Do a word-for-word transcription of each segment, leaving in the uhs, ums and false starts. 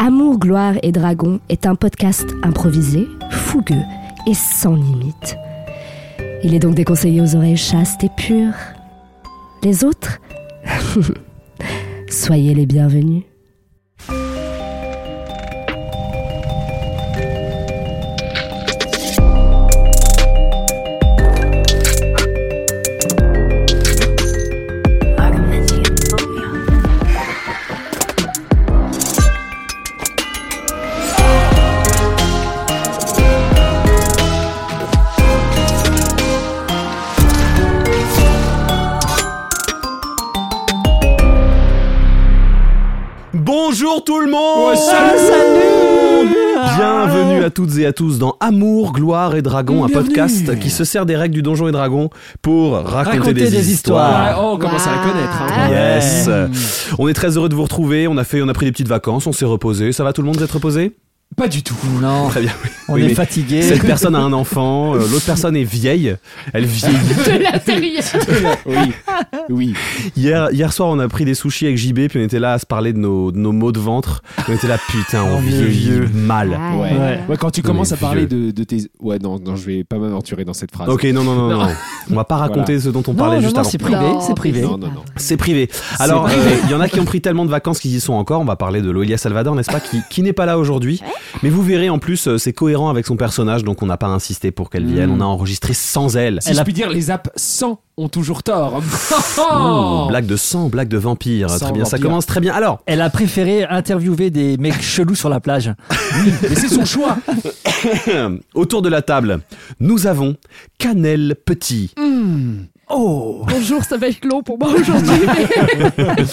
Amour, gloire et dragon est un podcast improvisé, fougueux et sans limite. Il est donc déconseillé aux oreilles chastes et pures. Les autres, soyez les bienvenus. Bonjour tout le monde. Ouais, salut, salut. Bienvenue à toutes et à tous dans Amour, gloire et dragon, un Bienvenue. podcast qui se sert des règles du Donjon et Dragon pour raconter, Raconter des, des histoires. histoires. Oh, on commence à la connaître. Hein. Yes. Ouais. On est très heureux de vous retrouver. On a fait, on a pris des petites vacances, on s'est reposé. Ça va, tout le monde, vous êtes reposé? Pas du tout. Non, Très bien. on Oui, est mais fatigué. Cette personne a un enfant, euh, l'autre personne est vieille. Elle vieillit. De l'intérieur. Oui, oui. Hier, hier soir, on a pris des sushis avec J B, puis on était là à se parler de nos, de nos maux de ventre. On était là, putain, on Oh, vieillit vieux. mal. Ah, Ouais. Ouais. Ouais, quand tu commences Mais à parler vieux. de, de tes... Ouais, non, non, je vais pas m'aventurer dans cette phrase. Ok, non, non, non, non, non. On va pas raconter ce dont on non, parlait non, juste non, avant. c'est privé, Non, c'est privé. Non, non, non. C'est privé. Alors, il euh, y en a qui ont pris tellement de vacances qu'ils y sont encore. On va parler de Loelia Salvador, n'est-ce pas, qui, qui n'est pas là aujourd'hui. Mais vous verrez, en plus, euh, c'est cohérent avec son personnage, donc on n'a pas insisté pour qu'elle vienne. Mm. On a enregistré sans elle. Si Elle je a- puis dire, les apps sans ont toujours tort. Oh, blague de sang, blague de vampire. Sang Très bien, ça vampire. commence très bien. Alors, Elle a préféré interviewer des mecs chelous sur la plage. Mais c'est son choix. autour de la table, nous avons Cannelle Petit. Oh, Bonjour, ça va être long pour moi aujourd'hui. mais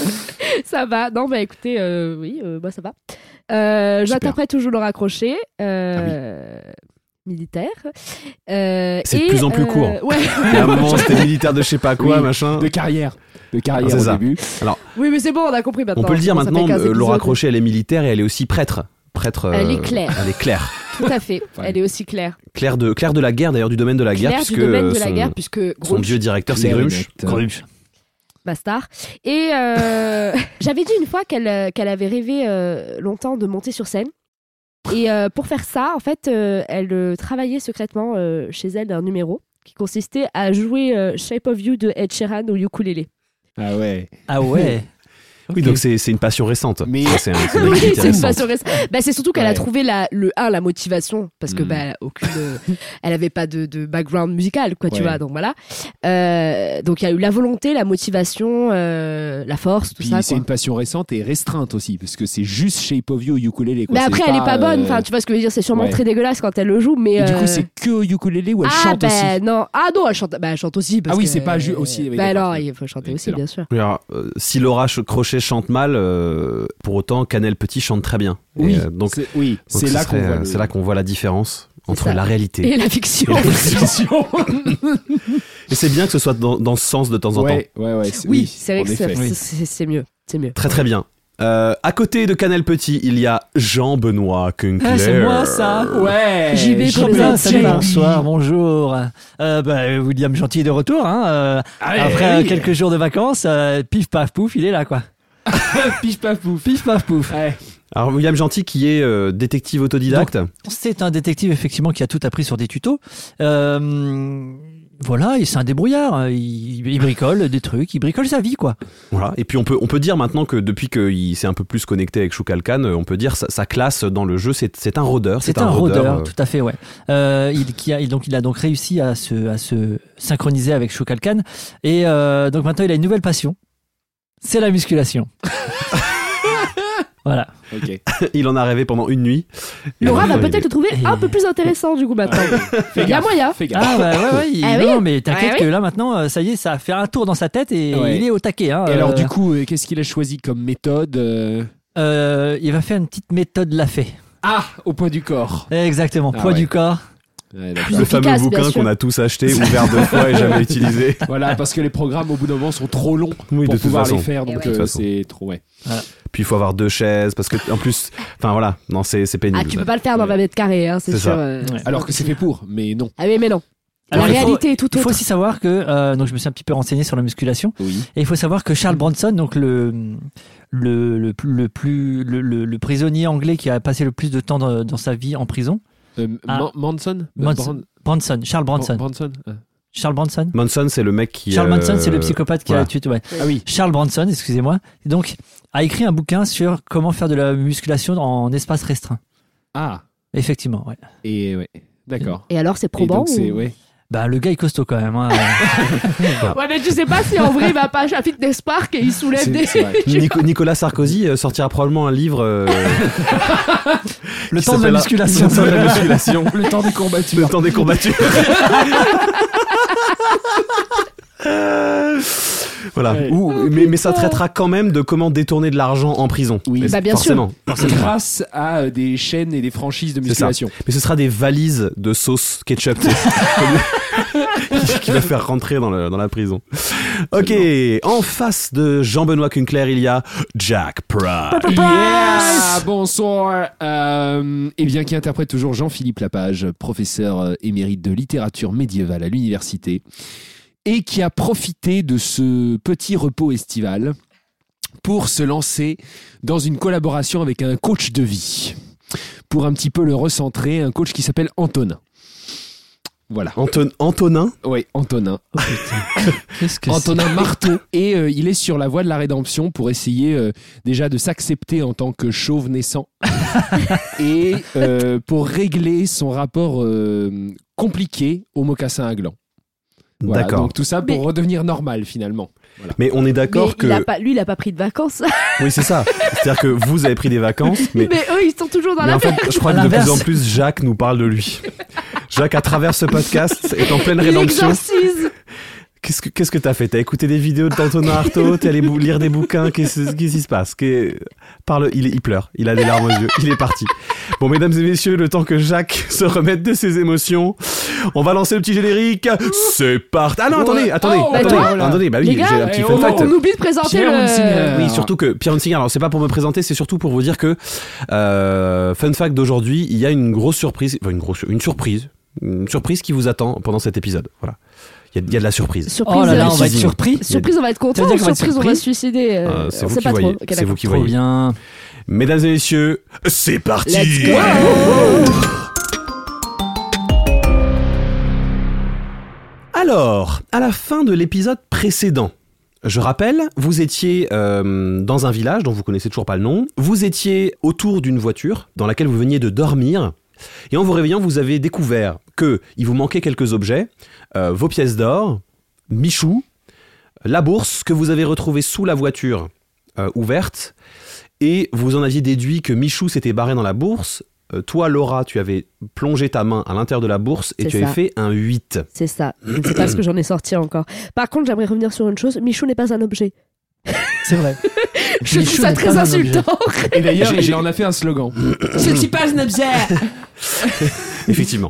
ça va. Non, bah écoutez, euh, oui, euh, bah ça va. Euh, J'interprète toujours Laura Crochet, euh, militaire. Euh, C'est de et, plus en plus euh, court. Ouais. Et à un moment, c'était militaire de je sais pas quoi, Oui, machin. De carrière. De carrière C'est au ça. début. Oui, mais c'est bon, on a compris maintenant. On peut le dire Ça fait maintenant, quinze euh, Laura épisodes. Crochet, elle est militaire et elle est aussi prêtre. Prêtre. Elle est euh, claire. Elle est claire. Tout à fait. Ouais. Elle est aussi claire. Claire de, Claire de la guerre, d'ailleurs, du domaine de la guerre, Claire puisque du domaine euh, de la son, guerre, puisque son Grunch, dieu directeur, c'est Claire et Grumsh. nette. Grumsh. bastard. Et euh, j'avais dit une fois qu'elle euh, qu'elle avait rêvé euh, longtemps de monter sur scène. Et euh, pour faire ça, en fait, euh, elle euh, travaillait secrètement euh, chez elle d'un numéro qui consistait à jouer euh, Shape of You de Ed Sheeran au ukulélé. Ah ouais. Ah ouais. Oui, donc c'est c'est une passion récente. Mais- Ça, c'est un- c'est une Oui, activité c'est une récente. passion récente. Bah, c'est surtout qu'elle a Ouais. trouvé la, le un la motivation parce que Mm. bah, elle a aucune, euh, elle avait pas de, de background musical quoi, tu Ouais. vois. Donc voilà. Euh, donc il y a eu la volonté, la motivation, euh, la force, tout Puis ça. c'est quoi. une passion récente et restreinte aussi, parce que c'est juste Shape of You au ukulélé. Quoi. Mais C'est après, elle est pas bonne. euh, Enfin, tu vois ce que je veux dire. C'est sûrement ouais. très dégueulasse quand elle le joue, mais. Et du euh, coup, c'est que au ukulélé ou elle ah chante ben aussi. non, ah non, elle chante, bah, elle chante aussi. Parce Ah oui, que- c'est pas ju- aussi, oui, Bah d'accord. non, il faut chanter Excellent. aussi, bien sûr. Alors, euh, si Laura Ch- Crochet chante mal, euh, pour autant, Cannelle Petit chante très bien. Et, Oui, euh, donc, c'est, oui, donc c'est ce là qu'on serait, voit. euh, le- c'est là qu'on voit la différence entre ça. la réalité. Et la fiction. Et la fiction. Et c'est bien que ce soit dans, dans ce sens de temps en temps. Ouais, ouais, ouais. c'est- Oui, c'est vrai en que c'est, effet. c'est, c'est- c'est mieux, c'est mieux. Très très bien. Euh, à côté de Cannelle Petit, il y a Jean-Benoît Kunkler. Ah, c'est moi ça. Ouais. J B pour les Jean-Benoît, intimes. salut, bonsoir, bonjour. Euh, bah, William Gentil est de retour. Hein, euh, Ah ouais, après oui. euh, quelques jours de vacances, euh, pif paf pouf, il est là quoi. Pif paf pouf. Pif paf pouf. Ouais. Alors William Gentil qui est euh, détective autodidacte. C'est un détective effectivement qui a tout appris sur des tutos. Euh, voilà, et c'est un débrouillard. Il, il bricole des trucs, il bricole sa vie quoi. Voilà. Et puis on peut, on peut dire maintenant que depuis qu'il s'est un peu plus connecté avec Shukalkan, euh, on peut dire sa, sa classe dans le jeu, c'est, c'est un rôdeur. C'est un rôdeur, euh, tout à fait, ouais. Euh, il, qui a, il, donc, il a donc réussi à se, à se synchroniser avec Shukalkan. Et euh, donc maintenant, il a une nouvelle passion. C'est la musculation. Voilà. Ok. il en a rêvé pendant une nuit. Et Laura maintenant, va il peut-être est- le trouver Et- un peu plus intéressant du coup maintenant. Fais Il y a gaffe. moyen. Fais gaffe. Ah bah ouais, ouais. Il, Ah non, oui. non, mais t'inquiète Ah oui. que là maintenant, euh, ça y est, ça a fait un tour dans sa tête et Ouais. il est au taquet. Hein, Et alors, Euh, du coup, euh, qu'est-ce qu'il a choisi comme méthode euh, euh, il va faire une petite méthode Lafay. Ah, au poids du corps. Exactement, Ah poids ouais. du corps. Ouais, d'accord. Plus le fameux efficace, bouquin bien sûr. qu'on a tous acheté, ouvert deux fois et jamais utilisé. Voilà, parce que les programmes au bout d'un moment sont trop longs Oui, pour de toute pouvoir façon. les faire, Eh donc ouais. De toute euh, façon. c'est trop, ouais. Puis il faut avoir deux chaises parce que en plus, enfin voilà, non c'est c'est pénible. Ah, tu peux pas le faire dans vingt mètres carrés, hein, c'est, C'est sûr. ça. euh, Ouais. c'est Alors pas que c'est possible. fait pour, mais non. Ah oui, mais non. Alors, la il faut- réalité est tout Il faut autre. aussi savoir que, euh, donc je me suis un petit peu renseigné sur la musculation, Oui. et il faut savoir que Charles Bronson, donc le le le, plus- le plus le, le- le prisonnier anglais qui a passé le plus de temps dans, dans sa vie en prison, Euh, Ah. Man- Manson Manson. Branson, Charles Bronson, Branson. Ah. Charles Bronson. Manson, c'est le mec qui. Charles euh, Manson, c'est le psychopathe qui voilà. a tué. Ouais. Ah oui. Charles Bronson, excusez-moi, donc a écrit un bouquin sur comment faire de la musculation en espace restreint. Ah. Effectivement, ouais. Et ouais. D'accord. Et alors, c'est Et probant donc c'est ou- ouais. Bah le gars est costaud quand même. Hein. Ouais, mais tu sais pas si en vrai il va pas à Fitness Park et il soulève C'est- des. c'est vrai. Nico- Nicolas Sarkozy euh, sortira probablement un livre. euh, le qui temps de la s'appelle- musculation. Le temps de la musculation. Le temps des courbatures. Le temps des courbatures. Euh, Voilà. Ouais. Ou, mais, mais ça traitera quand même de comment détourner de l'argent en prison. Oui. Mais Bah, bien forcément. Grâce à euh, des chaînes et des franchises de C'est ça. musculation. Mais ce sera des valises de sauce ketchup tu sais, qui va faire rentrer dans, le- dans la prison. Ok, en face de Jean-Benoît Kunkler, il y a Jack Price. Yeah, bonsoir. Euh, et bien qui interprète toujours Jean-Philippe Lapage, professeur euh, émérite de littérature médiévale à l'université, et qui a profité de ce petit repos estival pour se lancer dans une collaboration avec un coach de vie, pour un petit peu le recentrer, un coach qui s'appelle Antonin. Voilà. Anton- Antonin. Oui, Antonin. Oh, putain. Qu'est-ce que c'est Antonin Marteau. Et euh, il est sur la voie de la rédemption pour essayer euh, déjà de s'accepter en tant que chauve naissant et euh, pour régler son rapport euh, compliqué au mocassin à gland. Voilà, D'accord. donc tout ça pour Mais- redevenir normal finalement. Voilà. Mais on est d'accord Mais que. il a pas, lui, il a pas pris de vacances. Oui, c'est ça. C'est-à-dire que vous avez pris des vacances, mais. Mais eux, ils sont toujours dans Mais la en fait, merde. je crois À que de plus l'inverse. en plus, Jacques nous parle de lui. Jacques, à travers ce podcast, est en pleine Il rédemption. exorcise. Qu'est-ce que qu'est-ce que t'as fait? T'as écouté des vidéos de Antonin Artaud? T'es allé bou- lire des bouquins? Qu'est-ce qu'est-ce qui se passe? Qu'est- Parle, il, il pleure. Il a des larmes aux yeux. Il est parti. Bon, mesdames et messieurs, le temps que Jacques se remette de ses émotions, on va lancer le petit générique. C'est parti. Ah non, attendez, attendez, Oh, attendez, toi, attendez. Bah oui, Les j'ai gars, un petit eh, fun oh, fact. On oublie de présenter Pierre le. Hunsinger. Oui, surtout que Pierre Hunsinger, alors c'est pas pour me présenter, c'est surtout pour vous dire que euh, fun fact d'aujourd'hui, il y a une grosse surprise, enfin une grosse, une surprise, une surprise qui vous attend pendant cet épisode. Voilà, il y a, il y a de la surprise. Surprise, Oh là là, euh, on va être Suzy. surpris. surprise, on va être Ça content. veut dire qu'on va être Surprise, on va surpris se suicider. euh, Euh, c'est on vous sait qui pas voyez. trop. Ok, C'est d'accord. vous qui Trop voyez. bien. Mesdames et messieurs, c'est parti. Let's go. Alors, à la fin de l'épisode précédent, je rappelle, vous étiez euh, dans un village dont vous connaissez toujours pas le nom. Vous étiez autour d'une voiture dans laquelle vous veniez de dormir. Et en vous réveillant, vous avez découvert que il vous manquait quelques objets, euh, vos pièces d'or, Michou, la bourse que vous avez retrouvée sous la voiture euh, ouverte, et vous en aviez déduit que Michou s'était barré dans la bourse. Euh, toi, Laura, tu avais plongé ta main à l'intérieur de la bourse et C'est tu avais ça. fait un huit. C'est ça. Je ne sais pas ce que j'en ai sorti encore. Par contre, j'aimerais revenir sur une chose. Michou n'est pas un objet. C'est vrai. Je Michou trouve ça n'est très pas un objet. insultant. Et d'ailleurs, J'ai- il j'ai- en a fait un slogan. Je ne suis pas un objet. Effectivement.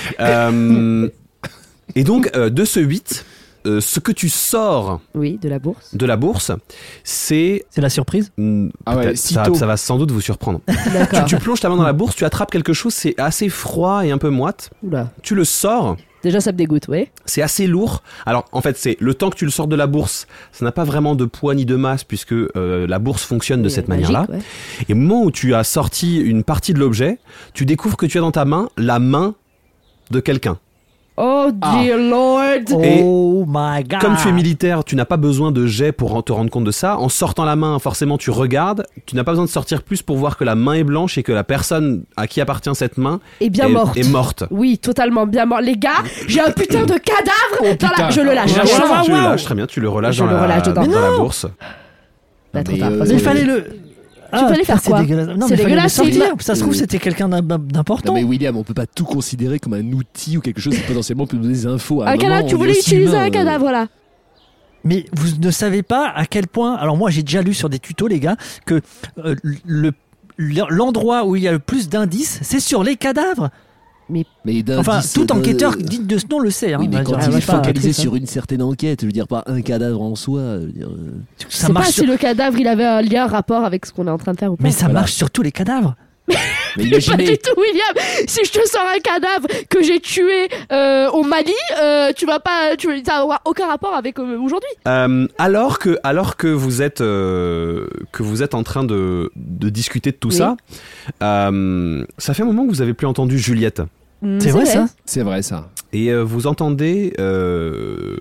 Euh, et donc, euh, de ce huit, euh, ce que tu sors Oui, de la bourse. de la bourse, c'est... C'est la surprise. hmm, Ah ouais, peut-être, ça, sitôt. ça va sans doute vous surprendre. D'accord. Tu plonges ta main dans la bourse, tu attrapes quelque chose, c'est assez froid et un peu moite. Oula. Tu le sors, Déjà, ça me dégoûte, oui. c'est assez lourd. Alors, en fait, c'est le temps que tu le sors de la bourse, ça n'a pas vraiment de poids ni de masse puisque euh, la bourse fonctionne de Mais cette magique, manière-là. ouais. Et au moment où tu as sorti une partie de l'objet, tu découvres que tu as dans ta main la main de quelqu'un. Oh, Ah. dear Lord. Et Oh my god. Comme tu es militaire, tu n'as pas besoin de jet pour te rendre compte de ça. En sortant la main, forcément, tu regardes. Tu n'as pas besoin de sortir plus pour voir que la main est blanche et que la personne à qui appartient cette main Et bien est, morte. est morte. Oui, totalement bien mort. Les gars, j'ai un putain de cadavre dans la... putain. Je le lâche. Tu Ah, le ouais, lâches, tu le Waouh. lâches, très bien. Tu le relâches Je dans, le la, relâche dedans. dans la Mais non. bourse. Bah, trop Mais, tard. euh, Parce Mais que- il fallait le. Ah, fallait faire c'est quoi dégueulasse. Non, C'est mais il fallait le dégueulasse, c'est sortir. une- Ça se trouve, c'était quelqu'un d'im- d'important. Non mais William, on peut pas tout considérer comme un outil ou quelque chose qui potentiellement peut nous donner des infos. À Un moment, cadavre, tu on est voulais aussi utiliser humain, un euh, cadavre, là. Mais vous ne savez pas à quel point. Alors moi, j'ai déjà lu sur des tutos, les gars, que euh, le l'endroit où il y a le plus d'indices, c'est sur les cadavres. Mais Enfin, d'indices tout de- enquêteur digne de ce nom le sait. Hein. Oui, mais On va quand dire, il ouais, est pas focalisé triste, hein. sur une certaine enquête, je veux dire pas un cadavre en soi. Je veux dire, euh, Je Ça sais marche pas sur- si le cadavre, il avait un lien, un rapport avec ce qu'on est en train de faire ou pas. Mais ça Voilà. marche sur tous les cadavres. Mais Mais pas imaginez, du tout, William. Si je te sors un cadavre que j'ai tué euh, au Mali, euh, tu vas pas, tu ça aura aucun rapport avec euh, aujourd'hui. Euh, alors que, alors que vous êtes, euh, que vous êtes en train de, de discuter de tout Oui. ça, euh, ça fait un moment que vous avez plus entendu Juliette. Mm, C'est vrai ça? c'est vrai ça. Et euh, vous entendez euh,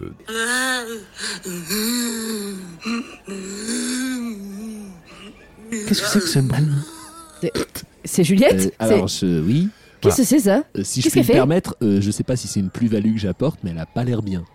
Qu'est-ce que c'est que ce bruit? C'est Juliette. Euh, C'est- alors, je- oui. Qu'est-ce que c'est ça? Euh, si je Qu'est-ce puis qu'elle me fait permettre, euh, je sais pas si c'est une plus-value que j'apporte, mais elle a pas l'air bien.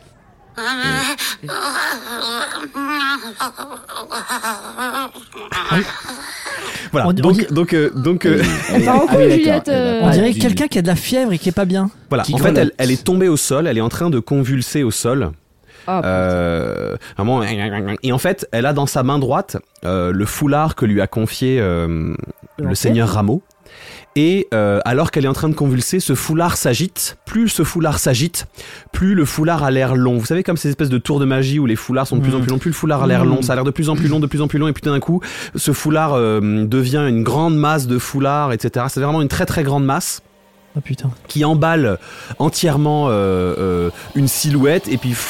voilà. On- on donc, dit- donc, euh, donc, euh, Elle part en Ah oui, couille, d'accord. Juliette. Elle a euh, On pas dirait du- quelqu'un qui a de la fièvre et qui est pas bien. voilà. Qui En fait, grelotte. elle, elle est tombée au sol. Elle est en train de convulser au sol. Ah, Euh, vraiment, et en fait, elle a dans sa main droite euh, le foulard que lui a confié euh, le Ok. seigneur Rameau. Et euh, alors qu'elle est en train de convulser, ce foulard s'agite. Plus ce foulard s'agite, plus le foulard a l'air long. Vous savez, comme ces espèces de tours de magie où les foulards sont de plus en Mm. plus longs, plus le foulard a l'air Mm. long. Ça a l'air de plus en plus long, de plus en plus long. Et puis tout d'un coup, ce foulard euh, devient une grande masse de foulard, et cetera. C'est vraiment une très très grande masse Oh putain. qui emballe entièrement euh, euh, une silhouette. Et puis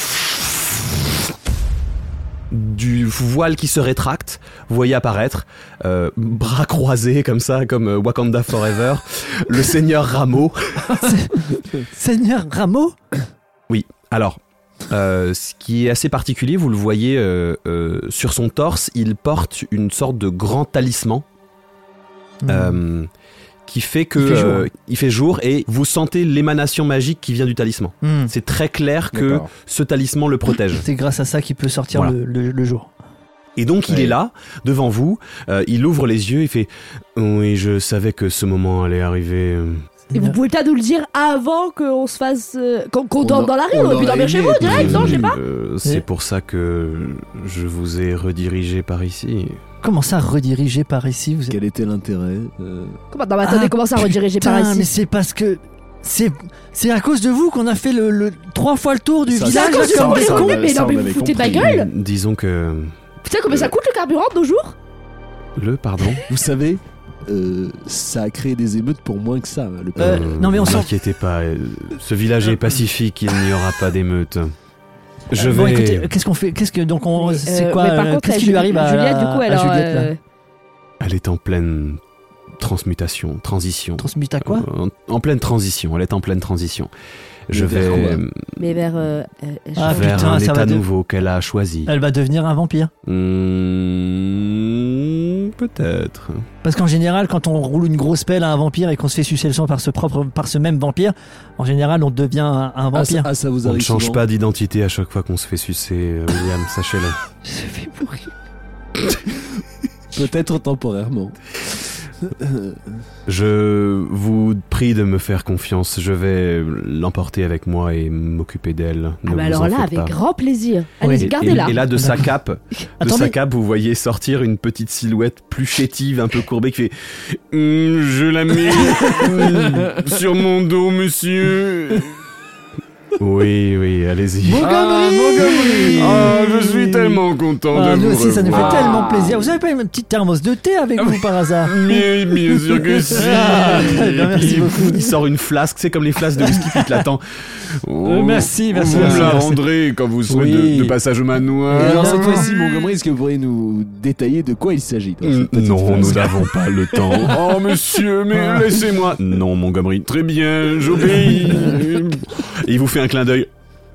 du voile qui se rétracte, vous voyez apparaître, euh, bras croisés comme ça, comme euh, Wakanda Forever, le seigneur Rameau. Seigneur Rameau? Alors, euh, ce qui est assez particulier, vous le voyez euh, euh, sur son torse, il porte une sorte de grand talisman euh, qui fait que Il fait jour. euh, il fait jour et vous sentez l'émanation magique qui vient du talisman. Hmm. C'est très clair que D'accord. ce talisman le protège. C'est grâce à ça qu'il peut sortir Voilà. le, le- le jour. Et donc il Ouais. est là, devant vous, euh, il ouvre les yeux, il fait « Oui, je savais que ce moment allait arriver. Et vous pouvez pas nous le dire avant qu'on se fasse. euh, qu'on qu'on On dorme a- dans la rue, on on aurait pu aurait dormir chez aimé, vous direct, non, je sais pas. Euh, C'est Et- pour ça que je vous ai redirigé par ici. Comment ça rediriger par ici? Vous êtes... Quel était l'intérêt euh, Comment, non, mais attendez, Ah, comment ça rediriger par Putain, mais ici? c'est parce que... C'est, c'est à cause de vous qu'on a fait le, le- trois fois le tour du Ça, C'est à village. cause de ça, vous, les ça, cons, on a- mais ça, non, mais on vous avait foutez de ma compris. gueule. Disons que... Putain, combien ça coûte le carburant de nos jours? Le, pardon Vous savez, euh, ça a créé des émeutes pour moins que ça. Le Euh, non, mais on ne s'en- vous inquiétez pas, euh, ce village est pacifique, il n'y aura pas d'émeute. Je Bon, vais... écoutez, qu'est-ce qu'on fait? Qu'est-ce que donc on, Mais, c'est euh, quoi? mais par euh, contre, qu'est-ce la qui lui Ju- arrive à, Juliette, du coup, à alors. Juliette, là euh, Elle est en pleine transmutation, transition. Transmute à quoi? Euh, en, en pleine transition, elle est en pleine transition. Je Mais vers vais quoi Mais vers. euh, euh, Ah, vers putain, un ça va état de- nouveau qu'elle a choisi. Elle va devenir un vampire. Hmm, peut-être. Parce qu'en général, quand on roule une grosse pelle à un vampire et qu'on se fait sucer le sang par ce propre, par ce même vampire, en général, on devient un, un Ah, ça, vampire. ah, ça vous On ne arrive change souvent pas d'identité à chaque fois qu'on se fait sucer, euh, William, sachez-le. Je vais mourir. Peut-être temporairement. Je vous prie de me faire confiance. Je vais l'emporter avec moi et m'occuper d'elle. Ne Ah, bah vous alors en là, faites avec pas. grand plaisir. Et, Allez-y, et- gardez-la. et là, de sa cape, de Attendez. sa cape, vous voyez sortir une petite silhouette plus chétive, un peu courbée, qui fait Hum, je la mets hum, sur mon dos, monsieur. Oui, oui, allez-y. Montgomery Ah, je suis tellement content Ah, de nous vous aussi, ça nous fait revoir. tellement plaisir. Vous avez pas une petite thermos de thé avec vous par hasard? Mais bien sûr que si. Ah, bien, merci il, beaucoup. il sort une flasque, c'est comme les flasques de whisky, puis il te l'attend. Oh, Euh, merci, merci, Vous merci, me la merci. rendrez quand vous serez Oui. de, de passage au Et manoir. alors cette Évidemment. fois-ci, Montgomery, est-ce que vous pourriez nous détailler de quoi il s'agit dans cette petite Non, phrase nous n'avons pas le temps. Oh, monsieur, mais laissez-moi. Non, Montgomery. Très bien, j'obéis. Et il vous fait un clin d'œil.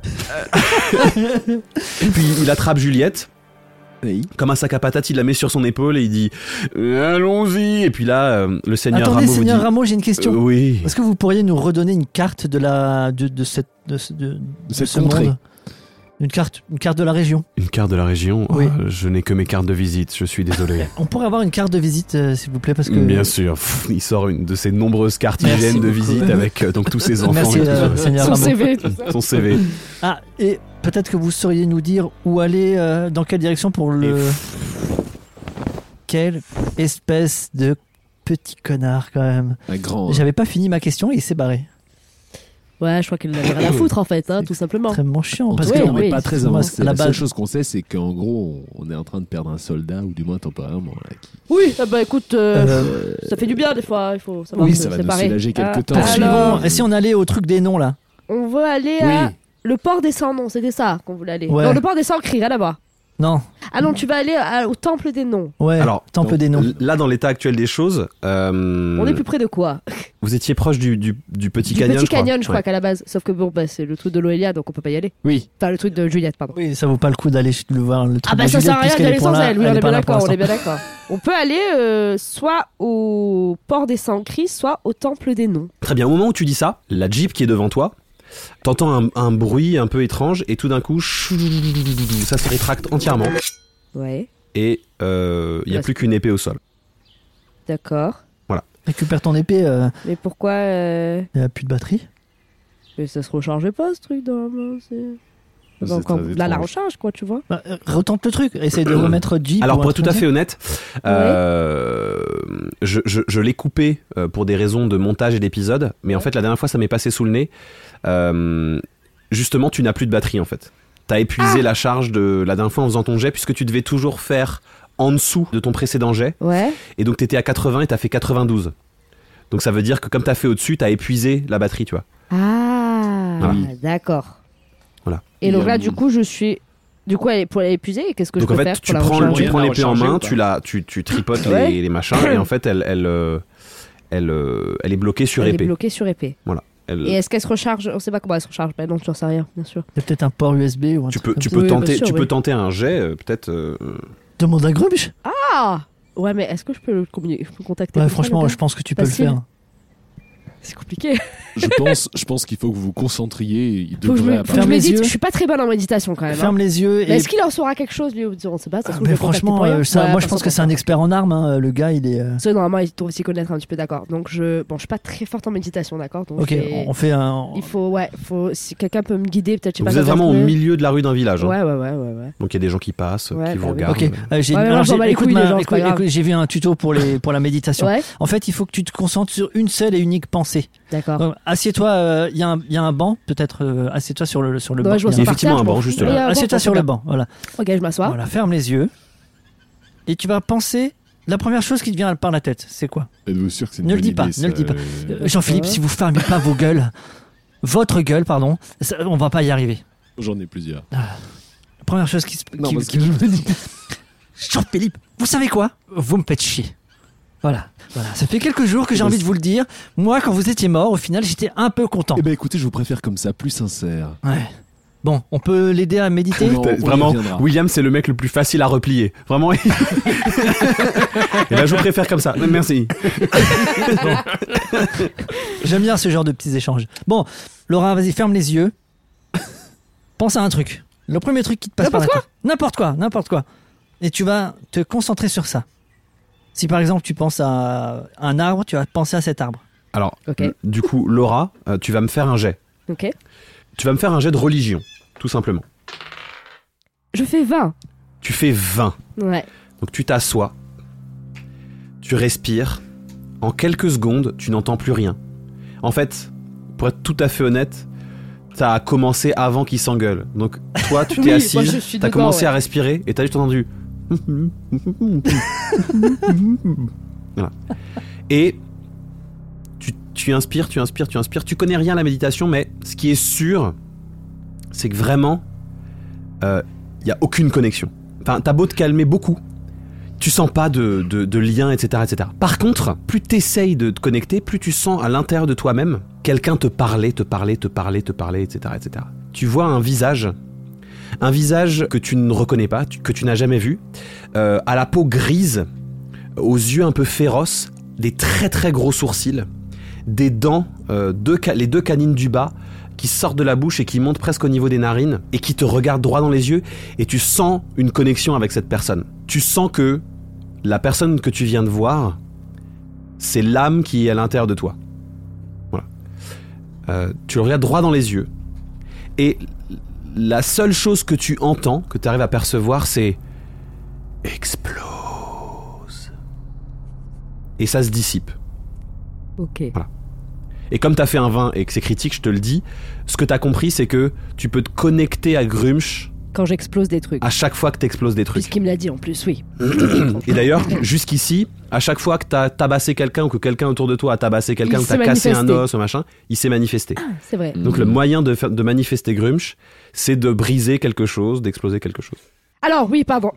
Et puis il attrape Juliette. Oui. Comme un sac à patates, il la met sur son épaule et il dit euh, allons-y. Et puis là, euh, le seigneur Attendez, Rameau vous Seigneur dit Rameau, j'ai une question. euh, oui. Est-ce que vous pourriez nous redonner une carte de la de, de cette de, ce- de, de cette ce contrée. monde? Une carte, une carte de la région. Une carte de la région. Oui. Oh, je n'ai que mes cartes de visite. Je suis désolé. On pourrait avoir une carte de visite, euh, s'il vous plaît, parce que. Bien sûr. Pff, il sort une de ses nombreuses cartes Merci hygiène de beaucoup. visite avec euh, donc tous ses enfants. Merci, et tout euh, ça. Seigneur Son Rameau. C V, tout ça. Son C V. Ah, et peut-être que vous sauriez nous dire où aller, euh, dans quelle direction pour le. Quelle espèce de petit connard, quand même. Un grand. J'avais pas fini ma question et il s'est barré. Ouais, je crois qu'il n'avait rien à foutre en fait, hein, tout simplement. Extrêmement chiant. En Parce tout oui, cas, que on n'est oui. pas très Moi, avancé. à la La seule base- chose qu'on sait, c'est qu'en gros, on est en train de perdre un soldat, ou du moins temporairement. Là, qui... Oui, ah bah écoute, euh, Euh, ça fait du bien des fois, il faut savoir Oui, se ça va nous séparer. soulager quelques Ah, temps. Poursuivons. alors, Et si on allait au truc des noms là? on veut aller Oui. à le port des Cent Noms, c'était ça qu'on voulait aller. Ouais. Non, le port des Cent Cris, rien à voir. Non. Ah non, tu vas aller à- au temple des noms. Ouais. Alors, Temple donc, des noms. Là, dans l'état actuel des choses, euh, On est plus près de quoi? vous étiez proche du, du, du petit Du canyon, petit je crois. canyon, je crois Ouais. qu'à la base. Sauf que bon, bah, c'est le truc de Loelia, donc on peut pas y aller. Oui. Enfin, le truc de Juliette, pardon. Oui, ça vaut pas le coup d'aller le voir le truc Ah bah de ça Juliette, sert à rien puisqu'elle d'y aller est sans pas là- elle, oui, elle on est est pas bien là pour d'accord, on est l'instant. bien d'accord. On peut aller euh, soit au port des Saints-Cris, soit au temple des Noms. Très bien, au moment où tu dis ça, la Jeep qui est devant toi, t'entends un, un bruit un peu étrange et tout d'un coup, chou- ça se rétracte entièrement Ouais, et il euh, n'y a Parce- plus qu'une épée au sol. d'accord. Récupère ton épée, il Mais pourquoi euh... n'y a plus de batterie. Mais ça se rechargeait pas ce truc dans la main, c'est... C'est Donc, quand- très là, la étrange. recharge, quoi, tu vois. Bah, euh, retente le truc, essaye de remettre Jeep. Alors ou pour un être tout truc à comme fait honnête, euh, je, je- je l'ai coupé euh, pour des raisons de montage et d'épisode, mais en Ouais. fait la dernière fois ça m'est passé sous le nez. Euh, justement, tu n'as plus de batterie en fait. T'as épuisé Ah la charge de la dernière fois en faisant ton jet, puisque tu devais toujours faire en dessous de ton précédent jet, Ouais. et donc t'étais à quatre-vingts et t'as fait quatre-vingt-douze. Donc ça veut dire que comme t'as fait au-dessus, t'as épuisé la batterie, tu vois. Ah, Voilà. d'accord. Voilà. Et donc Et, là, euh, du coup, je suis... Du coup, elle est- pour l'épuiser, qu'est-ce que Donc je en peux fait, faire tu pour la prends, le- recharger tu prends La l'épée en recharger main, ou pas tu, la, tu, tu tripotes Ouais. les, les machins, et en fait elle, elle, euh, elle, euh, elle est bloquée sur Elle est épée. bloquée sur épée. Elle- Et est-ce qu'elle se recharge? On sait pas comment elle se recharge. Bah non, tu n'en sais rien, bien sûr. Il y a peut-être un port U S B ou un Tu truc peux, comme tu ça. peux Oui, tenter, bien sûr, tu oui. peux tenter un jet, euh, peut-être. euh, Demande à Grumsh. Ah ouais, mais est-ce que je peux le communiquer, je peux le contacter Ouais, comme ça, franchement, le je gars pense que tu peux le Facile. faire. C'est compliqué. Je pense, je pense qu'il faut que vous vous concentriez. Il Faut que je, devrait me, faut que je Ferme les médite. yeux. Je suis pas très bonne en méditation quand même. Ferme hein. les yeux Mais et. est-ce qu'il en saura quelque chose, lui? On sait pas. Ça se Ah, trouve, mais je vais le contacter franchement, pour rien. euh, ça- Ouais, moi je pas pense que sans c'est un penser. expert en armes. hein, Le gars, il est. euh, Ça, normalement, il doit s'y connaître un petit peu, d'accord. Donc, je, bon, je suis pas très forte en méditation, d'accord. Donc, Ok, je vais- on fait un. il faut, ouais, faut, si quelqu'un peut me guider, peut-être, je sais Vous pas. êtes dans un vraiment au coin. milieu de la rue d'un village. hein. Ouais, ouais, ouais, ouais, ouais. Donc il y a des gens qui passent, Ouais, qui vous bah oui. regardent. Ok, euh, j'ai Ouais, mais moi, alors, je m'en j'ai- bats les écoute, couilles, ma- les gens, c'est écoute- pas grave. écoute, j'ai vu un tuto pour, les, pour la méditation. Ouais, En fait, il faut que tu te concentres sur une seule et unique pensée. d'accord. Donc, assieds-toi, il y, a un banc, peut-être euh, assieds-toi sur le, sur le Ouais, banc. je vois Il y a ça par effectivement terre, un je m'en banc fous. juste Oui, là. il y a un banc, Assieds-toi ça, sur c'est le bien. banc, voilà. Ok, je m'assois. Voilà, ferme les yeux. Et tu vas penser, la première chose qui te vient par la tête, c'est quoi? Êtes-vous sûr que c'est une Ne le bonne dis pas, idée, ne le ça, dis pas. euh, Euh, Jean-Philippe, D'accord. si vous fermez pas vos gueules, votre gueule, pardon, ça- on va pas y arriver. J'en ai plusieurs. La première chose qui se. Non, qui- parce qui- que je me dis. Jean-Philippe, vous savez quoi? Vous me faites chier. Voilà, voilà. Ça fait quelques jours que j'ai Bah, envie de vous le dire. Moi, quand vous étiez mort, au final, j'étais un peu content. Eh ben écoutez, je vous préfère comme ça, plus sincère. Ouais. Bon, on peut l'aider à méditer. Non, on y Vraiment, reviendra. William, c'est le mec le plus facile à replier. Vraiment. Et là, je vous préfère comme ça. Merci. J'aime bien ce genre de petits échanges. Bon, Laura, vas-y, ferme les yeux. Pense à un truc. Le premier truc qui te passe par la N'importe tête. N'importe quoi, n'importe quoi. Et tu vas te concentrer sur ça. Si par exemple tu penses à un arbre, tu vas penser à cet arbre. Alors, Ok. euh, du coup, Laura, euh, tu vas me faire un jet. Ok. Tu vas me faire un jet de religion, tout simplement. Je fais vingt. Tu fais vingt. Ouais. Donc tu t'assois, tu respires. En quelques secondes, tu n'entends plus rien. En fait, pour être tout à fait honnête, ça a commencé avant qu'ils s'engueulent. Donc toi, tu t'es Oui, moi, assise, je suis t'as dedans, commencé ouais. à respirer et t'as juste entendu. Voilà. Et tu, tu inspires, tu inspires, tu inspires. Tu connais rien à la méditation, mais ce qui est sûr, c'est que vraiment, il euh, n'y a aucune connexion. Enfin, t'as beau te calmer beaucoup, tu sens pas de, de, de lien, et cetera, et cetera. Par contre, plus t'essayes de te connecter, plus tu sens à l'intérieur de toi-même quelqu'un te parler, te parler, te parler, te parler, et cetera, et cetera. Tu vois un visage, un visage que tu ne reconnais pas, tu- que tu n'as jamais vu, euh, à la peau grise, aux yeux un peu féroces, des très très gros sourcils, des dents, euh, deux ca- les deux canines du bas, qui sortent de la bouche et qui montent presque au niveau des narines et qui te regardent droit dans les yeux et tu sens une connexion avec cette personne. Tu sens que la personne que tu viens de voir, c'est l'âme qui est à l'intérieur de toi. Voilà. Euh, tu le regardes droit dans les yeux et la seule chose que tu entends, que tu arrives à percevoir, c'est explose. Et ça se dissipe. Ok. Et comme t'as fait un vingt et que c'est critique, je te le dis, ce que t'as compris, c'est que tu peux te connecter à Grumsh Quand j'explose des trucs. à chaque fois que t'exploses des trucs. Puisqu'il me l'a dit en plus, oui. Et d'ailleurs, jusqu'ici, à chaque fois que t'as tabassé quelqu'un ou que quelqu'un autour de toi a tabassé quelqu'un Il ou t'as s'est cassé un manifesté. os ou machin, il s'est manifesté. C'est vrai. Donc le moyen de, faire, de manifester Grumsh, c'est de briser quelque chose, d'exploser quelque chose. Alors, oui, pardon.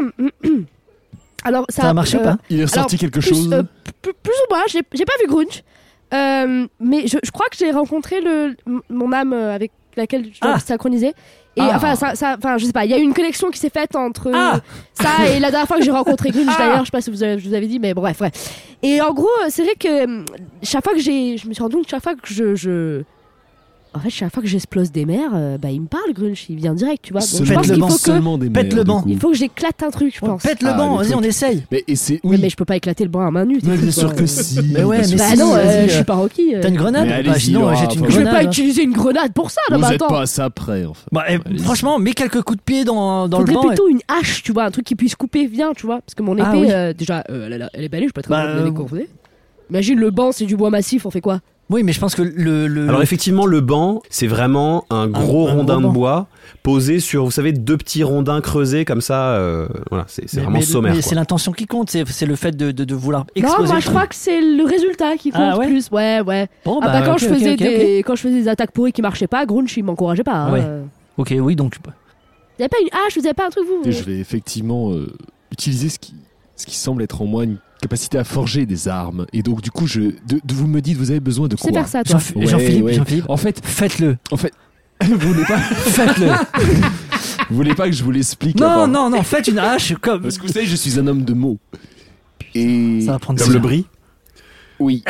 Alors, ça, Ça a marché euh, ou pas Il est ressorti alors, quelque plus, chose. euh, plus, plus ou moins, j'ai, j'ai pas vu Grunch. Euh, mais je, je crois que j'ai rencontré le, m- mon âme euh, avec laquelle je dois Ah. me synchroniser. Et Ah. enfin, ça, ça, enfin, je sais pas, il y a eu une connexion qui s'est faite entre euh, Ah. ça et la dernière fois que j'ai rencontré Grunch Ah. d'ailleurs, je sais pas si vous avez, je vous avais dit, mais bref, bref. Et en gros, euh, c'est vrai que euh, chaque fois que j'ai, je me suis rendu compte que chaque fois que je, je... En fait, chaque fois que j'explose des mers, euh, bah, il me parle, Grunch, il vient direct, tu vois. Donc, je Seulement- pense Pète le qu'il banc, faut que, seulement des Pète mères, le du banc. coup. il faut que j'éclate un truc, je pense. Pète le Ah, banc, le vas-y, truc. on essaye. Mais et c'est Oui. oui. Mais je peux pas éclater le banc à main nue. Mais t'es bien fou, sûr quoi. que si. Mais ouais, bien sûr mais Bah que si, non, vas-y, euh, euh, je suis pas Rocky. euh. T'as une grenade Mais ou allez-y, pas Sinon, Laura, jette une faut- Je vais grenade. pas hein. utiliser une grenade pour ça, non, Vous mais êtes attends. pas assez après, enfin. Bah, eh, Allez-y. franchement, mets quelques coups de pied dans, dans le Faudrait banc. plutôt une hache, tu vois, un truc qui puisse couper bien, tu vois. Parce que mon épée, Ah oui. euh, déjà, euh, elle, elle est belle, je peux très Bah, bien la euh, découvrir. Imagine le banc, c'est du bois massif, on fait quoi? Oui, mais je pense que le. le Alors effectivement, le banc, c'est vraiment un gros un rondin gros de banc. bois posé sur, vous savez, deux petits rondins creusés comme ça. euh, voilà, c'est c'est mais- vraiment mais- sommaire. Mais quoi. c'est l'intention qui compte, c'est c'est le fait de, de, de vouloir Non, exploser. moi le je truc. crois que c'est le résultat qui compte Ah ouais plus. Ouais, ouais. Bon, Ah bah, bah, quand, ok, je ok, faisais ok, ok. des... quand je faisais des attaques pourries qui marchaient pas, Grunch il m'encourageait pas. Hein. Ouais. Euh, Ok, oui, donc. Vous avez pas une hache, vous avez pas un truc vous Et je vais effectivement euh, utiliser ce qui, ce qui semble être en moi une capacité à forger des armes. Et donc, du coup, je, de, de- vous me dites, vous avez besoin de Tu sais quoi faire ça, toi. Jean- Ouais, Jean-Philippe, ouais. Jean-Philippe, En fait, faites-le. en fait, vous voulez pas, Faites-le. vous voulez pas que je vous l'explique non, avant non, non, faites une hache comme. Parce que vous savez, je suis un homme de mots. Et Ça va prendre Comme six le ans. brie. oui,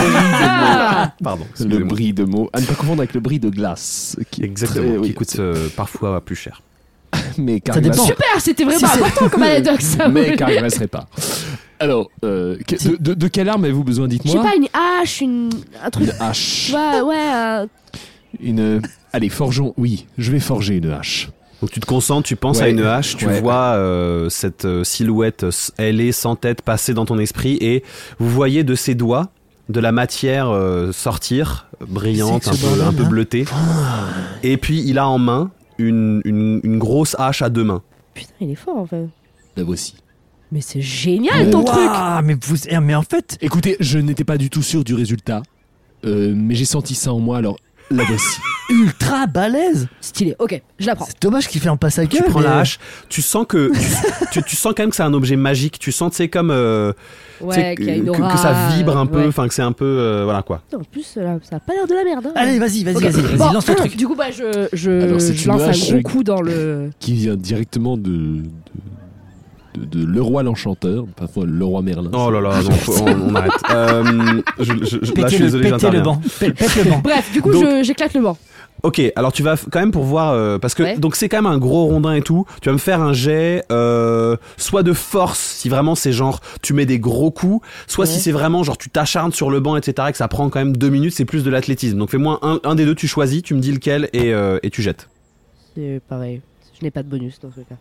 Pardon. le excusez-moi. bris de mots. À ne pas confondre avec le bris de glace. Qui est Exactement. très- oui, qui coûte euh, parfois plus cher. mais Ça dépend. Carglass- Super, c'était vraiment Si c'est- important comme anecdote ça. mais Carglass répare. Alors, euh, que- Si. de, de- de quelle arme avez-vous besoin, Je sais dites-moi? pas, une hache, une... un truc. Une hache. Ouais, ouais. un- Une. Allez, forgeons. Oui, je vais forger une hache. Donc tu te concentres, tu penses Ouais. à une hache, tu Ouais. vois euh, cette euh, silhouette s- ailée sans tête passer dans ton esprit et vous voyez de ses doigts de la matière euh, sortir, brillante, C'est un que ce peu, bordel, un peu hein. bleutée. Et puis il a en main une, une, une grosse hache à deux mains. Putain, il est fort en fait. La voici. Mais c'est génial ton truc. Ouah, mais vous, eh, mais en fait, Écoutez, je n'étais pas du tout sûr du résultat, euh, mais j'ai senti ça en moi, alors la voici. ultra balèze. Stylé. Ok, je la prends. C'est dommage qu'il fait un passe à Tu gueule. prends mais- la hache, tu sens que tu, tu- tu sens quand même que c'est un objet magique. Tu sens, c'est comme euh, tu sais, Ouais, qu'il y a une que, aura. que ça vibre un peu, ouais. enfin que c'est un peu euh, voilà quoi. En plus, là, ça a pas l'air de la merde. Hein. Allez, vas-y, vas-y, Ok. vas-y, vas-y, Bon, lance le truc. Du coup, bah, je, je, Alors, c'est je une lance hache un gros coup dans le. Qui vient directement de. de, de, de Leroy l'Enchanteur, parfois Leroy Merlin. Oh là là, non, faut- on, on arrête. Euh, je, je- je- là, je Pétez suis le, désolé, pétez le j'interviens. banc. Pète, pète le banc. Bref, du coup, Donc- je- j'éclate le banc. Ok, alors tu vas f- quand même pour voir euh, parce que Ouais. donc c'est quand même un gros rondin et tout. Tu vas me faire un jet, euh, soit de force si vraiment c'est genre tu mets des gros coups, soit Ouais. si c'est vraiment genre tu t'acharnes sur le banc et cetera et que ça prend quand même deux minutes, c'est plus de l'athlétisme. Donc fais-moi un, un des deux, tu choisis, tu me dis lequel et, euh, et tu jettes. C'est pareil. Je n'ai pas de bonus dans ce cas.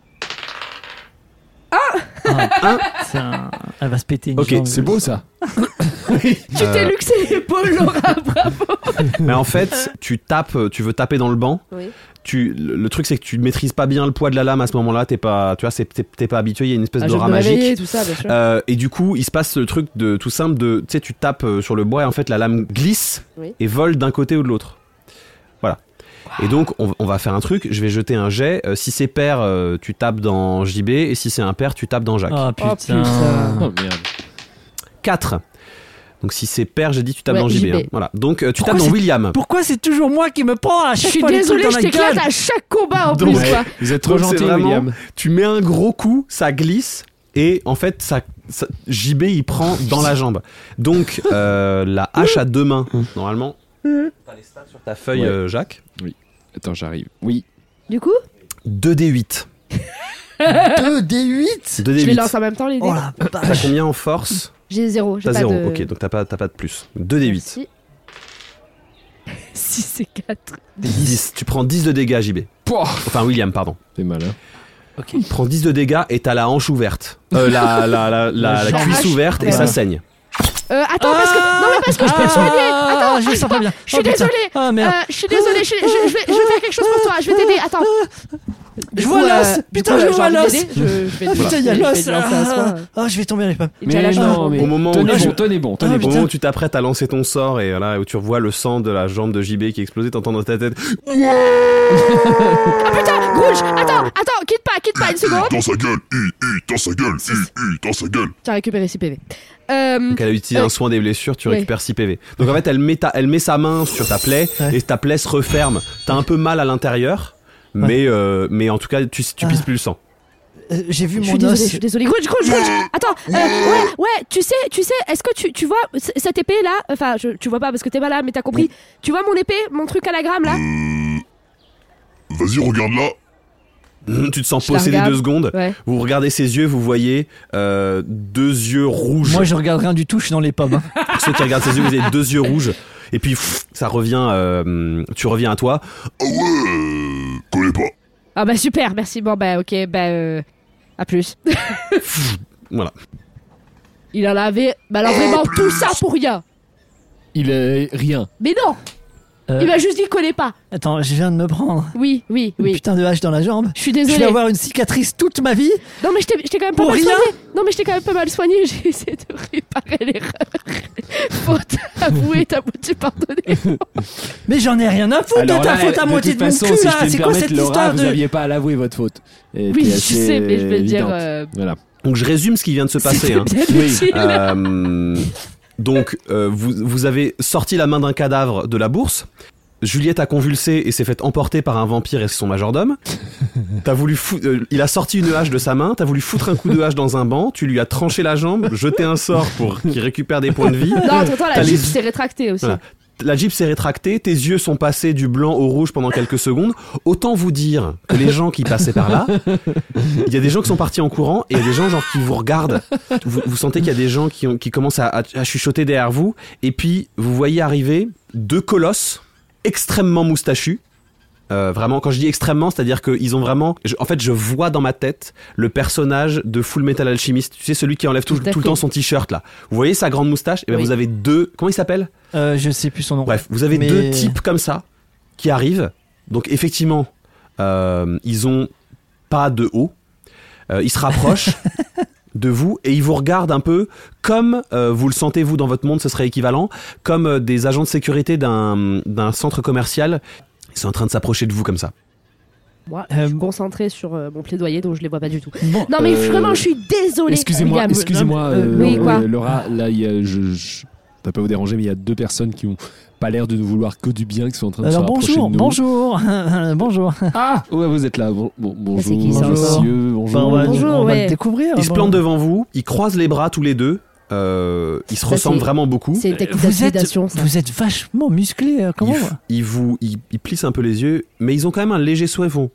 Ah, c'est un- Elle va se péter une Ok, jambe. C'est beau ça. Tu t'es Euh, luxé l'épaule, Laura, bravo. Mais en fait, tu tapes, tu veux taper dans le banc. Oui. Tu, le, le truc c'est que tu maîtrises pas bien le poids de la lame à ce moment-là. T'es pas, tu vois, c'est- t'es t'es pas habitué. Il y a une espèce Ah, je de vais rat me réveiller, magique. tout ça, bien sûr. Euh, et du coup, il se passe le truc de tout simple de, tu sais, tu tapes euh, sur le bois et en fait la lame glisse Oui. et vole d'un côté ou de l'autre. Voilà. Et donc on, on va faire un truc. Je vais jeter un jet. Euh, si c'est pair, euh, tu tapes dans J B et si c'est impair, tu tapes dans Jacques. Oh putain. putain. Oh merde. quatre. Donc si c'est pair, j'ai dit tu tapes Ouais, dans J B. J B. hein. Voilà. Donc euh, tu Pourquoi tapes dans c'est- William. Pourquoi c'est toujours moi qui me prends à Je chaque suis fois les trucs désolée, dans je la t'éclate gueule à chaque combat en Donc, plus, quoi. Vous êtes trop Donc, c'est gentil, vraiment- William. Tu mets un gros coup, ça glisse et en fait ça, ça- J B il prend dans la jambe. Donc euh, la hache à deux mains normalement. T'as les stats sur ta feuille Ouais. euh, Jacques. Attends, j'arrive. Oui. Du coup, deux D huit. deux D huit. deux D je les huit. lance en même temps, les dés. Oh la T'as vache. combien en force? J'ai zéro. J'ai T'as pas zéro. de... Ok, donc t'as pas, t'as pas de plus. deux D huit. Merci. six et quatre. dix. Tu prends dix de dégâts J B. Pouah, Enfin William, pardon. c'est malin. Ok. Tu prends dix de dégâts et t'as la hanche ouverte. Euh, la, la, la, la, La la jambe. cuisse ouverte et Ouais. ça saigne. Euh, attends, parce que. Non, mais parce que je peux te soigner. Attends, je me sens pas bien. Je suis Oh, putain. désolée. Ah merde. Euh, je suis désolée. Je, je, je, vais, je vais faire quelque chose pour toi. Je vais t'aider. Attends. Je vois l'os. Putain, je vois l'os. Je vais te Putain, il y a je vais l'os. te lancer un soin. Ah, je vais tomber les pommes. Et déjà, la Mais jambe. non, mais Au moment où tenez tu- bon, tenez bon, tenez Ah, Au bon. moment où tu t'apprêtes à lancer ton sort et là où tu revois le sang de la jambe de J B qui est explosé, t'entends dans ta tête. Ah putain, Rouge. Attends, attends, quitte pas, quitte pas une seconde. Dans sa gueule, hi, hi, dans sa gueule, hi, hi, dans sa gueule. Tu as récupéré six P V. Euh, Donc elle a utilisé euh, un soin des blessures, tu ouais. récupères six P V. Donc en fait, elle met, ta- elle met sa main sur ta plaie Ouais. et ta plaie se referme. T'as un peu mal à l'intérieur, mais, euh, mais en tout cas, tu, tu pisses Ah. plus le sang. Euh, J'ai vu Je suis mon désolée, je os. suis désolée. Rouge, rouge, rouge. Attends, euh, ouais, ouais, tu sais, tu sais, est-ce que tu, tu vois c- cette épée là? Enfin, je, tu vois pas parce que t'es pas là, mais t'as compris. Tu vois mon épée, mon truc à la gramme là? Euh... Vas-y, regarde là. Hum, Tu te sens Je la possédé regarde. deux secondes. Ouais. Vous regardez ses yeux, vous voyez euh, deux yeux rouges. Moi, je regarde rien du tout, je suis dans les pommes. hein. Pour ceux qui regardent ses yeux, vous avez deux yeux rouges. Et puis pff, ça revient, euh, tu reviens à toi. Ah ouais, euh... connais pas. Ah bah super, merci. Bon bah ok, bah euh, à plus. Voilà. Il en avait, bah alors vraiment tout ça pour rien. Il est rien. Mais non, Euh, il m'a juste dit connais pas. Attends, je viens de me prendre Oui, oui, une oui. putain de hache dans la jambe. Je suis Je désolée. vais avoir une cicatrice toute ma vie. Non mais je t'ai je t'ai quand même pas Pour mal rien soigné. Non mais je t'ai quand même pas mal soigné. J'ai essayé de réparer l'erreur. Faute avouée, t'as moitié pardonné. Mais j'en ai rien à foutre de ta là, faute à de moitié toute de mon façon, cul si là. je peux me C'est quoi permettre, cette Laura, histoire vous de. n'aviez pas à l'avouer votre faute. Elle Oui, était je assez sais, mais je veux dire. évidente. euh, Voilà. Donc je résume ce qui vient de se passer. hein. Bien Oui. utile. Euh, donc euh, vous, vous avez sorti la main d'un cadavre de la bourse. Juliette a convulsé et s'est fait emporter par un vampire et son majordome. T'as voulu fou- euh, il a sorti une hache de sa main, t'as voulu foutre un coup de hache dans un banc, tu lui as tranché la jambe, jeté un sort pour qu'il récupère des points de vie. Non, entre-temps, la T'as Jeep les- s'est rétractée aussi. Voilà. La Jeep s'est rétractée, tes yeux sont passés du blanc au rouge pendant quelques secondes. Autant vous dire que les gens qui passaient par là, il y a des gens qui sont partis en courant et il y a des gens genre qui vous regardent. Vous, vous sentez qu'il y a des gens qui, ont- qui commencent à, à- à chuchoter derrière vous. Et puis vous voyez arriver deux colosses extrêmement moustachus. Euh, vraiment, quand je dis extrêmement, c'est-à-dire qu'ils ont vraiment. je- en fait, je vois dans ma tête le personnage de Full Metal Alchemist. Tu sais, celui qui enlève tout, Tout à tout le fait. temps son t-shirt là. Vous voyez sa grande moustache? Et ben Oui. vous avez deux. Comment il s'appelle? Euh, je sais plus son nom. Bref, vous avez Mais- deux types comme ça qui arrivent. Donc effectivement, euh, ils ont pas de haut. Euh, ils se rapprochent de vous et ils vous regardent un peu comme euh, vous le sentez vous dans votre monde, ce serait équivalent, comme euh, des agents de sécurité d'un d'un centre commercial. Ils sont en train de s'approcher de vous comme ça. Moi, Euh, je suis concentrée sur euh, mon plaidoyer, donc je les vois pas du tout. Bon, Non, mais Euh, vraiment, je suis désolée. Excusez-moi, William. excusez-moi, Euh, euh, oui, Laura, quoi euh, Laura, là, il y a, je, je, ça va pas vous déranger, mais il y a deux personnes qui ont pas l'air de ne vouloir que du bien, qui sont en train de alors se rapprocher bonjour, de nous. bonjour, bonjour. Ah, ouais, vous êtes là. Bon, bon, bonjour, c'est qui, ça, monsieur, Bah, bonjour. on va, Bonjour, on va ouais. le découvrir. Ils se bon. plantent devant vous, ils croisent les bras tous les deux. Euh, ils se Ça, ressemblent c'est- vraiment beaucoup. C'est une technique Vous êtes, d'intimidation, ça. vous êtes vachement musclé. euh, Comment Ils, f- ils vous, ils, ils plissent un peu les yeux, mais ils ont quand même un léger souhait. Ils font,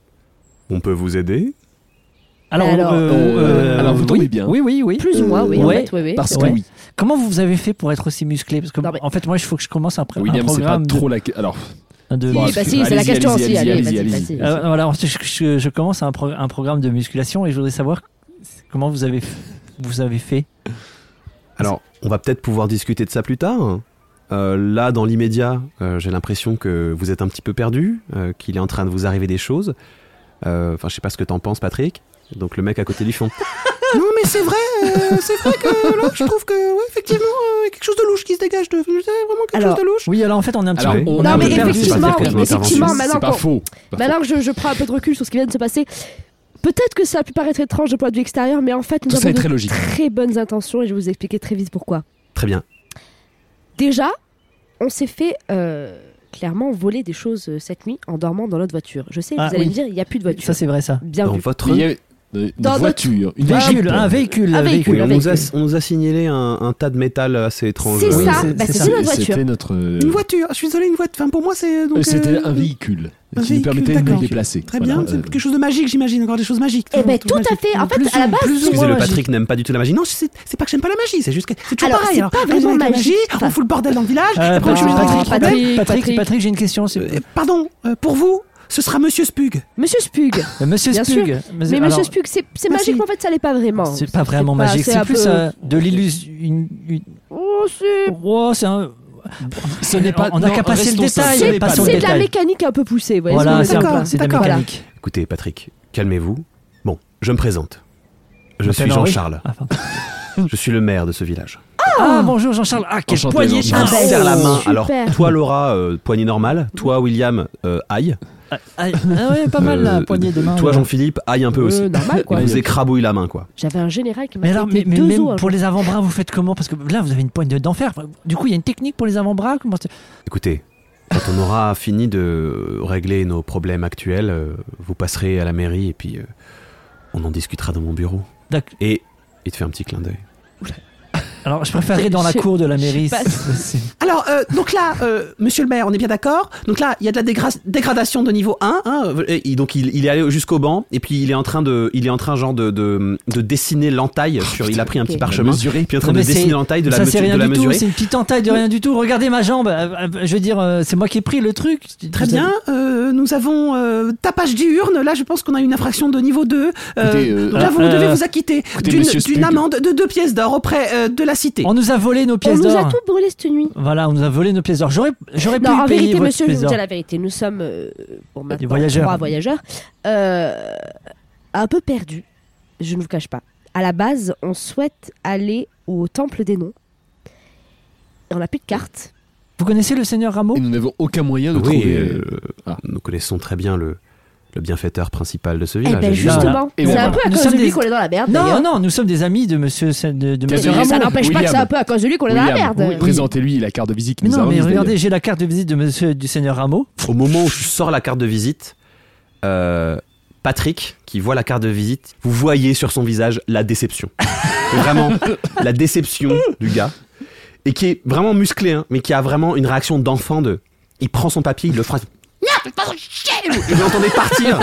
on peut vous aider? Alors, Alors, euh, alors, vous tombez oui, bien. Oui, oui, oui. Plus ou moins, oui, en ouais, fait, oui, oui. Parce Ouais. que oui, Comment vous avez fait pour être aussi musclé? Parce que Non, mais- en fait, moi, il faut que je commence un, pr- un William, c'est pas programme trop la. Alors, de, de- Si, Bon, bah si, c'est la allez-y, question allez-y, aussi. Allez, allez-y, vas-y, allez-y. vas-y. Euh, voilà, je, je- je commence un, pro- un programme de musculation et je voudrais savoir comment vous avez, f- vous avez fait. Alors, on va peut-être pouvoir discuter de ça plus tard. Euh, là, dans l'immédiat, euh, j'ai l'impression que vous êtes un petit peu perdu, euh, qu'il est en train de vous arriver des choses. Euh, Enfin, je sais pas ce que t'en penses, Patrick. Donc le mec à côté lui font. Non, mais c'est vrai, euh, c'est vrai que là, je trouve que, ouais, effectivement, euh, il y a quelque chose de louche qui se dégage de, vraiment quelque Alors, chose de louche. Oui, alors en fait, on est un petit Alors, peu. on- on est Non, un mais peu perdu. effectivement, Patrick, oui, intervention. effectivement, c'est maintenant pas qu'on- faux. Pas Maintenant que je, je prends un peu de recul sur ce qui vient de se passer, peut-être que ça a pu paraître étrange de point de vue extérieur, mais en fait, nous Tout ça avons est de très logique. très bonnes intentions et je vais vous expliquer très vite pourquoi. Très bien. Déjà, on s'est fait euh, clairement voler des choses euh, cette nuit en dormant dans notre voiture. Je sais, Ah, vous allez oui. me dire, il n'y a plus de voiture. Ça, c'est vrai, ça. Bien Dans vu. votre. Mais il y avait euh, une Dans notre- voiture, une Véhicule, Jeep. un véhicule. Un véhicule, Oui, un on, nous a, véhicule. on nous a signalé un, un tas de métal assez étrange. C'est Oui, ça, c'est- bah, c'est c'est ça. notre voiture. C'était notre. euh, Une voiture, je suis désolé, une voiture. Enfin, pour moi, c'est. donc, euh, C'était euh, un véhicule un qui nous véhicule, permettait de nous d'accord. déplacer. Très Voilà, bien, c'est euh, quelque chose de magique, j'imagine, encore des choses magiques. Eh ben, Tout tout à magique. fait. En fait, Plus à la ou- base, plus ou c'est- Excusez, le Moi, Patrick n'aime pas du tout la magie. Non, c'est c'est pas que j'aime pas la magie, c'est juste que c'est toujours Alors, pareil. c'est alors. pas Après, vraiment avec la magique, enfin- on fout le bordel dans le village. Euh, après, on Patrick, change Patrick, les Patrick, Patrick, Patrick, Patrick. Patrick, j'ai une question. c'est- Euh, Pardon, euh, pour vous, ce sera Monsieur Spug. Monsieur Spug. Euh, Monsieur Bien Spug. sûr. Mais, Mais alors, Monsieur Spug, c'est c'est Merci. magique, mais en fait, ça l'est pas vraiment. c'est pas vraiment pas- magique. c'est C'est un plus peu- euh, de l'illusion. une- une- Oh, principe. Oh, c'est un... Ce n'est pas. On n'a non, qu'à passer le restons simples, détail. ce C'est n'est pas passons le le c'est de la détail. mécanique un peu poussée. Vous voyez Voilà, ce c'est que je veux un dire peu- c'est de la d'accord. mécanique. Écoutez, Patrick, calmez-vous. Bon, je me présente. Je m'appelle suis Henri. Jean-Charles. Ah, pardon. Je suis le maire de ce village. Ah, bonjour Jean-Charles. Ah, quel Enchanté, poignet. Je Jean-Charles. vous Ah, bah, serre la main. super. Alors, toi, Laura, euh, poignée normale. Toi, William, euh, aïe. Ah, ah, ouais, pas mal la Euh, poignée de main. Toi, là. Jean-Philippe, aïe un peu Euh, aussi. normal, quoi. Il vous écrabouille la main, quoi. J'avais un général qui m'a Mais alors, mais, traité mais deux même os. un pour jour. les avant-bras, vous faites comment? Parce que là, vous avez une poigne d'enfer. Du coup, il y a une technique pour les avant-bras. Comment c'est- Écoutez, quand on aura fini de régler nos problèmes actuels, euh, vous passerez à la mairie et puis euh, on en discutera dans mon bureau. D'accord. Et il te fait un petit clin d'œil. Alors, je préférerais dans la Je- cour de la je sais mairie. pas. C'est- Alors, euh, donc là, euh, monsieur le maire, on est bien d'accord. Donc là, il y a de la dégra- dégradation de niveau un. Hein, et il- donc il, il est allé jusqu'au banc et puis il est en train de, il est en train genre de, de, de dessiner l'entaille sur. Il a pris un ok. petit parchemin. Mesurer. Puis il est en train Non, de mais c'est- dessiner l'entaille de la, ça, mesu- c'est rien de la du tout. mesurer. C'est une petite entaille de rien du tout. Regardez ma jambe. Euh, euh, Je veux dire, euh, c'est moi qui ai pris le truc. Très bien. Euh, nous avons euh, tapage diurne. Là, je pense qu'on a une infraction de niveau deux. Euh, Écoutez, euh, donc là, vous euh, devez vous acquitter d'une monsieur d'une Spug. amende de deux pièces d'or auprès euh, de la cité. On nous a volé nos On pièces nous a d'or. tout brûlé cette nuit. Voilà, on nous a volé nos pièces d'or. J'aurais, j'aurais pu Non, en payer vérité, votre monsieur, je vais pièce vous d'or. dire la vérité. Nous sommes, euh, pour maintenant, voyageurs. trois voyageurs, euh, un peu perdus. Je ne vous cache pas. À la base, on souhaite aller au temple des noms. On n'a plus de carte. Vous connaissez le seigneur Rameau? Et nous n'avons aucun moyen de Oui, trouver. euh, Ah. nous connaissons très bien le, le bienfaiteur principal de ce Eh village. ben évidemment. justement, Et c'est voilà. un peu à Nous cause sommes de lui des- qu'on est dans la merde. Non, d'ailleurs. non, nous sommes des amis de monsieur, de, de Bien monsieur sûr, Mais ça Rameau. n'empêche pas que William. c'est un peu à cause de lui qu'on est dans la William, merde. oui, présentez-lui la carte de visite qu'il Mais nous a non, mais remise, regardez, d'ailleurs. j'ai la carte de visite de monsieur du seigneur Rameau. Au moment où je sors la carte de visite, euh, Patrick, qui voit la carte de visite, vous voyez sur son visage la déception. Vraiment, la déception du gars. Et qui est vraiment musclé, hein, mais qui a vraiment une réaction d'enfant de... Il prend son papier, il le frappe. Et vous l'entendez partir.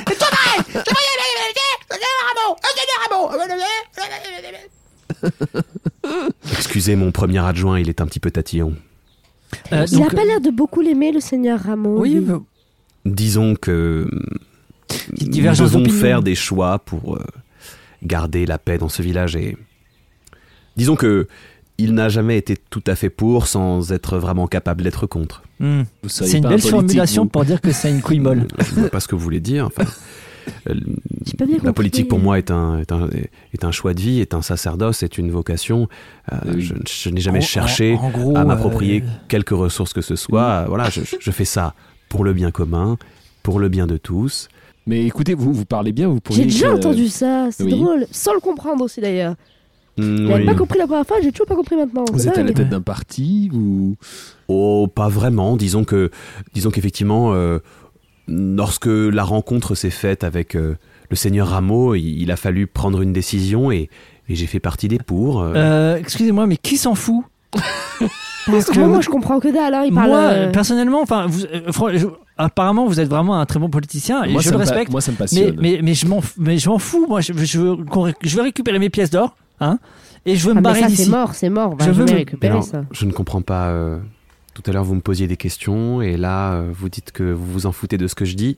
Excusez mon premier adjoint, il est un petit peu tatillon. Euh, Il donc, a pas l'air de beaucoup l'aimer, le seigneur Rameau. Oui, lui. mais- Disons que Petite nous divergence devons d'opinion. faire des choix pour euh, garder la paix dans ce village et disons que il n'a jamais été tout à fait pour sans être vraiment capable d'être contre. Hmm. Vous seriez C'est une pas belle un politique, formulation vous. pour dire que c'est une couille molle. Je ne vois pas ce que vous voulez dire. Enfin, euh, J'ai pas bien la compris. politique pour moi est un, est, un, est un choix de vie, est un sacerdoce, est une vocation. Euh, Oui. je, je n'ai jamais En- cherché en- en gros, à m'approprier euh, quelques ressources que ce soit. Euh, Voilà, je, je fais ça pour le bien commun, pour le bien de tous. Mais écoutez, vous, vous parlez bien, vous pourriez. J'ai déjà écrire, euh, entendu ça, c'est oui. drôle. Sans le comprendre aussi d'ailleurs. Mm, J'avais oui. pas compris la première fois, j'ai toujours pas compris maintenant. Vous C'est êtes à la dingue. tête d'un parti, vous. Oh, pas vraiment. Disons que, disons qu'effectivement, euh, lorsque la rencontre s'est faite avec euh, le seigneur Rameau, il, il a fallu prendre une décision et, et j'ai fait partie des pour. euh. Euh, excusez-moi, mais qui s'en fout? Parce que moi je comprends que dalle, hein, il parle. Moi, euh, personnellement, enfin, vous- euh, fran- je- apparemment, vous êtes vraiment un très bon politicien et moi, je ça le me pa- respecte. Moi, ça me Mais, passionne. mais, mais je m'en, f- mais je m'en fous. Moi, je, je veux, qu'on ré- je veux récupérer mes pièces d'or, hein, et je veux ah, me mais barrer ça c'est d'ici. mort, c'est mort, on va Je veux jamais me- récupérer Alors, ça. je ne comprends pas. euh, tout à l'heure, vous me posiez des questions et là, euh, vous dites que vous vous en foutez de ce que je dis.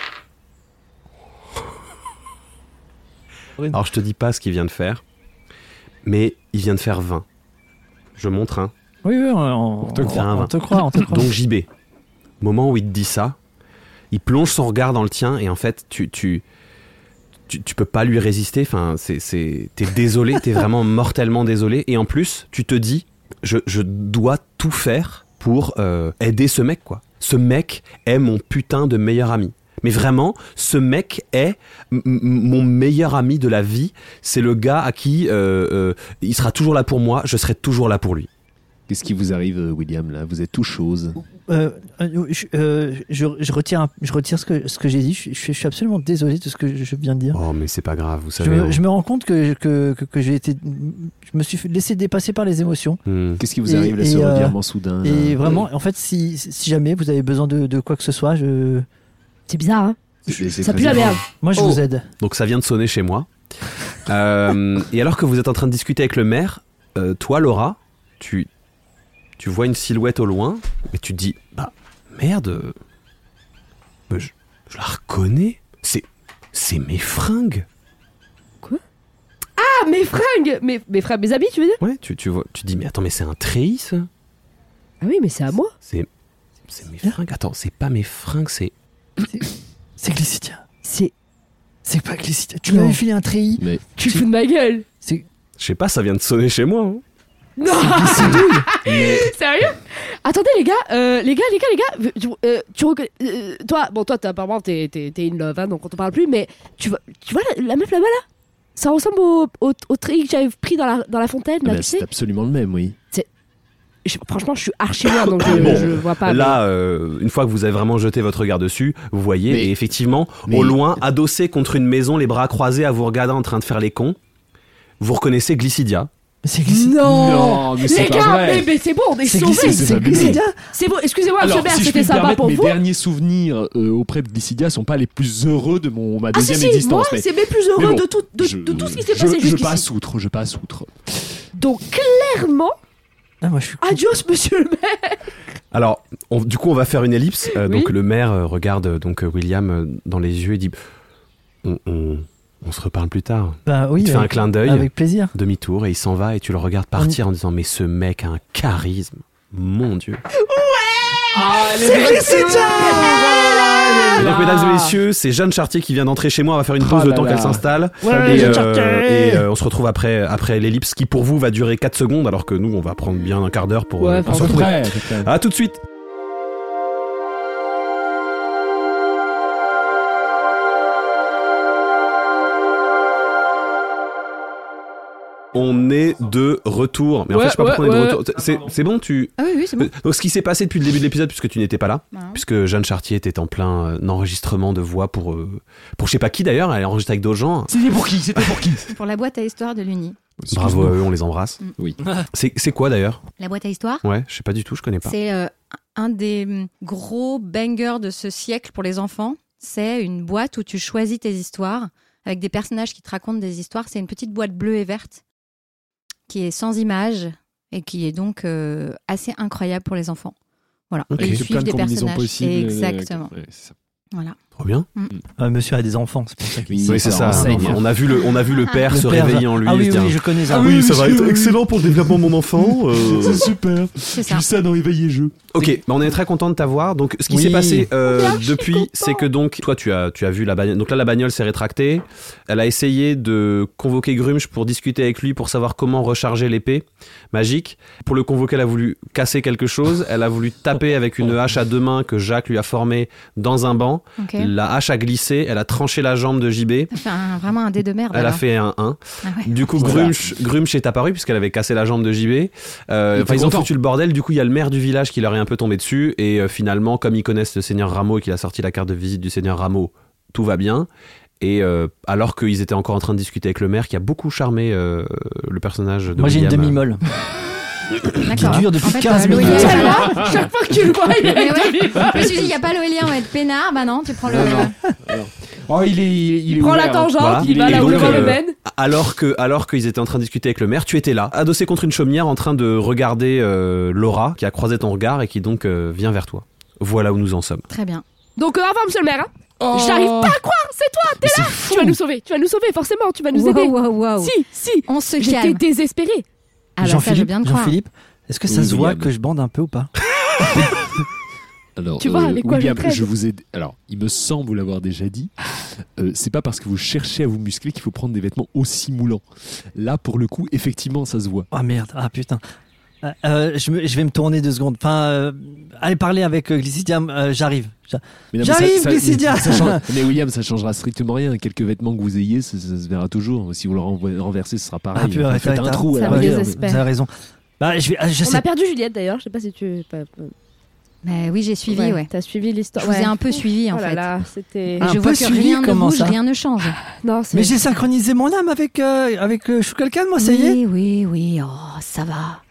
Oui. Alors, je te dis pas ce qu'il vient de faire, mais il vient de faire vingt. Je montre un. Oui, oui, on, on, te croit. on te croit, on te croit. Donc J B, moment où il te dit ça, il plonge son regard dans le tien et en fait tu tu tu, tu peux pas lui résister. Enfin, c'est c'est t'es désolé, t'es vraiment mortellement désolé et en plus tu te dis je je dois tout faire pour euh, aider ce mec quoi. Ce mec est mon putain de meilleur ami. Mais vraiment, ce mec est m- m- mon meilleur ami de la vie. C'est le gars à qui euh, euh, il sera toujours là pour moi, je serai toujours là pour lui. Qu'est-ce qui vous arrive, euh, William, là? Vous êtes tout chose. Euh, euh, je, euh, je, je retire, un- je retire ce que, ce que j'ai dit. Je, je- je suis absolument désolé de ce que je viens de dire. Oh mais c'est pas grave, vous Je savez. me, hein. je me rends compte que, que, que, que j'ai été, je me suis fait laisser dépasser par les émotions. Hmm. Qu'est-ce qui vous Et- arrive, là, et, ce euh, revirement soudain? là Et vraiment, en fait, si, si jamais vous avez besoin de, de quoi que ce soit, je, C'est bizarre, hein. C'est- c'est Ça très pue la étrange. merde. moi, je Oh. vous aide. Donc ça vient de sonner chez moi. Euh, et alors que vous êtes en train de discuter avec le maire, euh, toi Laura, tu, tu vois une silhouette au loin et tu te dis, bah merde, euh, bah, je, je la reconnais, c'est, c'est mes fringues. Quoi ? Ah, mes fringues mes, mes fringues, mes habits, tu veux dire? Ouais, tu, tu vois, tu dis, mais attends, mais c'est un treillis, ça? Ah oui, mais c'est à moi. C'est, c'est mes fringues. Attends, c'est pas mes fringues, c'est. C'est Glycidia. C'est... C'est pas Glycidia. Tu Non. m'avais filé un treillis. Mais Tu fous de ma gueule. C'est Je sais pas, ça vient de sonner chez moi. Hein. Non. Sérieux? Attendez les gars, euh, les gars, les gars, les gars, tu, euh, tu reconnais, euh, toi, bon toi, t'es, apparemment t'es, t'es, t'es in love, hein, donc on te parle plus, mais tu vois, tu vois la, la meuf là-bas là, ça ressemble au, au, au treillis que j'avais pris dans la, dans la fontaine, là, bah, tu c'est sais. absolument le même, oui. Je- franchement, je suis archi loin, donc je, Bon, je vois pas. Là, euh, une fois que vous avez vraiment jeté votre regard dessus, vous voyez, Mais- et effectivement, mais- au loin, adossé contre une maison, les bras croisés à vous regarder en train de faire les cons, vous reconnaissez Glycidia. c'est mais... Glycidia. Non, Non, mais c'est les pas gars, vrai. mais, mais c'est bon, on est C'est sauvés. Glycidia. c'est C'est fabuleux. Glycidia. C'est bon, excusez-moi, monsieur Alors, le maire, si je c'était puis me sympa permettre, pour mes vous. derniers souvenirs euh, auprès de Glycidia sont pas les plus heureux de mon, ma Ah si, deuxième si, moi, existence. mais- c'est mes plus heureux mais bon, de, tout, de, je- de tout ce qui s'est je- passé Je jusqu'ici. passe outre, je passe outre. Donc clairement, Ah, moi, je suis. adios, monsieur le maire. Alors, on- du coup, on va faire une ellipse. Euh, Oui. Donc, le maire euh, regarde euh, donc euh, William euh, dans les yeux et dit on, on, on se reparle plus tard. Bah oui. Il te fait un avec, clin d'œil, avec plaisir. demi-tour, et il s'en va, et tu le regardes partir en disant mais ce mec a un charisme. Mon Dieu. C'est Glycidia. Et donc, mesdames et messieurs, c'est Jeanne Chartier qui vient d'entrer chez moi. On va faire une Oh pause le là temps là. qu'elle s'installe. Ouais, et Jeanne euh, Chartier. et, euh, on se retrouve après, après l'ellipse qui pour vous va durer quatre secondes, alors que nous, on va prendre bien un quart d'heure pour, Ouais, euh, pour se franchement. retrouver. Ouais, c'est À tout de suite. On est de retour. Mais en Ouais, fait, je sais pas ouais, pourquoi on est de ouais. retour. C'est, c'est bon, tu. Ah oui, oui, c'est bon. Donc, ce qui s'est passé depuis le début de l'épisode, puisque tu n'étais pas là, Bah, puisque Jeanne Chartier était en plein euh, enregistrement de voix pour, euh, pour je sais pas qui d'ailleurs, elle enregistre avec d'autres gens. C'était pour qui C'était pour qui Pour la boîte à histoire de l'Uni. Bravo à eux, on les embrasse. Mm. Oui. C'est, c'est quoi d'ailleurs? La boîte à histoire, Ouais, je sais pas du tout, je connais pas. c'est euh, un des hum, gros bangers de ce siècle pour les enfants. C'est une boîte où tu choisis tes histoires avec des personnages qui te racontent des histoires. C'est une petite boîte bleue et verte qui est sans images et qui est donc euh, assez incroyable pour les enfants. Voilà. Ok. Et ils Avec plein suivent de des combinaisons personnages. possibles. Exactement. Ouais, c'est ça. Voilà. Trop bien. Ah, monsieur a des enfants, c'est pour ça qu'il. Oui, Oui, c'est ça. renseigne. On a vu le, on a vu le père Le se père, réveiller en lui. Ah et oui, se dire, oui, je connais ça. Ah oui, ça va monsieur, être oui. excellent pour le développement de mon enfant. euh. C'est super. C'est J'ai ça. vu ça dans Éveil et Jeux. Ok, bah on est très content de t'avoir. Donc, ce qui Oui. s'est passé euh, On est archi depuis, content. c'est que donc, toi, tu as, tu as vu la bagnole. Donc là, la bagnole s'est rétractée. Elle a essayé de convoquer Grumsh pour discuter avec lui pour savoir comment recharger l'épée magique. Pour le convoquer, elle a voulu casser quelque chose. Elle a voulu taper avec une hache à deux mains que Jacques lui a formée dans un banc. Ok. La hache a glissé. Elle a tranché la jambe de J B. Ça fait un- vraiment un dé de merde. Elle a alors. fait un un. Ah ouais. Du coup, Voilà. Grumsh, Grumsh est apparu puisqu'elle avait cassé la jambe de J B. Euh, Il Enfin, était ils ont content. foutu le bordel. Du coup, il y a le maire du village qui leur est un peu tombé dessus. Et euh, finalement, comme ils connaissent le seigneur Rameau et qu'il a sorti la carte de visite du seigneur Rameau, tout va bien. Et euh, alors qu'ils étaient encore en train de discuter avec le maire, qui a beaucoup charmé euh, le personnage de Moi, j'ai une William. demi-molle. qui D'accord. dure depuis En fait, quinze euh, minutes. Loélia, Celle-là, voilà. chaque fois que tu le vois, il Mais est ouais. Je me suis dit, il n'y a pas Loélia, on va être peinard. Bah non, tu prends le. Oh, il est, il est, il est prend la ouvert. tangente, Voilà. il va Et là où donc, le vent euh, le mène. Alors que, alors qu'ils étaient en train de discuter avec le maire, tu étais là, adossé contre une chaumière, en train de regarder euh, Laura, qui a croisé ton regard et qui donc euh, vient vers toi. Voilà où nous en sommes. Très bien. Donc, euh, au revoir, monsieur le maire. hein. Oh. J'arrive pas à croire, c'est toi, t'es Mais là. c'est fou. Tu vas nous sauver, tu vas nous sauver, forcément, tu vas nous Wow, aider. wow, wow. Si, si. On se J'étais calme. désespérée. Ah bah ça, je veux Jean-Philippe, bien te croire. Jean-Philippe, est-ce que ça Oui, se voit William. que je bande un peu ou pas? Alors, Tu vois avec quoi je William, traîne. je vous ai. Alors, il me semble vous l'avoir déjà dit. Euh, c'est pas parce que vous cherchez à vous muscler qu'il faut prendre des vêtements aussi moulants. Là, pour le coup, effectivement, ça se voit. Ah merde, ah putain. Euh, euh, je, me- je vais me tourner deux secondes. Enfin, euh, allez parler avec euh, Glycidia, euh, j'arrive. J'a- Mais non, mais J'arrive, ça- ça- Glycidia. ça change- Mais William, ça changera strictement rien. Quelques vêtements que vous ayez, ça, ça se verra toujours. Si vous le renvo- renversez, ce sera pareil. Ah, purée, Enfin, faites t'as- un t'as- trou. Ça alors. me Ouais, désespère. Vous avez raison. Bah, je vais, ah, je On sais. a perdu Juliette d'ailleurs, je sais pas si tu. pas- pas- Mais oui, j'ai suivi, ouais. T'as suivi l'histoire. Je vous ai Ouais. un peu suivi, en Oh là fait. là, c'était. Et Un je peu vois que suivi, rien ne comment bouge, ça rien ne change. Non, c'est. Mais j'ai synchronisé mon âme avec euh, avec euh, Choukalkan, moi, ça y est. Oui, oui, oui. Oh, ça va.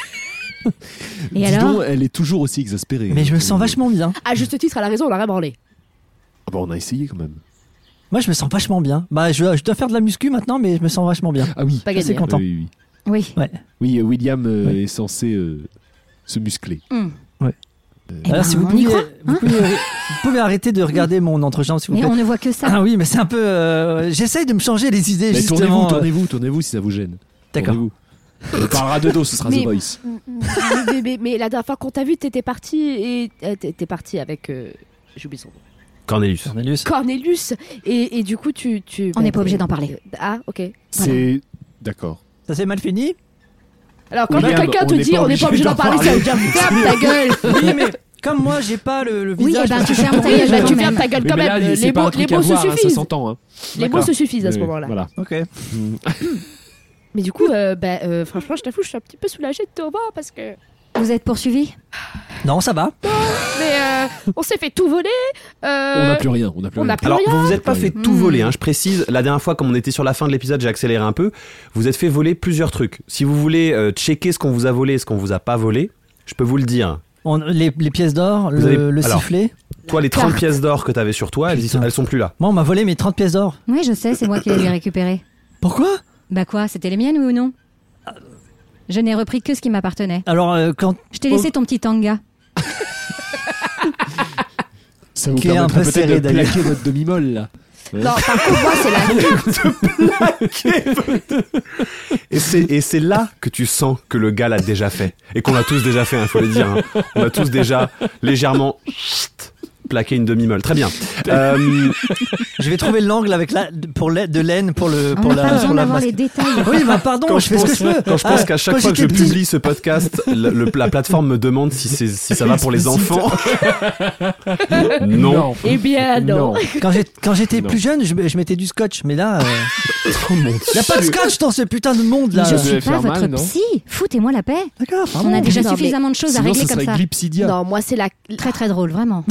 Et Dis alors donc, elle est toujours aussi exaspérée. Mais je me sens vachement bien. À juste titre, à la raison, on a rien branlé. Ah bah, on a essayé quand même. Moi, je me sens vachement bien. Bah, je, je dois faire de la muscu maintenant, mais je me sens vachement bien. Ah oui. Pas Je suis gagné. content. Oui, oui, oui. Oui. Oui, euh, William euh, Ouais. est censé euh, se muscler. Hmm. Eh Alors, ben, si vous on y pouvez, croit, vous, hein pouvez, vous pouvez arrêter de regarder mon entrejambe, s'il vous Mais plaît. on ne voit que ça. Ah oui, mais c'est un peu. euh, J'essaye de me changer les idées, Mais justement. tournez-vous, euh, tournez-vous, tournez-vous si ça vous gêne. D'accord. Tournez-vous. On parlera de dos, ce sera Mais- The Voice. mais, mais- mais la dernière fois qu'on t'a vu, t'étais parti et euh, t'étais parti avec. euh, J'oublie son nom. Cornelius. Cornelius. Cornelius. Et, et du coup, tu. tu On bah, n'est pas obligé d'en euh, parler. Ah, ok. C'est. D'accord. Ça s'est mal fini. Alors, quand William, quelqu'un te on n'est dit pas on n'est pas obligé obligé d'en d'en parler, ça veut dire ferme ta gueule. Oui, mais comme moi, j'ai pas le, le Oui, visage. eh ben, parce tu que je fermes ta suis gueule, Bah, quand tu même. fermes ta gueule Mais, quand mais là, même. c'est Les pas mots, un les truc à mots voir, se hein, ça suffisent. s'entend. Hein. Les mots se suffisent à ce Mais moment-là. Voilà. Ok. Mais du coup, euh, bah, euh, franchement, je t'avoue, je suis un petit peu soulagée de te revoir parce que. Vous êtes poursuivi? Non, ça va. Mais euh, on s'est fait tout voler. euh, On n'a plus rien. On n'a plus on rien. n'a plus Alors, rien. vous vous êtes pas fait tout Hmm. voler, hein, je précise. La dernière fois, comme on était sur la fin de l'épisode, j'ai accéléré un peu. Vous êtes fait voler plusieurs trucs. Si vous voulez euh, checker ce qu'on vous a volé et ce qu'on vous a pas volé, je peux vous le dire. On- les, les pièces d'or, Vous le, avez- le alors. sifflet. Toi, les trente carte. pièces d'or que t'avais sur toi, elles, y sont, Putain. elles sont plus là. Moi, on m'a volé mes trente pièces d'or. Oui, je sais, c'est moi qui les ai récupérées. Pourquoi? Bah quoi, c'était les miennes, oui ou non? Je n'ai repris que ce qui m'appartenait. Alors, euh, quand. Je t'ai laissé ton petit tanga. Ça vous Qui est un permettra peu peut-être serré, de d'ailleurs. plaquer votre demi-molle, là. Non, par contre, moi, c'est la Et c'est, et c'est là que tu sens que le gars l'a déjà fait. Et qu'on l'a tous déjà fait, il faut le dire. hein. On a tous déjà légèrement chut, plaqué une demi-molle. Très bien. Euh, Je vais trouver l'angle avec la, pour la, de laine pour le. On Pour n'a la, pas besoin pour la d'avoir masque. les détails. Oui, bah pardon, Quand je fais ce que je peux. Quand je pense Ah, qu'à chaque quand fois que je j'étais petit- publie ce podcast, le- le- la plateforme me demande si, c'est, si ça va pour les enfants. non. Eh bien, non. Quand, j'ai- quand j'étais Non. plus jeune, je, je mettais du scotch, mais là, il Oh mon y a pas de scotch dans ce putain de monde là. Je devait suis pas faire votre mal, non psy. Foutez-moi la paix. D'accord, pardon. On a déjà Non, mais suffisamment de choses à Sinon, régler ce comme serait ça. Glypsidia. Non, moi, c'est la. Très très drôle, vraiment.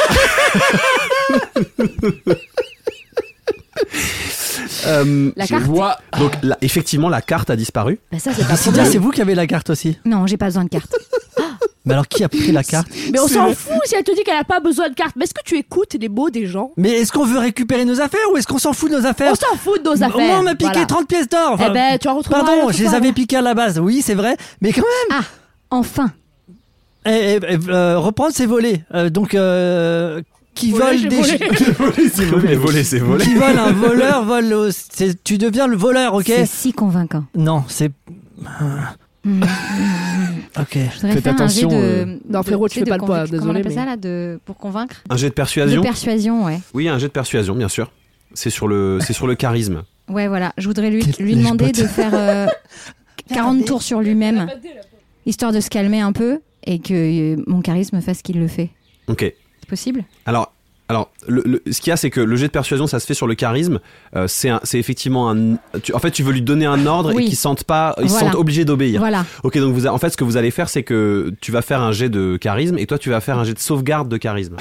Euh, La Je carte. vois. donc, là, effectivement, la carte a disparu. Bah, ça, c'est pas Lycidia, problème. c'est vous qui avez la carte aussi. Non, j'ai pas besoin de carte. Mais alors, qui a pris la carte? Mais on s'en fout si elle te dit qu'elle a pas besoin de carte. Mais est-ce que tu écoutes les mots des gens? Mais est-ce qu'on veut récupérer nos affaires ou est-ce qu'on s'en fout de nos affaires? On s'en fout de nos affaires. Moi, on m'a piqué Voilà. trente pièces d'or. Eh Enfin, ben, tu en retrouveras. pardon, une je les fois, avais là. piqués à la base. Oui, c'est vrai. Mais quand même, Ah, enfin. eh, eh, eh, euh, reprendre, c'est voler. Euh, donc, euh, qui Voler, vole j'ai des. volé. C'est volé, volé, c'est volé. Qui vole un voleur, vole. au- c'est- Tu deviens le voleur, ok? C'est si convaincant. Non, c'est. Hmm. Ok. Je voudrais Faites faire attention, un jet euh. de. Non, de- frérot, tu sais, fais de pas le poids, convainc- Comment on désolé, appelle mais- ça là, de... pour convaincre? Un jet de De persuasion. persuasion, ouais. Oui, un jet de persuasion, bien sûr. C'est sur le, c'est sur le charisme. Ouais, voilà. Je voudrais lui, Quel lui demander lèche-botte. de faire euh, quarante tours sur lui-même, histoire de se calmer un peu et que euh, mon charisme fasse qu'il le fait. Ok. C'est possible? Alors, alors le, le- ce qu'il y a, c'est que le jet de persuasion, ça se fait sur le charisme. Euh, c'est, un- c'est effectivement un. tu- en fait, tu veux lui donner un ordre Oui. et qu'ils sentent pas, ils se Voilà. sentent obligés d'obéir. Voilà. Ok, donc vous, a- en fait, ce que vous allez faire, c'est que tu vas faire un jet de charisme et toi, tu vas faire un jet de sauvegarde de charisme.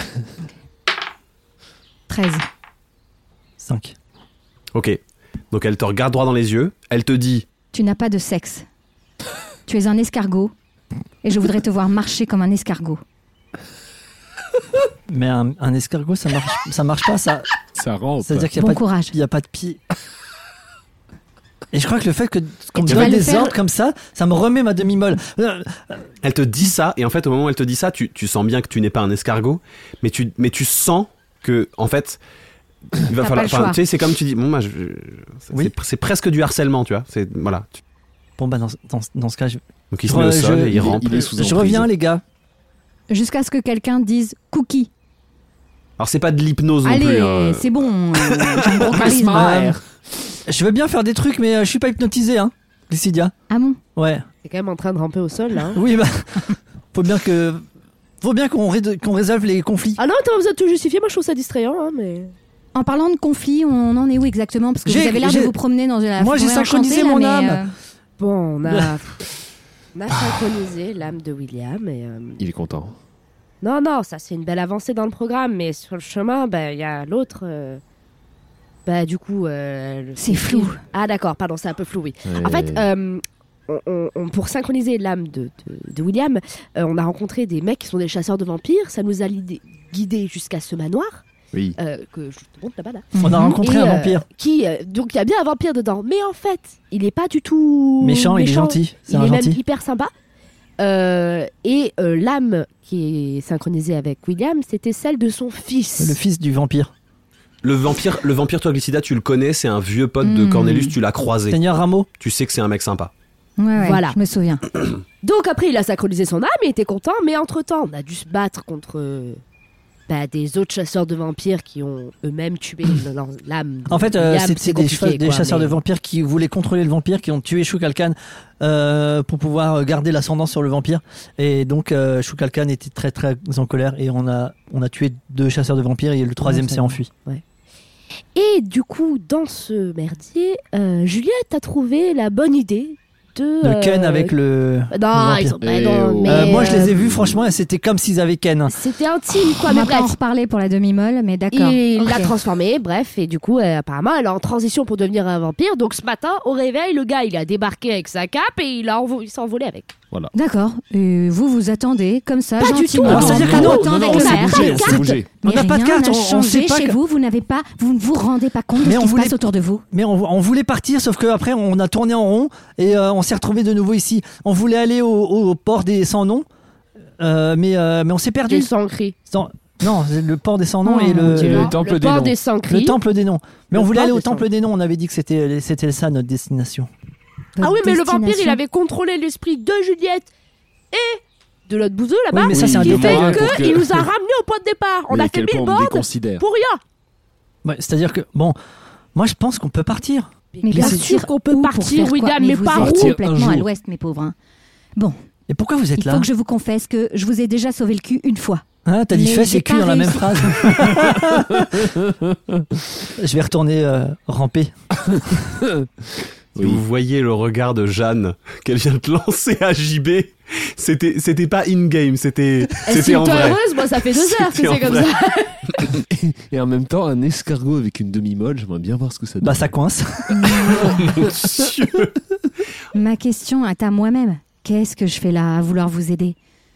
treize. cinq. Ok. Donc elle te regarde droit dans les yeux. Elle te dit. Tu n'as pas de sexe. Tu es un escargot et je voudrais te voir marcher comme un escargot. Mais un, un escargot, ça marche, ça marche pas, ça. Ça rampe. C'est-à-dire qu'il n'y Bon a, pas de- courage. il y a pas de pied. Et je crois que le fait que, qu'on me tu vas donne le des faire- ordres comme ça, ça me remet ma demi-molle. Euh, Elle te dit ça et en fait, au moment où elle te dit ça, tu, tu sens bien que tu n'es pas un escargot, mais tu, mais tu sens que en fait. Il va T'as falloir. pas le enfin, choix. tu sais, c'est comme tu dis. Bon, bah, je- je- c'est, Oui. c'est presque du harcèlement, tu vois. C'est voilà. Tu- Bon, bah, dans, dans, dans ce cas, je, Donc il se Je- met au sol je- et il il- rampe. Il est sous je emprise. reviens, les gars. Jusqu'à ce que quelqu'un dise cookie. Alors c'est pas de l'hypnose non Allez, plus. hein. c'est bon. euh, J'ai un gros charisme. Euh, je veux bien faire des trucs, mais euh, je suis pas hypnotisé, hein, Lycidia. Ah bon? Ouais. T'es quand même en train de ramper au sol, là. hein. Oui, bah. Faut bien que. Faut bien qu'on, ré- qu'on résolve les conflits. Ah non, t'as pas besoin de te justifier. Moi, je trouve ça distrayant, hein, mais. En parlant de conflit, on en est où exactement? Parce que J'ai- vous avez l'air de j'ai- vous promener dans la Moi, j'ai forêt synchronisé enchantée, mon là, mais, âme. euh, Bon, on a. On a synchronisé l'âme de William et. euh, Il est content. Non, non, ça c'est une belle avancée dans le programme, mais sur le chemin, bah, il y a l'autre. euh, Bah, du coup. euh, le- C'est flou. Ah, d'accord, pardon, c'est un peu flou, oui. En fait, euh, on- on- on- pour synchroniser l'âme de, de- de William, euh, on a rencontré des mecs qui sont des chasseurs de vampires. Ça nous a lidé- guidés jusqu'à ce manoir, Oui. euh, que je te montre là-bas, là. On a rencontré Et, un euh, vampire. Qui, euh, donc, il y a bien un vampire dedans. Mais en fait, il est pas du tout. Méchant, il est gentil. C'est Il un est même gentil. hyper sympa. Euh, et euh, l'âme qui est synchronisée avec William, c'était celle de son fils. Le fils du vampire. Le vampire, le vampire, toi, Glycida, tu le connais, c'est un vieux pote de Mm. Cornelius, tu l'as croisé. Seigneur Rameau. Tu sais que c'est un mec sympa. Ouais, ouais, Voilà. je me souviens. Donc après, il a synchronisé son âme, il était content, mais entre-temps, on a dû se battre contre euh, bah, des autres chasseurs de vampires qui ont eux-mêmes tué l'âme. En fait, euh, William, c'est, c'est des, compliqué, cha- des quoi, chasseurs mais- de vampires qui voulaient contrôler le vampire, qui ont tué Shukalkan euh, pour pouvoir garder l'ascendance sur le vampire. Et donc, euh, Shukalkan était très très en colère et on a, on a tué deux chasseurs de vampires et le troisième Ouais, ça s'est va. enfui. Et du coup, dans ce merdier, euh, Juliette a trouvé la bonne idée de... Le euh, Ken avec le. Non, le vampire. ils ont pas... Eh non, oh. mais, Euh, moi, je les ai euh, vus, franchement, et c'était comme s'ils avaient Ken. C'était intime, quoi, On mais va pas en bref. reparler pour la demi-molle, mais d'accord. Il Ok. l'a transformé, bref, et du coup, euh, apparemment, elle est en transition pour devenir un vampire. Donc ce matin, au réveil, le gars, il a débarqué avec sa cape et il, a envo- il s'est envolé avec. D'accord. Et vous vous attendez comme ça, Pas du gentiment. tout. Alors, c'est-à-dire que en nous, votant non, avec non, le on s'est maire. bougé, on carte. s'est bougé. On n'a Mais pas de rien carte, n'a on- on changé sait pas chez que- vous. Vous n'avez pas, vous ne vous rendez pas compte de Mais ce on qui se voulait- passe autour de vous. Mais on, on voulait partir, sauf qu'après, on a tourné en rond et euh, on s'est retrouvé de nouveau ici. On voulait aller au, au- au port des sans-noms, euh, mais, euh, mais on s'est perdu. Des sans-cris. Sans- Non, c'est le port des sans-noms Oh, et le, mon Dieu. le Le temple des port noms. des le sans-cris. temple des noms. Mais Le on voulait port aller au des temple sans- des noms, on avait dit que c'était, c'était ça notre destination. Ah oui, mais le vampire, il Destination. avait contrôlé l'esprit de Juliette et de l'autre bouseux là-bas. Oui, mais ça, Oui, c'est un qui détail. fait pour que- qu'il nous a ramenés au point de départ. On Mais a à fait quel point on me billboard déconsidère. pour rien. Ouais, c'est-à-dire que, bon, moi je pense qu'on peut partir. Mais Bien bien sûr qu'on peut où, pour partir, faire quoi William, mais vous par êtes où Partir un complètement à jour. l'ouest, mes pauvres. hein. Bon, Et pourquoi vous êtes il là faut que je vous confesse que je vous ai déjà sauvé le cul une fois. Hein, t'as dit Mais fesses j'ai et cul pas dans la même réussi. phrase. Je vais retourner euh, ramper. Si vous voyez le regard de Jeanne qu'elle vient de lancer à J B, c'était, c'était pas in-game, c'était, c'était en Estime-toi vrai. heureuse, moi ça fait deux heures que C'était en c'est comme vrai. ça. Et en même temps, un escargot avec une demi-molle, j'aimerais bien voir ce que ça donne. Bah ça coince. Mon Dieu. Ma question est à moi-même. Qu'est-ce que je fais là à vouloir vous aider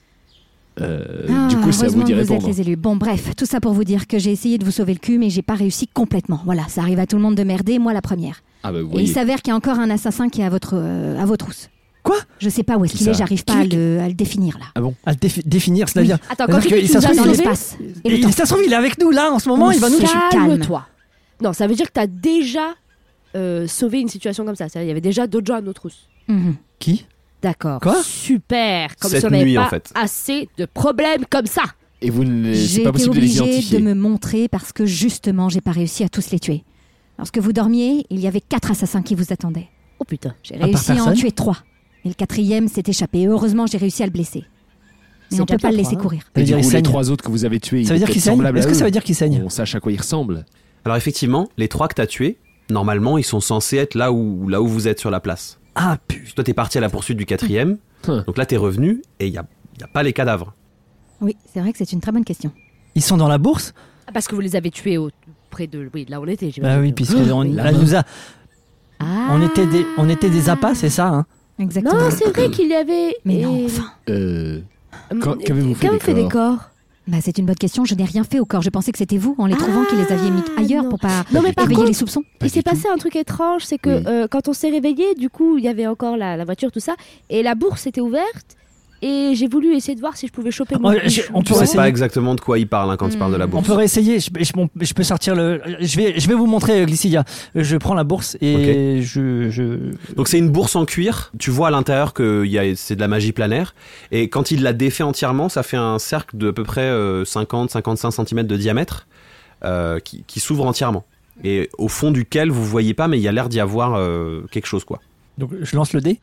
Euh, Ah, du coup, c'est à vous heureusement d'y que vous êtes répondre. les élus. Bon, bref, tout ça pour vous dire que j'ai essayé de vous sauver le cul, mais j'ai pas réussi complètement. Voilà, ça arrive à tout le monde de merder, moi la première. Ah bah vous Et il voyez. s'avère qu'il y a encore un assassin qui est à votre, euh, à vos trousses. Quoi Je sais pas où est-ce Qui qu'il est, ça j'arrive pas à le, à le définir là. À le défi- définir, c'est-à-dire. Attends, C'est-à-dire quand que tu ça nous se as trouve, Dans il est- sauvé, l'espace. Et le Et temps. ça se trouve, il est avec nous là en ce moment, On il va nous se tuer. calme-toi. Non, ça veut dire que t'as déjà euh, sauvé une situation comme ça. C'est-à-dire, il y avait déjà d'autres gens à nos trousses. Mhm. Qui D'accord. Quoi Super. Comme Cette si on n'avait nuit, pas en fait. assez de problèmes comme ça. Et vous ne les- c'est J'ai pas été possible de les obligée identifier. de me montrer parce que justement, j'ai pas réussi à tous les tuer. Lorsque vous dormiez, il y avait quatre assassins qui vous attendaient. Oh putain. J'ai par réussi à en personne tuer trois. Et le quatrième s'est échappé. Heureusement, j'ai réussi à le blesser. Mais C'est on peut déjà pas le bien, laisser trois, hein. courir. Ça veut Et dire du il coup, les saigne. trois autres que vous avez tués, Ça veut il dire est qu'il peut-être saigne semblable à Est-ce que ça eux. veut dire qu'il saigne On sache à quoi ils ressemblent. Alors effectivement, les trois que t'as tués, normalement, ils sont censés être là où, là où vous êtes sur la place. Ah putain. Toi, t'es parti à la poursuite du quatrième, Hum. donc là, t'es revenu et il y a, y a pas les cadavres. Oui, c'est vrai que c'est une très bonne question. Ils sont dans la bourse Ah, parce que vous les avez tués au, près de oui, là où on était. Bah j'imagine. oui, puisque on, Oui. elle nous a, Ah. on était des, on était des appâts, c'est ça hein Exactement. Non, c'est vrai qu'il y avait. Mais et- non, enfin. Euh, Hum, Quand- qu'avez-vous fait qu'avez-vous des fait des corps corps Bah, c'est une bonne question. Je n'ai rien fait au corps. Je pensais que c'était vous, en les trouvant, qui les aviez mis Ah, ailleurs non. pour pas Non, mais par éveiller contre, les soupçons. Pas il s'est du tout. passé un truc étrange, c'est que Oui. euh, quand on s'est réveillé, du coup, il y avait encore la, la voiture, tout ça, et la bourse était ouverte, et j'ai voulu essayer de voir si je pouvais choper mon. Oh, je- on Tu peut sais essayer. pas exactement de quoi il parle hein, quand il parle de la Hmm. On bourse. peut réessayer. Je, je- bon, je peux sortir le. Je vais, je vais vous montrer euh, Glycidia. Je prends la bourse et je, je. Donc c'est une bourse en cuir. Tu vois à l'intérieur que y a, c'est de la magie planaire. Et quand il la défait entièrement, ça fait un cercle de à peu près euh, cinquante à cinquante-cinq centimètres de diamètre euh, qui, qui s'ouvre entièrement. Et au fond duquel vous voyez pas, mais il y a l'air d'y avoir euh, quelque chose quoi. Donc je lance le dé.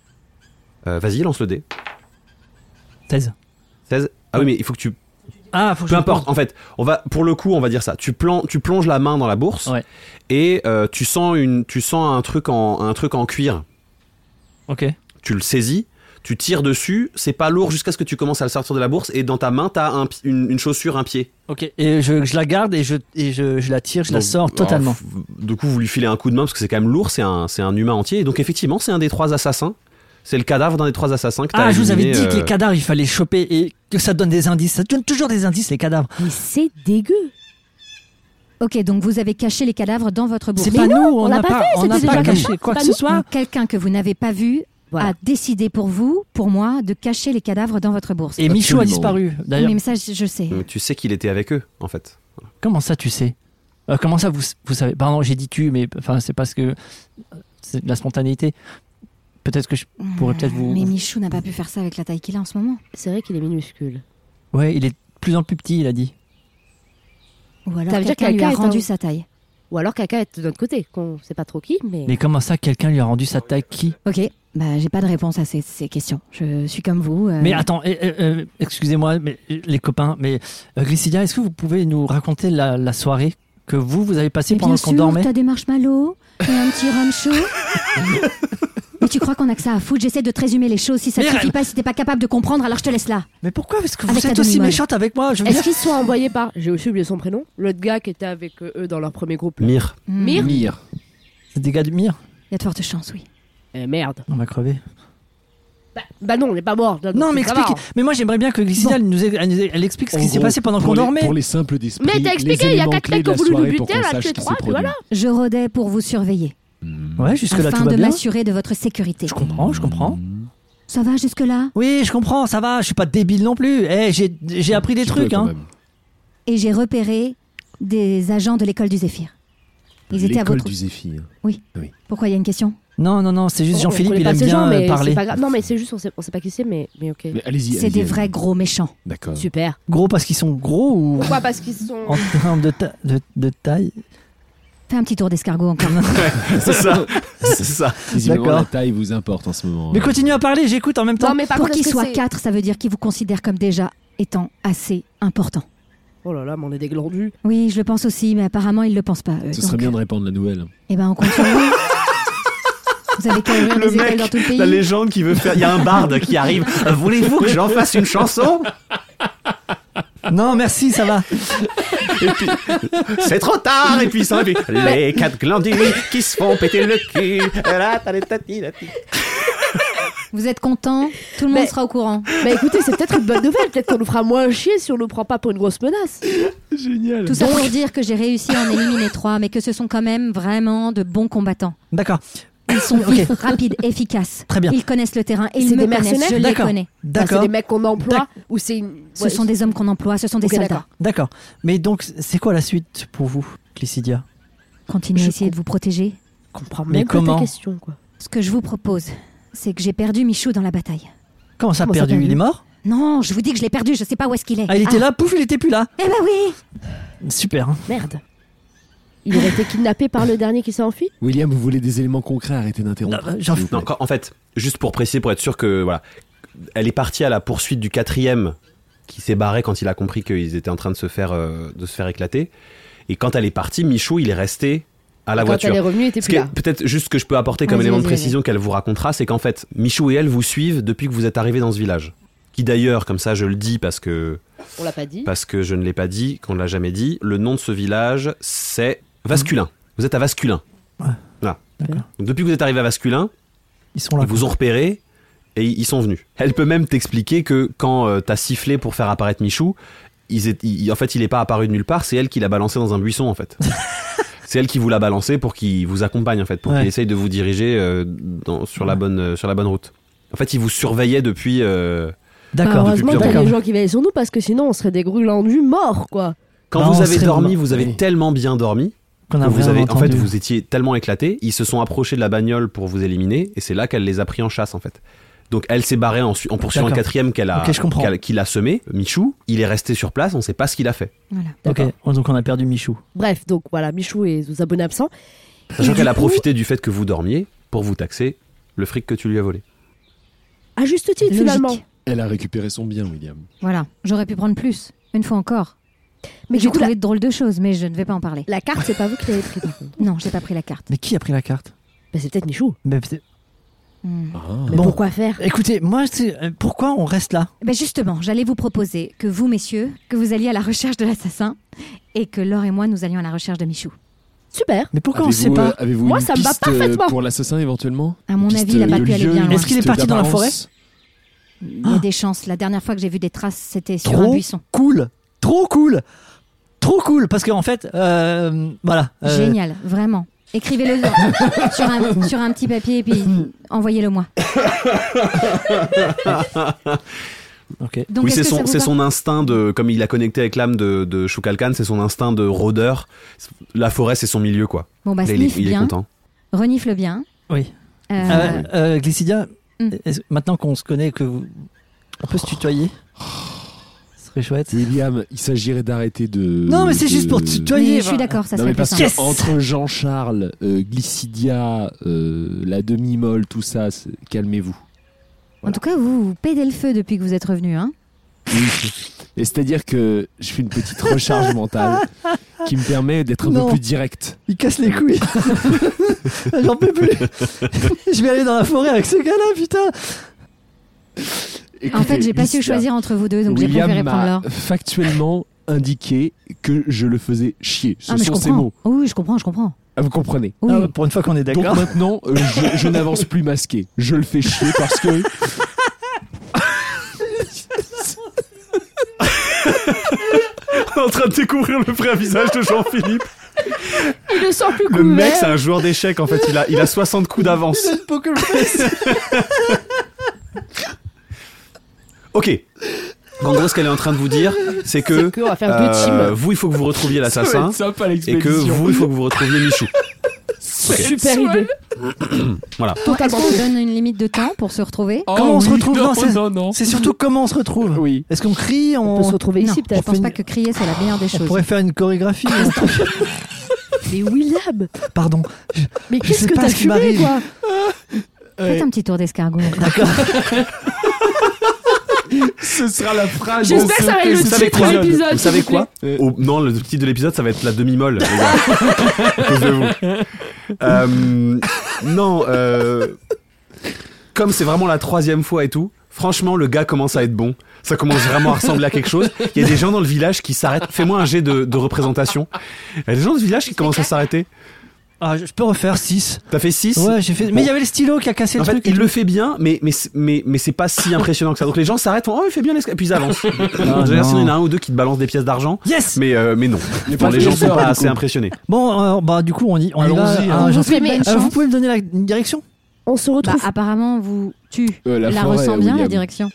Euh, vas-y, lance le dé. seize. seize. Ah oui, mais il faut que tu. Ah, faut que Peu je importe. En fait, on va pour le coup, on va dire ça. Tu, plan, tu plonges la main dans la bourse Ouais. et euh, tu sens une, tu sens un truc en, un truc en cuir. Ok. Tu le saisis, tu tires dessus, c'est pas lourd jusqu'à ce que tu commences à le sortir de la bourse et dans ta main t'as un, pi- une, une chaussure, un pied. Ok. Et je, je la garde et je, et je, je la tire, je la Donc, sors totalement. alors, f- du coup, vous lui filez un coup de main parce que c'est quand même lourd, c'est un, c'est un humain entier. Et donc effectivement, c'est un des trois assassins. C'est le cadavre d'un des trois assassins que t'as Ah, je vous avais dit éliminé, que les euh, cadavres, il fallait choper et que ça donne des indices. Ça donne toujours des indices, les cadavres. Mais c'est dégueu. Ok, donc vous avez caché les cadavres dans votre bourse. C'est pas nous, on on l'a n'a pas pas, fait, on n'a c'était pas déjà caché comme ça, quoi c'est que pas ce nous. soit. Donc, quelqu'un que vous n'avez pas vu Voilà. a décidé pour vous, pour moi, de cacher les cadavres dans votre bourse. Et Michou a Absolument, disparu. D'ailleurs, Mais ça, je je sais. Mais tu sais qu'il était avec eux, en fait. comment ça, tu sais Euh, Comment ça, vous, vous savez Pardon, j'ai dit tu, mais enfin, c'est parce que c'est de la spontanéité. Peut-être que je pourrais peut-être vous. Mais Michou n'a pas pu faire ça avec la taille qu'il a en ce moment. C'est vrai qu'il est minuscule. Ouais, il est de plus en plus petit, il a dit. Ou alors Ça veut dire quelqu'un lui quelqu'un a est rendu un- sa taille. Ou alors Kaka est de notre côté, qu'on sait pas trop qui, mais... Mais comment ça, quelqu'un lui a rendu sa taille qui Ok, bah j'ai pas de réponse à ces, ces questions. Je suis comme vous. euh, Mais attends, euh, euh, euh, excusez-moi, mais euh, les copains, mais euh, Glycidia, est-ce que vous pouvez nous raconter la, la soirée que vous, vous avez passée mais pendant bien qu'on sûr, dormait t'as des marshmallows et un petit rhum chaud. Mais tu crois qu'on a que ça à foutre? J'essaie de te résumer les choses. Si ça te Mais- suffit pas, si t'es pas capable de comprendre, alors je te laisse là. Mais pourquoi est-ce que vous Avec ta êtes aussi demi-molle. méchante avec moi Je veux Est-ce dire... qu'ils se sont envoyés par... J'ai aussi oublié son prénom. L'autre gars qui était avec euh, eux dans leur premier groupe. là. Mire. Hmm. Mire Mire. C'est des gars de mire. Il y a de fortes chances, oui. Eh merde. On va crever. Bah, bah non, on n'est pas mort. donc Non, mais ça va, explique. hein. Mais moi, j'aimerais bien que Glycidia elle nous, ait- elle, nous ait- elle explique ce En qui s'est gros, passé pendant pour qu'on les- dormait. Pour les simples d'esprit. Mais t'as les expliqué, il y a éléments quatre clés mecs de la qui ont voulu nous soirée pour buter, qu'on on a sache tué ce qui trois, s'est puis voilà. produit. Je rôdais pour vous surveiller, Ouais, jusque-là, tout afin va de bien. m'assurer de votre sécurité. Je comprends, je comprends. Ça va jusque-là? Oui, je comprends, ça va, je suis pas débile non plus. Eh, j'ai j'ai appris des Petit peu, trucs, quand hein. même. Et j'ai repéré des agents de l'école du Zéphyr. Ils étaient à L'école votre... du Zéphyr. Pourquoi il y a une question? Non, non, non, c'est juste On- on Jean-Philippe, connaît il pas aime ces gens, bien mais euh, parler. c'est pas grave. Non, mais c'est juste, on sait, on sait pas qui c'est, mais, mais ok. Mais allez-y. C'est allez-y, des allez-y. vrais gros méchants. D'accord. Super. Gros parce qu'ils sont gros ou Pourquoi? Parce qu'ils sont... en termes de, ta- de, de taille? Fais un petit tour d'escargot encore. C'est ça. C'est ça. Visiblement, D'accord. la taille vous importe en ce moment. Mais continue à parler, j'écoute en même temps. Non, mais par Pour contre, qu'il est-ce que soit c'est- quatre, ça veut dire qu'il vous considère comme déjà étant assez important. Oh là là, mais on est des glandus. Oui, je le pense aussi, mais apparemment, il le pense pas. eux. Ce Donc, serait bien de répandre la nouvelle. Eh ben, on compte sur vous. Vous avez qu'à ouvrir Le des écoles mec, dans tout le pays. la légende qui veut faire. Il y a un barde qui arrive. Euh, Voulez-vous que j'en fasse une chanson? Non, merci, ça va. Et puis, c'est trop tard. Et puis, ça, et puis, les quatre glandules qui se font péter le cul. Vous êtes content? Tout le Mais- monde sera au courant. Bah écoutez, c'est peut-être une bonne nouvelle. Peut-être qu'on nous fera moins chier si on nous prend pas pour une grosse menace. Génial. Tout ça pour dire que j'ai réussi à en éliminer trois, mais que ce sont quand même vraiment de bons combattants. D'accord, Ils sont Ok. vifs, rapides, efficaces. très bien. Ils connaissent le terrain et ils C'est me des connaissent. mercenaires? Je les D'accord. connais. Bah, c'est D'accord, des mecs qu'on emploie ou c'est une. Ce Ouais, sont des hommes qu'on emploie, ce sont des Ok, soldats. d'accord. d'accord. Mais donc, c'est quoi la suite pour vous, Glycidia? Continuez à Je essayer de vous protéger. Je comprends Mais même pas comment ta question, quoi. Ce que je vous propose, c'est que j'ai perdu Michou dans la bataille. Comment ça, Comment ça, perdu? perdu Il est mort? Non, je vous dis que je l'ai perdu, je sais pas où est-ce qu'il est. Ah, il était là, pouf, il était plus là. Eh ben oui. Super. hein. Merde. Il aurait été kidnappé par le dernier qui s'est enfui? William, vous voulez des éléments concrets? Arrêtez Non, d'interrompre. euh, j'en- s'il vous plaît. Non, quand- en fait, juste pour préciser, pour être sûr que voilà, elle est partie à la poursuite du quatrième qui s'est barré quand il a compris qu'ils étaient en train de se faire euh, de se faire éclater. Et quand elle est partie, Michou, il est resté à la Quand voiture. elle est revenue, il était Ce plus qui est là. peut-être juste que je peux apporter comme Vas-y, élément de vas-y, précision qu'elle vous racontera, c'est qu'en fait, Michou et elle vous suivent depuis que vous êtes arrivés dans ce village. Qui d'ailleurs, comme ça je le dis parce que, On l'a pas dit. parce que je ne l'ai pas dit, qu'on ne l'a jamais dit, le nom de ce village, c'est Vasculin. Vous êtes à Vasculin. Ouais. Voilà. D'accord. Donc, depuis que vous êtes arrivé à Vasculin, Ils sont là. ils vous ont repéré et ils sont venus. Elle peut même t'expliquer que quand euh, t'as sifflé pour faire apparaître Michou, ils est- il- en fait il est pas apparu de nulle part, c'est elle qui l'a balancé dans un buisson en fait. C'est elle qui vous l'a balancé pour qu'il vous accompagne en fait, pour Ouais. qu'il essaye de vous diriger euh, dans- sur, la bonne, euh, sur la bonne route. En fait il vous surveillait depuis... euh, Bah, D'accord. heureusement depuis qu'il y a plusieurs des mois. gens qui veillent sur nous parce que sinon on serait des glandus morts, quoi. Quand Bah, on vous avez serait dormi, mort. vous avez Oui. tellement bien dormi Qu'on a que vous rien avez, en fait entendu. vous étiez tellement éclatés, ils se sont approchés de la bagnole pour vous éliminer et c'est là qu'elle les a pris en chasse en fait. Donc elle s'est barrée en, su- en poursuivant le D'accord. quatrième qu'elle a, Ok, je comprends. qu'elle- qu'il a semé, Michou. Il est resté sur place, on sait pas ce qu'il a fait. Voilà. Ok, donc on a perdu Michou. Bref, donc voilà, Michou est aux abonnés absents. Sachant Et qu'elle du a coup, profité du fait que vous dormiez pour vous taxer le fric que tu lui as volé. À juste titre, Logique. finalement. Elle a récupéré son bien, William. Voilà, j'aurais pu prendre plus, une fois encore. Mais J'ai du coup, trouvé la, de drôles de choses, mais je ne vais pas en parler. la carte, c'est pas vous qui l'avez pris, par contre. Non, j'ai pas pris la carte. Mais qui a pris la carte? Bah, c'est peut-être Michou. Mais c'est- Hmm. Ah. Mais Bon. pourquoi faire? Écoutez, moi, c'est- euh, pourquoi on reste là? Ben justement, j'allais vous proposer que vous, messieurs, que vous alliez à la recherche de l'assassin et que Laure et moi, nous allions à la recherche de Michou. Super. Mais pourquoi on Avez-vous, sait pas? euh, avez-vous Moi, une ça me va piste, euh, parfaitement. pour l'assassin éventuellement? À mon Piste avis, il a pas de pu aller lieu, bien une loin. Est-ce qu'il est piste parti dans la d'apparence? Il y a Ah. des chances. La dernière fois que j'ai vu des traces, c'était sur Trop un buisson. cool, trop cool, trop cool, parce qu'en fait, euh, voilà. euh, Génial, vraiment. Écrivez-le sur un, sur un petit papier et puis envoyez-le moi. Ok. Donc, oui, est-ce c'est que son, ça vous c'est va son instinct de, comme il a connecté avec l'âme de, de Shukalkan, c'est son instinct de rôdeur. La forêt, c'est son milieu, quoi. Bon, bah, Là, il est, sniff il est bien, content. renifle bien. Oui. Euh, Euh, euh, Glycidia, Mm. est-ce- maintenant qu'on se connaît, que vous... on peut se tutoyer. Ce serait chouette. William, il s'agirait d'arrêter de. Non, mais c'est de- juste pour te mais tutoyer. je suis d'accord, ça Non, serait mais plus parce simple. que entre Jean-Charles, euh, Glycidia, euh, la demi-molle, tout ça, c'est- calmez-vous. En tout cas, vous, vous pédez le feu depuis que vous êtes revenu, hein. Oui. Et c'est-à-dire que je fais une petite recharge mentale qui me permet d'être un Non. peu plus direct. Il casse les couilles. J'en peux plus. Je vais aller dans la forêt avec ce gars-là, putain. En fait, j'ai pas su Glycidia, choisir entre vous deux, donc j'ai William préféré prendre m'a l'or. factuellement indiqué que je le faisais chier. Ce Ah, mais je sont ces comprends. mots. Oui, je comprends, je comprends. Ah, vous comprenez. Oui. Ah, pour une fois qu'on est Donc d'accord. maintenant, euh, je, je n'avance plus masqué. Je le fais chier parce que On est en train de découvrir le vrai visage de Jean-Philippe. Il le sent plus Le couvert. mec, c'est un joueur d'échecs, en fait. Il a, il a soixante coups d'avance. Il a une poker face. Ok. En gros, ce qu'elle est en train de vous dire, c'est que, C'est qu'on va faire deux euh, teams. vous, il faut que vous retrouviez ça va l'assassin. être sympa Et que l'expédition. vous, il faut que vous retrouviez Michou. Super idée. Voilà. Bon, est-ce qu'on donne une limite de temps pour se retrouver Oh, Comment on se oui, retrouve non, dans ces- non, non. C'est surtout comment on se retrouve. Oui. Est-ce qu'on crie On on... peut se retrouver Non, ici je peut-être. pense fait pas une- que crier c'est la meilleure des On choses. pourrait faire une chorégraphie. un truc. Mais William, Pardon. mais Je qu'est-ce sais que pas t'as ce qui fumé m'arrive. quoi? Faites un petit tour d'escargot. D'accord. Ce sera la phrase. J'espère de que ce- ça va être de le cet Vous savez titre quoi de l'épisode. Vous savez s'il vous quoi plaît. Oh, non, le titre de l'épisode, ça va être la demi-molle, les gars. À cause de vous. Euh, non, euh, comme c'est vraiment la troisième fois et tout, franchement, le gars commence à être bon. Ça commence vraiment à ressembler à quelque chose. Il y a des gens dans le village qui s'arrêtent. Fais-moi un jet de, de représentation. Il y a des gens dans le village qui commencent à s'arrêter. Ah, je je peux refaire six. T'as fait six. Ouais, j'ai fait. Mais il y avait le stylo qui a cassé En le fait, truc. et il tout. le fait bien, mais, mais, mais, mais c'est pas si impressionnant que ça. Donc les gens s'arrêtent, font, oh, il fait bien l'escalade, puis ils avancent. Ah, D'ailleurs, non. sinon, il y en a un ou deux qui te balancent des pièces d'argent. Yes. Mais, euh, mais non. Il y a Bon, pas les de gens sont peur, pas du assez coup. impressionnés. Bon, euh, bah du coup on y, on y Allons-y, va. hein. Ah, On j'en vous sais- fait bonne Euh, vous chance. pouvez me donner la une direction On se Bah, retrouve. apparemment, vous, tu Euh, la la, forêt, ressens bien, la William. direction.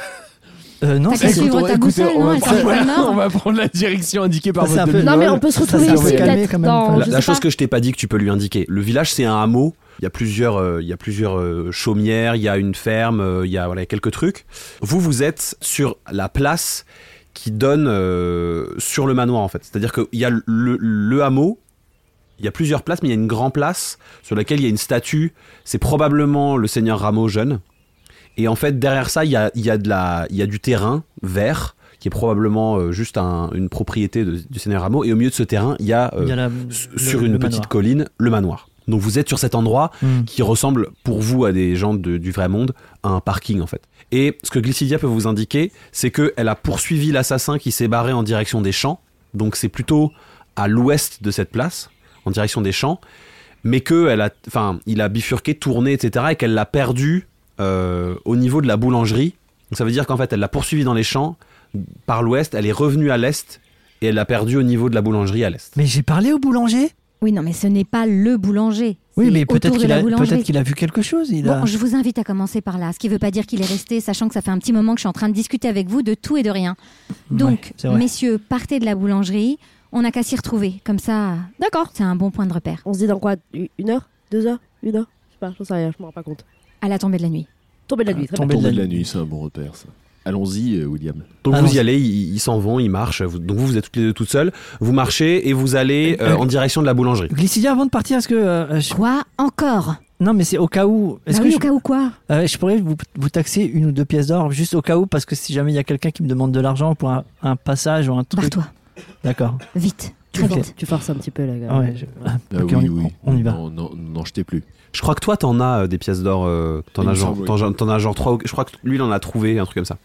euh, Non, T'as ça qu'à c'est suivre Écoutez, ta boussole, on non va Elle prendre- s'en va le nord. On va prendre la direction indiquée par Ça, c'est votre un peu- Non mais on demi-molle. peut se Ça, retrouver ça va ici calmer peut-être. quand même. dans- La- je La sais chose pas. que je t'ai pas dit que tu peux lui indiquer. Le village, c'est un hameau. Il y a plusieurs, euh, il y a plusieurs euh, chaumières, il y a une ferme, euh, il y a voilà, quelques trucs. Vous, vous êtes sur la place qui donne euh, sur le manoir, en fait. C'est-à-dire qu'il y a le, le, le hameau, il y a plusieurs places, mais il y a une grande place sur laquelle il y a une statue. C'est probablement le seigneur Rameau jeune. Et en fait, derrière ça, il y a, il y a, de la, il y a du terrain vert, qui est probablement euh, juste un- une propriété de- du seigneur Rameau. Et au milieu de ce terrain, il y a, euh, Il y a la- s- le- sur le une manoir. petite colline, le manoir. Donc vous êtes sur cet endroit Hmm. qui ressemble pour vous à des gens de- du vrai monde à un parking en fait. Et ce que Glycidia peut vous indiquer, c'est qu'elle a poursuivi l'assassin qui s'est barré en direction des champs. Donc c'est plutôt à l'ouest de cette place, en direction des champs, mais que elle a, enfin, il a bifurqué, tourné, et cetera, et qu'elle l'a perdu euh, au niveau de la boulangerie. Donc ça veut dire qu'en fait, elle l'a poursuivi dans les champs par l'ouest, elle est revenue à l'est et elle l'a perdu au niveau de la boulangerie à l'est. Mais j'ai parlé au boulanger. Oui, non, mais ce n'est pas le boulanger. Oui, C'est mais autour peut-être de qu'il la a, boulangerie. peut-être qu'il a vu quelque chose. Il a... Bon, je vous invite à commencer par là, ce qui ne veut pas dire qu'il est resté, sachant que ça fait un petit moment que je suis en train de discuter avec vous de tout et de rien. Donc, Ouais, c'est vrai. messieurs, partez de la boulangerie, on n'a qu'à s'y retrouver. Comme ça, D'accord. c'est un bon point de repère. On se dit dans quoi? Une heure? Deux heures? Une heure? Je sais pas, j'en sais rien, je m'en rends pas compte. À la tombée de la nuit. Tomber de la nuit, très Tomber bien. Tomber de de la la nuit, c'est un bon repère, ça. Allons-y, euh, William. Donc Ah vous non, y allez, ils ils s'en vont, ils marchent. vous- Donc vous, vous êtes toutes les deux toutes seules. Vous marchez et vous allez euh, Euh, en direction de la boulangerie. Glycidia, avant de partir, est-ce que euh, je- Quoi encore? non, mais c'est au cas où. Est-ce Bah que oui, je... au cas où quoi? euh, je pourrais vous, vous taxer une ou deux pièces d'or juste au cas où, parce que si jamais il y a quelqu'un qui me demande de l'argent pour un, un passage ou un truc. Barre-toi, D'accord. vite, Tu, très forces, vite. tu forces un petit peu là. gars. Ah ouais, je- Ah Ok, oui, on y- oui. on y va. Non, non, n'en jetez plus. Je crois que toi, t'en as euh, des pièces d'or. euh, t'en, Il as me genre, semble, t'en, t'en as genre trois. ou- Je crois que lui, il en a trouvé un truc comme ça.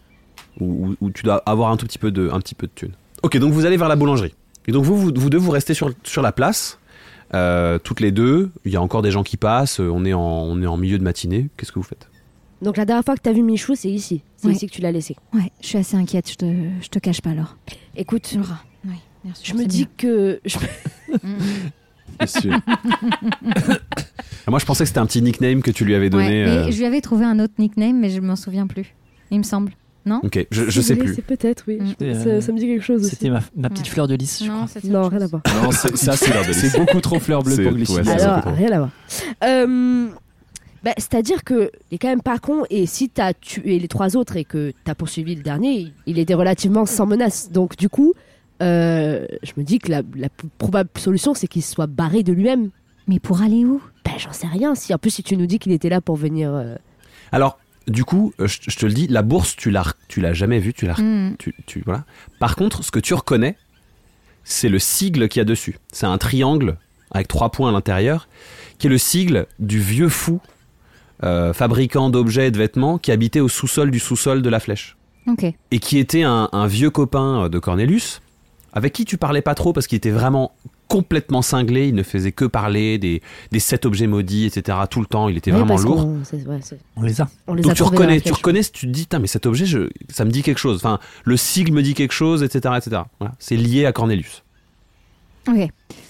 Où, où tu dois avoir un tout petit peu de, un petit peu de thunes. Ok, donc vous allez vers la boulangerie. Et donc vous, vous, vous deux, vous restez sur, sur la place. euh, toutes les deux. Il y a encore des gens qui passent. euh, On est en, on est en milieu de matinée. Qu'est-ce que vous faites? Donc la dernière fois que t'as vu Michou, c'est ici. C'est Ouais. ici que tu l'as laissé. Ouais, je suis assez inquiète, je te, je te cache pas alors. Écoute, Laura, oui, bien sûr, je me c'est dis que... je- bien. Mm, Monsieur. Moi, je pensais que c'était un petit nickname que tu lui avais donné. Ouais, mais euh, je lui avais trouvé un autre nickname, mais je m'en souviens plus. Il me semble. Non Ok, je, je sais plus. C'est peut-être, oui. Mm. Je- Euh, ça, ça me dit quelque chose aussi. C'était ma, ma petite Ouais. fleur de lys, je Non, crois. c'était Non, autre rien à chose. voir. Non, c'est, ça, c'est, c'est beaucoup trop fleur bleue C'est- pour ouais, glycider. c'est- Alors, beaucoup. rien à voir. Euh, bah, c'est-à-dire que il est quand même pas con, et si t'as tué les trois autres et que t'as poursuivi le dernier, il était relativement sans menace. Donc du coup, euh, je me dis que la, la plus probable solution, c'est qu'il soit barré de lui-même. Mais pour aller où Ben j'en sais rien. Si en plus si tu nous dis qu'il était là pour venir. euh, Alors, du coup, euh, je, je te le dis, la bourse, tu l'as, tu l'as jamais vue, tu l'as, Hmm. tu, tu- voilà. Par contre, ce que tu reconnais, c'est le sigle qu'il y a dessus. C'est un triangle avec trois points à l'intérieur, qui est le sigle du vieux fou euh, fabricant d'objets et de vêtements qui habitait au sous-sol du sous-sol de la Flèche. Ok. Et qui était un, un vieux copain de Cornelius, avec qui tu parlais pas trop parce qu'il était vraiment complètement cinglé, il ne faisait que parler des, des sept objets maudits, et cetera. Tout le temps, il était oui, vraiment parce lourd. qu'on- c'est- ouais, c'est- On les a. on les Donc a tu trouvés dans la reconnais, tu flèche. reconnais, tu te dis, Tain, mais cet objet, je, ça me dit quelque chose. Enfin, le sigle me dit quelque chose, et cetera, et cetera. Voilà. C'est lié à Cornelius. Ok.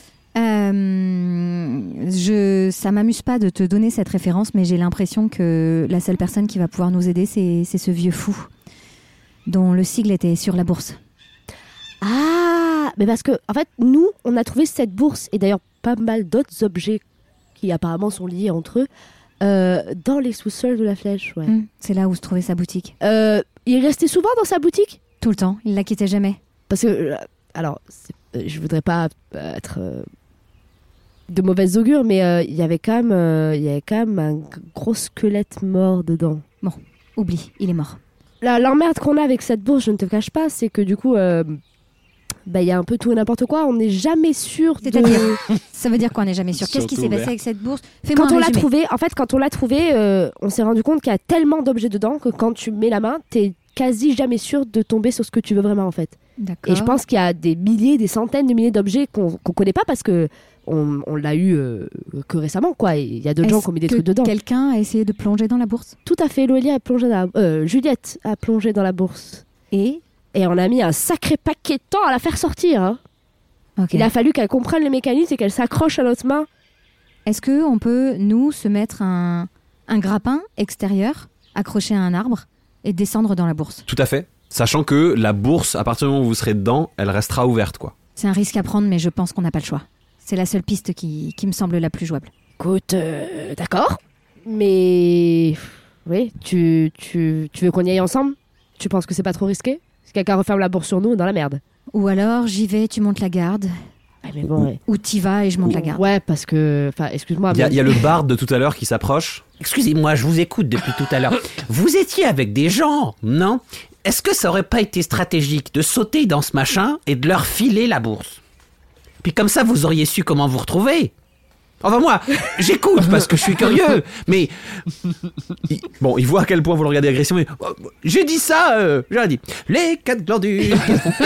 Euh, je, ça m'amuse pas de te donner cette référence, mais j'ai l'impression que la seule personne qui va pouvoir nous aider, c'est, c'est ce vieux fou dont le sigle était sur la bourse. Ah, mais parce que en fait, nous, on a trouvé cette bourse et d'ailleurs pas mal d'autres objets qui apparemment sont liés entre eux euh, dans les sous-sols de la Flèche. Ouais. Hmm, c'est là où se trouvait sa boutique. Euh, il restait souvent dans sa boutique Tout le temps, il la quittait jamais. parce que euh, alors, c'est- euh, je voudrais pas euh, être euh, de mauvaise augure, mais euh, il y avait quand même, euh, il y avait quand même un g- gros squelette mort dedans. Oublie, il est mort. La- L'emmerde qu'on a avec cette bourse, je ne te cache pas, c'est que du coup, euh, bah, il y a un peu tout et n'importe quoi. On n'est jamais sûr de... C'est-à-dire Ça veut dire qu'on n'est jamais sûr. Qu'est-ce qui Surtout s'est passé ouvert. avec cette bourse Fais-moi Quand un on l'a résumé. trouvé, en fait, quand on l'a trouvé, euh, on s'est rendu compte qu'il y a tellement d'objets dedans que quand tu mets la main, t'es quasi jamais sûr de tomber sur ce que tu veux vraiment en fait. D'accord. Et je pense qu'il y a des milliers, des centaines de milliers d'objets qu'on qu'on connaît pas parce que on, on l'a eu euh, que récemment quoi. Et il y a d'autres gens qui ont mis des Est-ce trucs que dedans. Quelqu'un a essayé de plonger dans la bourse Tout à fait. Loélie a plongé dans la... euh, Juliette a plongé dans la bourse et et on a mis un sacré paquet de temps à la faire sortir. Hein. Ok. Il a fallu qu'elle comprenne les mécanismes et qu'elle s'accroche à notre main. Est-ce que on peut nous se mettre un, un grappin extérieur accroché à un arbre et descendre dans la bourse? Tout à fait. Sachant que la bourse, à partir du moment où vous serez dedans, elle restera ouverte, quoi. C'est un risque à prendre, mais je pense qu'on n'a pas le choix. C'est la seule piste qui, qui me semble la plus jouable. Écoute, euh, d'accord. Mais... Oui, tu, tu, tu veux qu'on y aille ensemble? Tu penses que c'est pas trop risqué? Si quelqu'un referme la bourse sur nous, on est dans la merde. Ou alors j'y vais, tu montes la garde, Ouais, mais bon, ouais. ou t'y vas et je monte la garde. Ouais, parce que... Enfin, excuse-moi, Il y, a- mais- il y a le barde de tout à l'heure qui s'approche. Excusez-moi, je vous écoute depuis tout à l'heure. Vous étiez avec des gens, non? Est-ce que ça aurait pas été stratégique de sauter dans ce machin et de leur filer la bourse? Puis comme ça, vous auriez su comment vous retrouver. Enfin moi, j'écoute parce que je suis curieux, mais Il- bon, il voit à quel point vous le regardez agressivement. mais, oh, j'ai dit ça, euh, j'ai dit. Les quatre glandules.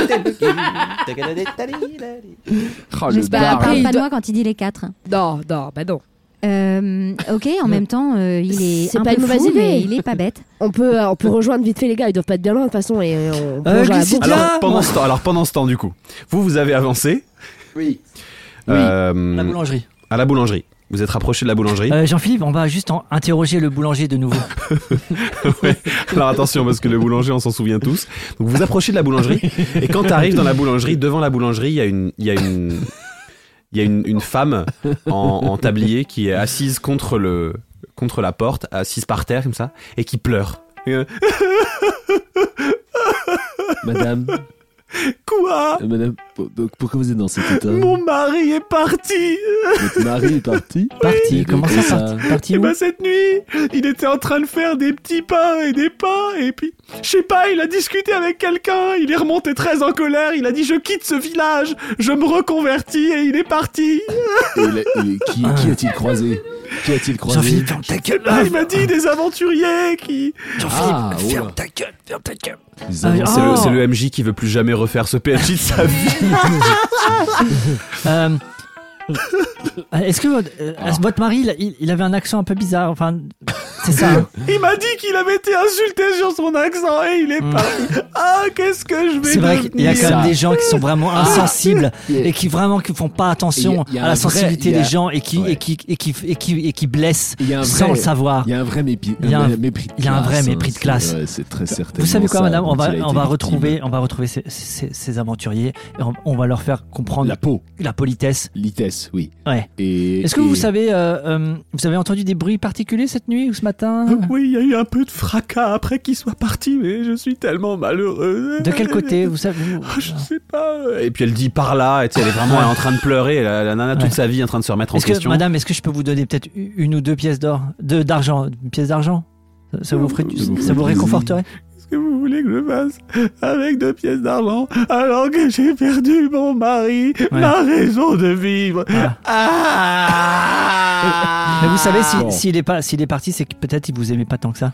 Oh, le J'espère Bah, bar. qu'il parle il pas de doit- moi quand il dit les quatre. Non, non, bah non. Euh, ok, en même temps, euh, il est, C'est un pas peu une mauvaise fou, idée. mais il est pas bête. On peut, euh, on peut rejoindre vite fait les gars, ils doivent pas être bien loin de toute façon et euh, on Euh, plonge dans la glissez bourse. là. Alors pendant ce temps, alors pendant ce temps du coup, vous vous avez avancé. Oui. euh, La boulangerie. à la boulangerie. Vous êtes rapproché de la boulangerie. Euh, Jean-Philippe, on va juste en- interroger le boulanger de nouveau. Ouais. Alors attention parce que le boulanger on s'en souvient tous. Donc vous approchez de la boulangerie et quand tu arrives dans la boulangerie, devant la boulangerie, il y a une il y a une il y a une, une femme en, en tablier qui est assise contre le contre la porte, assise par terre comme ça et qui pleure. Et, euh, Madame, Quoi? euh, madame, pour- pour- pourquoi vous êtes dans cet état? Mon mari est parti. Votre mari est parti? Parti, Et- comment et ça, parti, parti Et où bah cette nuit, il était en train de faire des petits pains et des pains et puis je sais pas, il a discuté avec quelqu'un, il est remonté très en colère, il a dit je quitte ce village, je me reconvertis et il est parti. Et il a- et qui, qui a-t-il croisé? Qui a-t-il croisé? Jean-Philippe, ferme ta gueule. Ah, il m'a dit des aventuriers qui... Jean-Philippe, Ah, oh là. ferme ta gueule, ferme ta gueule. Ils Ah, avancent- C'est le, Oh. c'est le M J qui veut plus jamais refaire ce P N J de sa vie. Euh, Est-ce que votre, euh, votre mari, il, il- il avait un accent un peu bizarre? Enfin, c'est ça. Hein. Il m'a dit qu'il avait été insulté sur son accent et il est Mm. parti. Ah, qu'est-ce que je vais C'est vrai qu'il y a devenir quand même des gens qui sont vraiment insensibles Il y a- et qui vraiment qui font pas attention Il y a- il y a à un la vrai- sensibilité il y a- des gens et qui ouais. et qui et qui et qui et qui blessent Il y a un sans vrai- le savoir. Il y a un vrai mépi- Il y a un- un mépris de classe. il y a un vrai hein, mépris de c'est- classe. ouais, c'est très certain. Vous savez quoi, madame? On va on va retrouver on va retrouver ces, ces, ces aventuriers et on, on va leur faire comprendre la peau, la politesse. litesse, oui. Ouais. Et Est-ce que et- vous savez euh, euh, vous avez entendu des bruits particuliers cette nuit ou ce matin? Oui, il y a eu un peu de fracas après qu'il soit parti, mais je suis tellement malheureuse. De quel côté vous savez vous- Ah, je sais pas. Et puis elle dit par là, et tu sais, elle est vraiment elle est en train de pleurer. La, la nana, toute Ouais. sa vie, en train de se remettre en Est-ce que question. madame, est-ce que je peux vous donner peut-être une ou deux pièces d'or, de d'argent, une pièce d'argent? Ça, ça vous ferait du- Ça vous ça ferait vous plaisir. réconforterait? Qu'est-ce que vous voulez que je fasse avec deux pièces d'argent alors que j'ai perdu mon mari, Ouais. ma raison de vivre? Ah. Ah. Mais vous savez, si- Bon. s'il est pas, s'il est parti, c'est que peut-être il vous aimait pas tant que ça.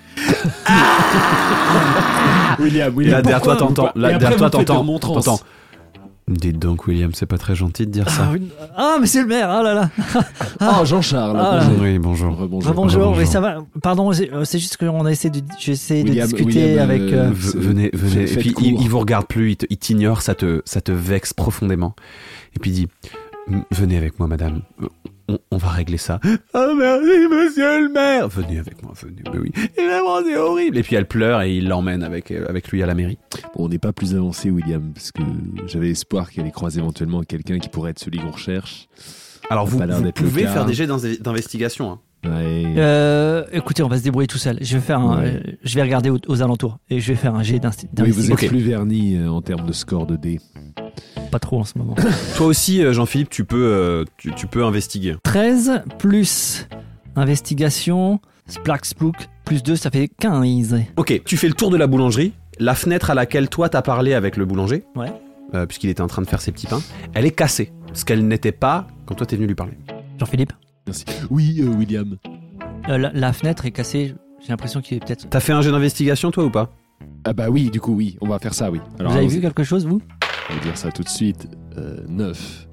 William, Et William. là, derrière toi, pourquoi- t'entends. Et Là, après, derrière toi, vous faites t'entends. des remontrances. T'entends. Dites donc, William, c'est pas très gentil de dire ça. Ah, oui. Ah, mais c'est le maire. Ah là là. Ah, Jean-Charles. Ah, bonjour. Oui, bonjour. Rebonjour. Ah, bonjour. bonjour. Oui, ça va. Pardon, c'est euh, c'est juste qu'on a essayé de, j'ai essayé de William- discuter William, avec. euh, euh, V- c'est- venez, venez. faites Et puis court. il, il vous regarde plus, il te- il t'ignore, ça te, ça te vexe profondément. Et puis il dit, venez avec moi, madame. On, on va régler ça. Ah merci, monsieur le maire. Venez avec moi, venez. Mais oui. Et vraiment, c'est horrible. Et puis elle pleure et il l'emmène avec, euh, avec lui à la mairie. Bon, on n'est pas plus avancé, William, parce que j'avais espoir qu'elle croise éventuellement quelqu'un qui pourrait être celui qu'on recherche. Alors vous, pas l'air vous d'être le pouvez cas. faire des jets d'inve- d'investigation. Hein. Ouais. euh, écoutez, on va se débrouiller tout seul. Je vais faire un, Ouais. euh, je vais regarder aux, aux alentours et je vais faire un jet d'insti- Oui, vous êtes d'investigation. Ok. plus verni euh, en termes de score de dés. Pas trop en ce moment. Toi aussi, euh, Jean-Philippe, tu peux, euh, tu, tu peux investiguer. treize plus investigation, splack splook, plus deux, ça fait quinze. Ok, tu fais le tour de la boulangerie. La fenêtre à laquelle toi t'as parlé avec le boulanger, Ouais. euh, puisqu'il était en train de faire ses petits pains, elle est cassée. Ce qu'elle n'était pas quand toi t'es venu lui parler. Jean-Philippe, Merci. Oui, euh, William. euh, la, la fenêtre est cassée. J'ai l'impression qu'il est peut-être. T'as fait un jet d'investigation toi ou pas? Ah bah oui, du coup, oui. On va faire ça, oui. Alors, Vous avez allons-y. vu quelque chose, vous? On va dire ça tout de suite. Euh, neuf.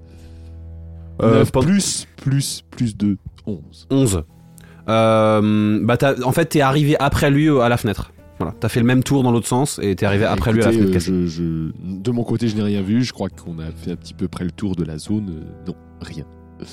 Euh, neuf pendant- plus, plus, plus deux. onze. onze. Euh, bah t'as- en fait t'es arrivé après lui euh, à la fenêtre. Voilà, t'as fait le même tour dans l'autre sens et t'es arrivé après lui à la Écoutez, fenêtre euh, cassée. je, je- de mon côté, je n'ai rien vu. Je crois qu'on a fait un petit peu près le tour de la zone. Euh, non, rien.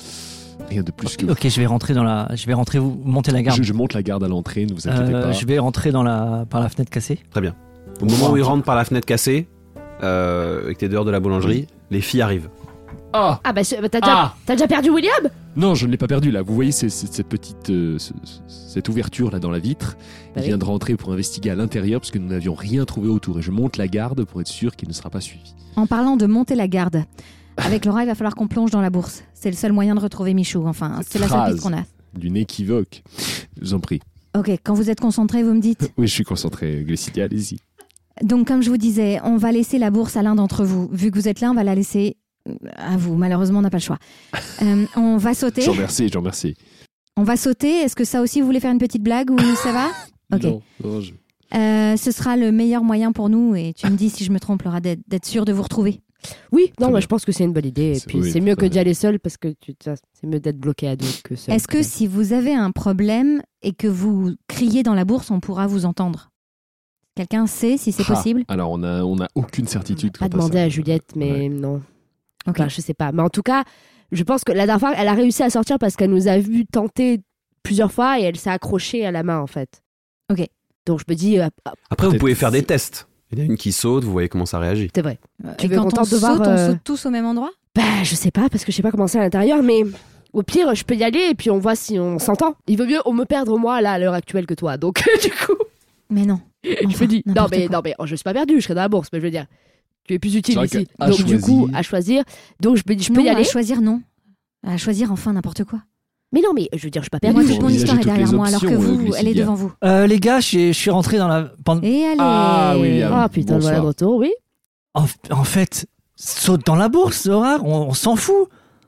Rien de plus que vous. Ok, je vais rentrer dans la. Je vais rentrer, vous montez la garde. Je, je monte la garde à l'entrée, ne vous inquiétez Euh, pas. je vais rentrer dans la par la fenêtre cassée. Très bien. Au moment où il rentre par la fenêtre cassée, euh, et que t'es dehors de la boulangerie, les filles arrivent. Ah Ah bah c'est- bah, t'as déjà, Ah t'as déjà perdu William? Non, je ne l'ai pas perdu là. Vous voyez c'est- c'est- cette petite, euh, ce- ce- cette ouverture là dans la vitre. Bah Il oui. vient de rentrer pour investiguer à l'intérieur parce que nous n'avions rien trouvé autour. Et je monte la garde pour être sûr qu'il ne sera pas suivi. En parlant de monter la garde, avec Laura, il va falloir qu'on plonge dans la bourse. C'est le seul moyen de retrouver Michou. Enfin, c'est la seule phrase. piste qu'on a. D'une équivoque. Je vous en prie. Ok, quand vous êtes concentré, vous me dites. Oui, je suis concentré. Glycidia, allez-y. Donc, comme je vous disais, on va laisser la bourse à l'un d'entre vous. Vu que vous êtes là, on va la laisser à vous. Malheureusement, on n'a pas le choix. Euh, on va sauter. Je vous remercie, je vous remercie. On va sauter. Est-ce que ça aussi, vous voulez faire une petite blague ou ça va? Ok. Non, non, je- Euh, ce sera le meilleur moyen pour nous. Et tu me dis si je me trompe, Laura, d'être d'être sûr de vous retrouver. Oui, non, Très moi bien. je pense que c'est une bonne idée. Et C'est- puis oui, c'est mieux très que bien. d'y aller seul parce que tu, ça, c'est mieux d'être bloqué à deux que seul. Est-ce que quand si vous avez un problème et que vous criez dans la bourse, on pourra vous entendre? Quelqu'un sait si c'est Ah, possible? Alors, on a, on a aucune certitude. même. Pas quant à demander ça. à Juliette, mais Ouais. non. Ok. Enfin, je sais pas. Mais en tout cas, je pense que la dernière fois, elle a réussi à sortir parce qu'elle nous a vu tenter plusieurs fois et elle s'est accrochée à la main en fait. Ok. Donc je me dis, euh, ah, Après, vous Peut-être pouvez faire des c'est- tests. Il y en a une qui saute, vous voyez comment ça réagit. c'est vrai. Tu Et veux quand qu'on on tente de saute, voir, on euh, saute tous au même endroit? Bah, je sais pas parce que je sais pas comment c'est à l'intérieur, mais au pire, je peux y aller et puis on voit si on s'entend. Il vaut mieux on me perdre moi là à l'heure actuelle que toi. Donc du coup, Mais non. je Enfin, me dis, non n'importe mais quoi. non mais oh, je suis pas perdu, je serai dans la bourse, mais je veux dire, tu es plus utile C'est vrai ici. qu'à Donc du choisir- coup, à choisir, donc je me dis, je peux Non, y aller. à choisir, non. À choisir, enfin, n'importe quoi. Mais non, mais je veux dire, je suis pas Mais Moi, perdu. faut toute mon envisager histoire est toutes les derrière moi, alors que options, euh, vous, elle est Glycidia. devant vous. Euh, les gars, je je suis rentré dans la. pendant- Et allez Ah, William. Ah putain, Bonsoir. voilà de retour, oui. En, en fait, saute dans la bourse, Laura. On, on s'en fout.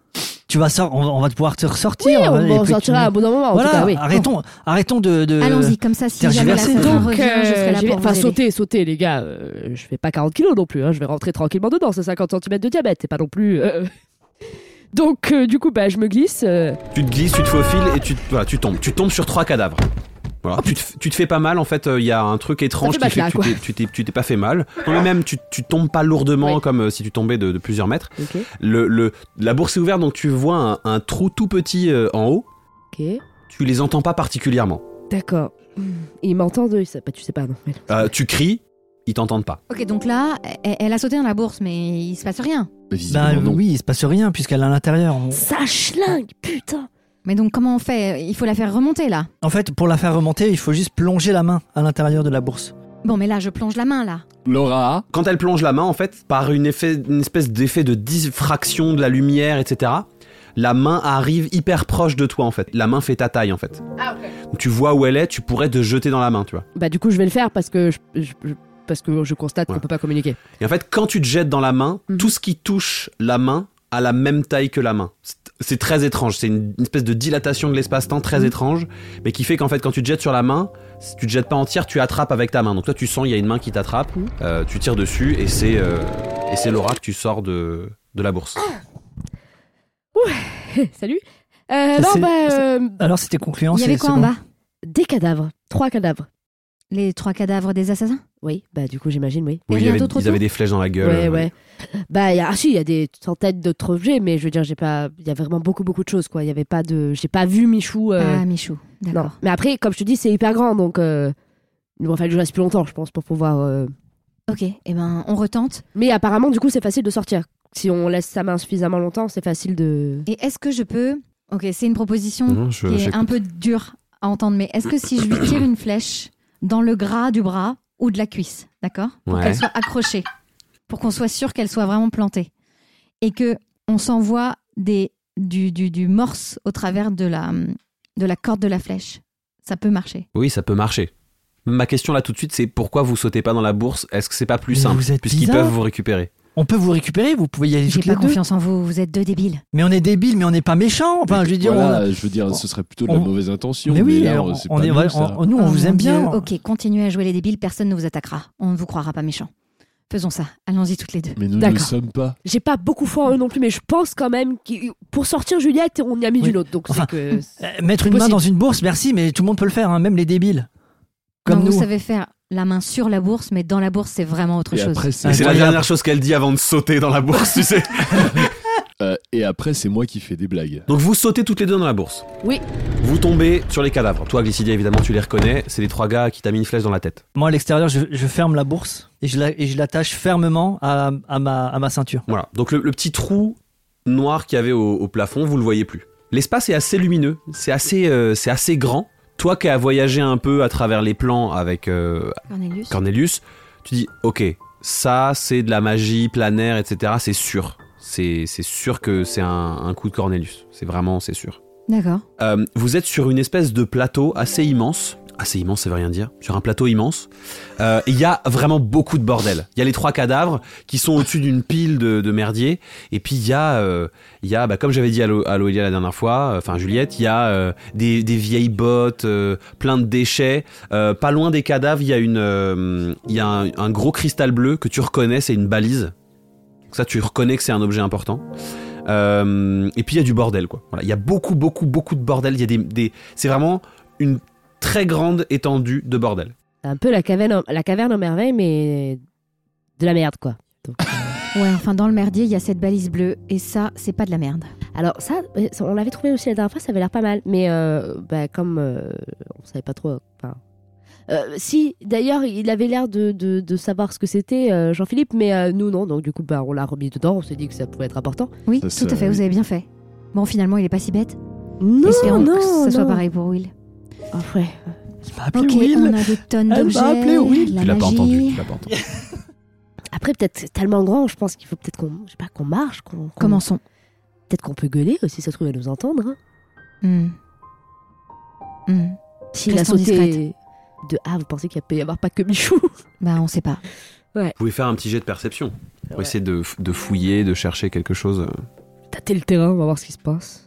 Tu vas sor- on, on va pouvoir te Oui, ressortir. on et va en puis tu- sortira à un bon moment. En Voilà. tout cas, oui. Arrêtons, arrêtons de. de- Allons-y, comme ça, si jamais la tergiverser. saison Donc, revient, euh, je serai là j'y vais- pour enfin, vous aider. sauter, sauter, les gars. euh, je fais pas quarante kilos non plus. Hein, je vais rentrer tranquillement dedans. C'est cinquante centimètres de diamètre. C'est pas non plus. euh, Donc, euh, du coup, bah, je me glisse. euh, Tu te glisses, tu te faufiles et tu, voilà, tu tombes. Tu tombes sur trois cadavres. Voilà. Oh, tu, te, tu te fais pas mal, en fait, il euh, y a un truc étrange Ça fait qui fait matelas, que quoi. tu t'es, tu, t'es, tu t'es pas fait mal. Non, mais même, tu, tu tombes pas lourdement Oui. comme euh, si tu tombais de, de plusieurs mètres. Ok. Le, le, la bourse est ouverte, donc tu vois un, un trou tout petit euh, en haut. Ok. Tu les entends pas particulièrement. D'accord. Ils m'entendent, eux, ça- bah, tu sais pas, non. mais- Euh, tu cries, ils t'entendent pas. Ok, donc là, elle, elle a sauté dans la bourse, mais il se passe rien. Bah, visiblement, Bah non. oui, il se passe rien puisqu'elle est à l'intérieur. On- Ça schlingue, putain. Mais donc comment on fait? Il faut la faire remonter là. En fait, pour la faire remonter, il faut juste plonger la main à l'intérieur de la bourse. Bon, mais là, je plonge la main là. Laura, Quand elle plonge la main, en fait, par une, effet, une espèce d'effet de diffraction de la lumière, et cetera, la main arrive hyper proche de toi, en fait. La main fait ta taille, en fait. Ah, ok. Donc, tu vois où elle est, tu pourrais te jeter dans la main, tu vois. Bah, du coup, je vais le faire parce que je, je- je- parce que je constate Ouais. qu'on peut pas communiquer. Et en fait, quand tu te jettes dans la main, Mhm. tout ce qui touche la main a la même taille que la main. C'est- C'est très étrange. C'est une, une espèce de dilatation de l'espace-temps très Mhm. étrange, mais qui fait qu'en fait, quand tu te jettes sur la main, si tu te jettes pas entière, tu attrapes avec ta main. Donc toi, tu sens il y a une main qui t'attrape, Mhm. euh, tu tires dessus, et c'est euh, et c'est Laura que tu sors de de la bourse. Salut. Euh, Ça, non, c'est- bah, ça- euh, Alors c'était concluant. Il y avait c'est- quoi c'est en bon. bas? des cadavres. Trois cadavres. Les trois cadavres des assassins? Oui, bah, du coup, j'imagine, oui. Et Oui, il y rien avait- d'autre ils avaient autour des flèches dans la gueule. Ouais, euh, ouais. Bah, y a, ah, si, il y a des centaines d'autres objets, mais je veux dire, j'ai pas, il y a vraiment beaucoup, beaucoup de choses, quoi. Il y avait pas de, j'ai pas vu Michou. euh, Ah, Michou. non. D'accord. Mais après, comme je te dis, c'est hyper grand, donc euh, il va falloir que je reste plus longtemps, je pense, pour pouvoir. euh, Ok, et ben on retente. Mais apparemment, du coup, c'est facile de sortir. Si on laisse sa main suffisamment longtemps, c'est facile de. Et est-ce que je peux... Ok, c'est une proposition Non, je- qui est j'écoute. un peu dure à entendre, mais est-ce que si je lui tire une flèche dans le gras du bras ou de la cuisse, d'accord? Pour Ouais. qu'elle soit accrochée, pour qu'on soit sûr qu'elle soit vraiment plantée, et que on s'envoie des du, du, du morse au travers de la, de la corde de la flèche, ça peut marcher. Oui, ça peut marcher. Ma question là tout de suite, c'est pourquoi vous sautez pas dans la bourse? Est-ce que c'est pas plus Mais simple vous êtes puisqu'ils bizarre. peuvent vous récupérer? On peut vous récupérer, vous pouvez y aller J'ai toutes les pas deux. confiance en vous, vous êtes deux débiles. Mais on est débiles, mais on n'est pas méchants. Enfin, je veux dire, voilà, on- je veux dire, ce serait plutôt de la on- mauvaise intention. mais oui, là, on, c'est on pas est, nous, voilà, ça. on- nous on Oh vous mon aime Dieu. bien. Ok, continuez à jouer les débiles, personne ne vous attaquera. On ne vous croira pas méchant. Faisons ça, allons-y toutes les deux. Mais nous ne le D'accord. sommes pas. J'ai pas beaucoup foi en eux non plus, mais je pense quand même que pour sortir Juliette, on y a mis Oui. d'une autre, donc Enfin, c'est que. Euh, Mettre une main Possible. dans une bourse, merci, mais tout le monde peut le faire, hein, même les débiles. Comme Non, nous. vous savez faire la main sur la bourse, mais dans la bourse, c'est vraiment autre Et chose. après, Et c'est c'est la Incroyable. dernière chose qu'elle dit avant de sauter dans la bourse, tu sais. euh, et après, c'est moi qui fais des blagues. Donc vous sautez toutes les deux dans la bourse. Oui. Vous tombez sur les cadavres. Toi, Glycidia, évidemment, tu les reconnais. C'est les trois gars qui t'a mis une flèche dans la tête. Moi, à l'extérieur, je, je ferme la bourse et je la- et je l'attache fermement à, à ma, à ma ceinture. Voilà. Donc le, le petit trou noir qu'il y avait au, au plafond, vous le voyez plus. L'espace est assez lumineux. C'est assez, euh, c'est assez grand. Toi qui as voyagé un peu à travers les plans avec euh, Cornelius. Cornelius, tu dis, ok, ça c'est de la magie planaire, et cetera. C'est sûr. C'est, c'est sûr que c'est un, un coup de Cornelius. C'est vraiment, c'est sûr. D'accord. Euh, vous êtes sur une espèce de plateau assez immense. Assez immense, ça veut rien dire. Sur un plateau immense. Euh, Il y a vraiment beaucoup de bordel. Il y a les trois cadavres qui sont au-dessus d'une pile de, de merdier. Et puis il y a, euh, il y a bah, comme j'avais dit à, Lo- à Loélia la dernière fois, enfin Juliette, il y a euh, des, des vieilles bottes, euh, plein de déchets. Euh, pas loin des cadavres, il y a, une, euh, il y a un, un gros cristal bleu que tu reconnais, c'est une balise. Donc ça, tu reconnais que c'est un objet important. Euh, et puis il y a du bordel, quoi. Voilà, il y a beaucoup, beaucoup, beaucoup de bordel. Il y a des, des... C'est vraiment une très grande étendue de bordel. C'est un peu la caverne, la caverne en merveille, mais de la merde, quoi. Donc, euh, Ouais, enfin, dans le merdier, il y a cette balise bleue, et ça, c'est pas de la merde. Alors ça, euh, on l'avait trouvé aussi la dernière fois, ça avait l'air pas mal, mais euh, bah, comme euh, on savait pas trop. Enfin, euh, si, d'ailleurs, il avait l'air de, de, de savoir ce que c'était, euh, Jean-Philippe, mais euh, nous non. Donc du coup, bah, on l'a remis dedans. On s'est dit que ça pouvait être important. Oui, Ça, tout ça, à fait, oui. vous avez bien fait. Bon, finalement, il est pas si bête. Non, Espérons non, que ce non. soit pareil pour Will. Ah, ouais. Il m'a appelé Ok, Will. on a des tonnes Elle m'a d'objets, appelé Will. la Tu l'as pas magie. entendu. Tu l'as pas entendu. Après, peut-être c'est tellement grand, je pense qu'il faut peut-être qu'on, je sais pas, qu'on marche, qu'on, qu'on- Commençons. peut-être qu'on peut gueuler aussi, ça se trouve à nous entendre. hein. Hmm. Hmm. S'il a Restons sauté discrètes. de ah, vous pensez qu'il peut y avoir pas que Michou? Bah, on sait pas. Vous pouvez faire un petit jet de perception pour essayer de, de fouiller, de chercher quelque chose. Tâter le terrain, on va voir ce qui se passe.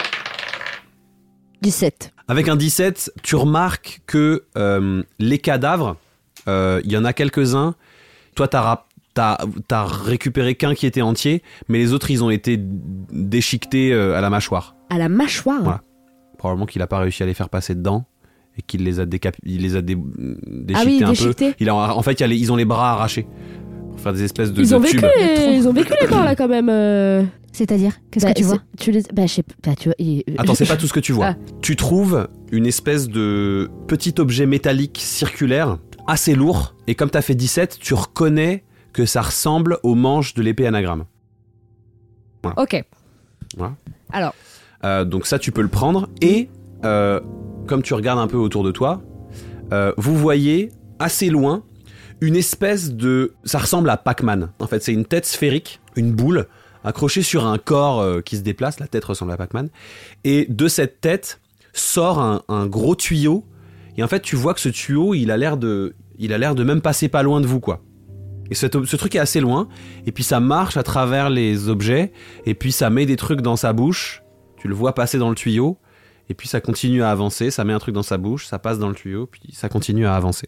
dix-sept. Avec un dix-sept, tu remarques que euh, les cadavres, euh, il y en a quelques-uns. Toi, t'as rap- t'as, t'as récupéré qu'un qui était entier, mais les autres, ils ont été déchiquetés euh, à la mâchoire. À la mâchoire. Voilà. Probablement qu'il a pas réussi à les faire passer dedans et qu'il les a, décap... il les a dé... déchiquetés Ah oui, un déchiquetés. peu. Il a... En fait, il y a les... ils ont les bras arrachés pour faire des espèces de, Ils de ont vécu, tubes. les... ils ont vécu les corps là quand même. euh. C'est-à-dire, qu'est-ce Bah, que tu vois c'est- Tu les, bah, je sais pas. Bah, tu vois. il- Attends, c'est pas tout ce que tu vois. Ah. Tu trouves une espèce de petit objet métallique circulaire, assez lourd, et comme t'as fait dix-sept, tu reconnais que ça ressemble au manche de l'épée anagramme. Ok. Voilà. Alors. Euh, donc ça, tu peux le prendre, et euh, comme tu regardes un peu autour de toi, euh, vous voyez assez loin une espèce de... Ça ressemble à Pac-Man. En fait, c'est une tête sphérique, une boule, accrochée sur un corps euh, qui se déplace. La tête ressemble à Pac-Man. Et de cette tête sort un, un gros tuyau. Et en fait, tu vois que ce tuyau, il a l'air de, il a l'air de même passer pas loin de vous, quoi. Et ce, ce truc est assez loin. Et puis ça marche à travers les objets. Et puis ça met des trucs dans sa bouche. Tu le vois passer dans le tuyau. Et puis ça continue à avancer. Ça met un truc dans sa bouche. Ça passe dans le tuyau. Puis ça continue à avancer.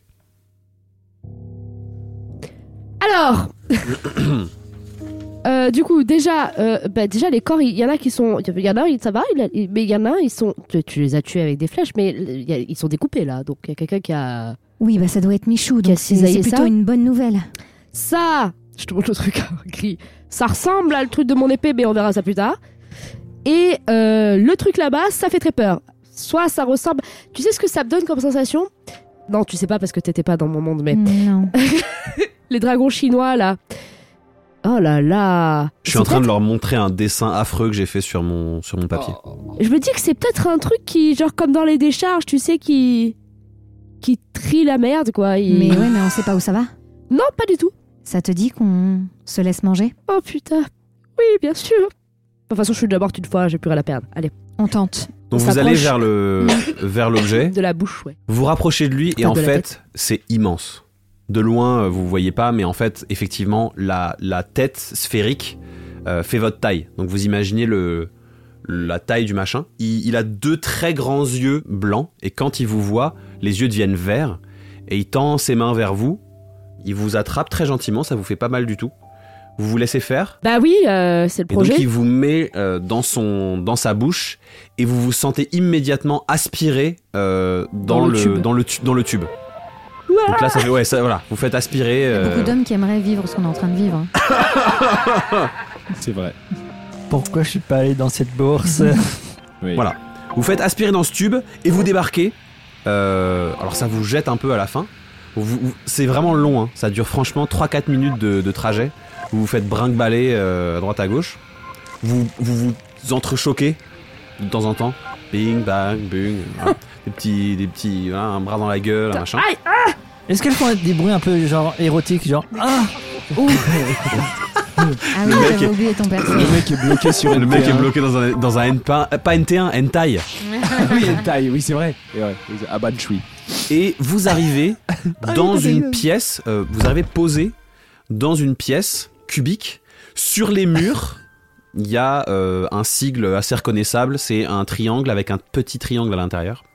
Alors. Euh, du coup, déjà, euh, bah, déjà les corps, il y en a qui sont, il y en a, ça va, il a- il- mais il y en a, ils sont, tu, tu les as tués avec des flèches, mais il y a- ils sont découpés là, donc il y a quelqu'un qui a Oui, bah ça doit être Michou, Qui a donc c'est cisaillé c'est plutôt ça une bonne nouvelle. ça. Je te montre le truc gris. Ça ressemble à le truc de mon épée, mais on verra ça plus tard. Et euh, le truc là-bas, ça fait très peur. Soit ça ressemble, tu sais ce que ça me donne comme sensation? Non, tu sais pas parce que t'étais pas dans mon monde, mais Non. les dragons chinois là. Oh là là. Je suis C'est en train de peut-être- leur montrer un dessin affreux que j'ai fait sur mon, sur mon papier. Je me dis que c'est peut-être un truc qui, genre comme dans les décharges, tu sais, qui qui trie la merde, quoi. Il- Mais ouais, mais on sait pas où ça va. Non, pas du tout. Ça te dit qu'on se laisse manger? Oh putain. Oui, bien sûr. De toute façon, je suis déjà morte une fois, j'ai plus rien à perdre. Allez, On tente. Donc On vous allez s'approche. vers le vers l'objet. de la bouche, ouais. Vous vous rapprochez de lui et Enfin, en de la fait, c'est immense. De loin, euh, vous voyez pas, mais en fait, effectivement, la, la tête sphérique euh, fait votre taille. Donc vous imaginez le, la taille du machin. Il, il a deux très grands yeux blancs et quand il vous voit, les yeux deviennent verts et il tend ses mains vers vous. Il vous attrape très gentiment, ça vous fait pas mal du tout. Vous vous laissez faire Bah oui, euh, c'est le et donc projet. il vous met euh, dans, son, dans sa bouche et vous vous sentez immédiatement aspiré euh, dans, Dans le le, tube. dans, le, tu- dans le tube. Donc là, ça fait, ouais, ça, voilà, vous faites aspirer. Il y a euh, beaucoup d'hommes qui aimeraient vivre ce qu'on est en train de vivre. hein. C'est vrai. Pourquoi je suis pas allé dans cette bourse? Oui. Voilà. Vous faites aspirer dans ce tube et vous débarquez. Euh, alors ça vous jette un peu à la fin. Vous- vous- c'est vraiment long, hein. Ça dure franchement trois quatre minutes de, de trajet. Vous vous faites brinque-baller euh, à droite à gauche. Vous vous, vous entrechoquez de temps en temps. Bing, bang, bing. Voilà. Des petits, des petits, voilà, un bras dans la gueule, un machin. Aïe. Est-ce qu'elles font des bruits un peu genre érotiques, genre ah Ah oui, Le mec j'avais est- oublié ton perso. Le mec est bloqué sur Le une mec est bloqué dans un, dans un N, pas, pas N T un, Hentai. Oui, une taille, oui, c'est vrai. Et ouais, à Banshui. Et vous arrivez dans une pièce, euh, vous arrivez posé dans une pièce cubique. Sur les murs, il y a euh, un sigle assez reconnaissable, c'est un triangle avec un petit triangle à l'intérieur.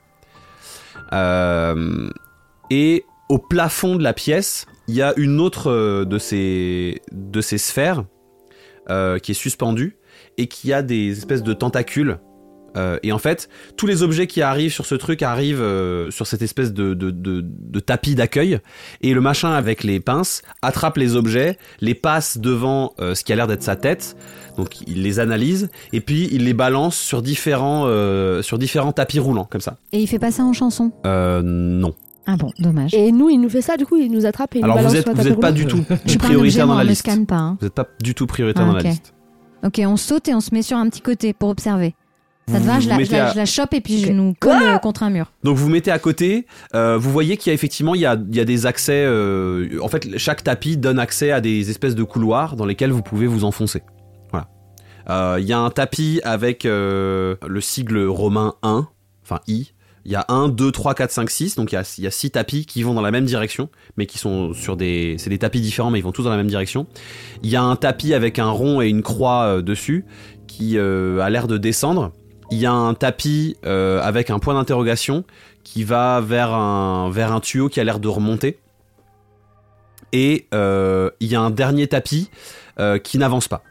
Euh, et au plafond de la pièce, il y a une autre euh, de ces, de ces sphères euh, qui est suspendue et qui a des espèces de tentacules. Euh, et en fait, tous les objets qui arrivent sur ce truc arrivent euh, sur cette espèce de, de, de, de tapis d'accueil. Et le machin avec les pinces attrape les objets, les passe devant euh, ce qui a l'air d'être sa tête. Donc il les analyse et puis il les balance sur différents, euh, sur différents tapis roulants comme ça. Et il fait pas ça en chanson? Euh, non. Ah bon, dommage. Et nous, il nous fait ça, du coup, il nous attrape et il Alors nous vous balance êtes, sur la vous table êtes pas roulante. du tout Je suis pas un objet, prioritaire dans moi, la on me liste. scanne pas. hein. Vous êtes pas du tout prioritaire Ah, dans la ok. liste. Ok, on saute et on se met sur un petit côté pour observer. Ça te Vous- va? vous Je la, mettez je, la, à- je la chope et puis je Ok. nous colle euh, contre un mur. Donc vous vous mettez à côté, euh, vous voyez qu'il y a effectivement il y a, il y a des accès, euh, en fait chaque tapis donne accès à des espèces de couloirs dans lesquels vous pouvez vous enfoncer. Voilà. Euh, Il y a un tapis avec euh, le sigle romain un, enfin I. Il y a un, deux, trois, quatre, cinq, six, donc il y a, il y a six tapis qui vont dans la même direction, mais qui sont sur des... C'est des tapis différents, mais ils vont tous dans la même direction. Il y a un tapis avec un rond et une croix euh, dessus, qui euh, a l'air de descendre. Il y a un tapis euh, avec un point d'interrogation qui va vers un, vers un tuyau qui a l'air de remonter. et il euh, y a un dernier tapis euh, qui n'avance pas.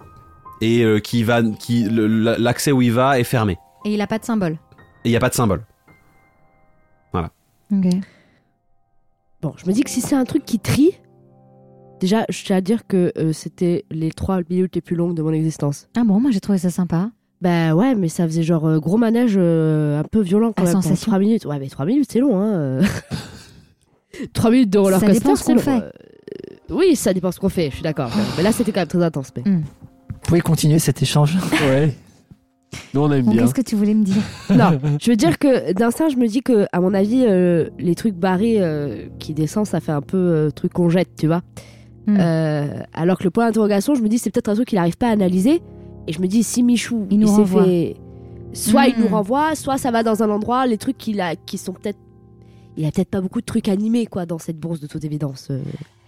Et euh, qui va, qui, le, l'accès où il va est fermé. Et il a pas de symbole. Et il n'y a pas de symbole. Voilà. Ok. Bon, je me dis que si c'est un truc qui trie, déjà, je tiens à dire que euh, c'était les trois minutes les plus longues de mon existence. Ah bon, moi j'ai trouvé ça sympa. Bah ouais, mais ça faisait genre euh, gros manège euh, un peu violent quand À même. sensation. trois minutes. Ouais, mais trois minutes, c'est long, hein. euh. trois minutes de roller Ça coaster, dépend ce c'est qu'on long. fait. Euh, oui, ça dépend ce qu'on fait, je suis d'accord. Mais là, c'était quand même très intense. Mais... Mm. Vous pouvez continuer cet échange. Ouais. Nous, on aime Bon, bien. qu'est-ce que tu voulais me dire? Non, je veux dire que d'instinct, je me dis que, à mon avis, euh, les trucs barrés euh, qui descendent, ça fait un peu euh, truc qu'on jette, tu vois. Mm. Euh, alors que le point d'interrogation, je me dis, c'est peut-être un truc qu'il n'arrive pas à analyser. Et je me dis, si Michou, Il nous s'est renvoie. fait. Soit il Mm. nous renvoie, soit ça va dans un endroit, les trucs qu'il a, qui sont peut-être. Il a peut-être pas beaucoup de trucs animés, quoi, dans cette bourse de toute évidence. euh.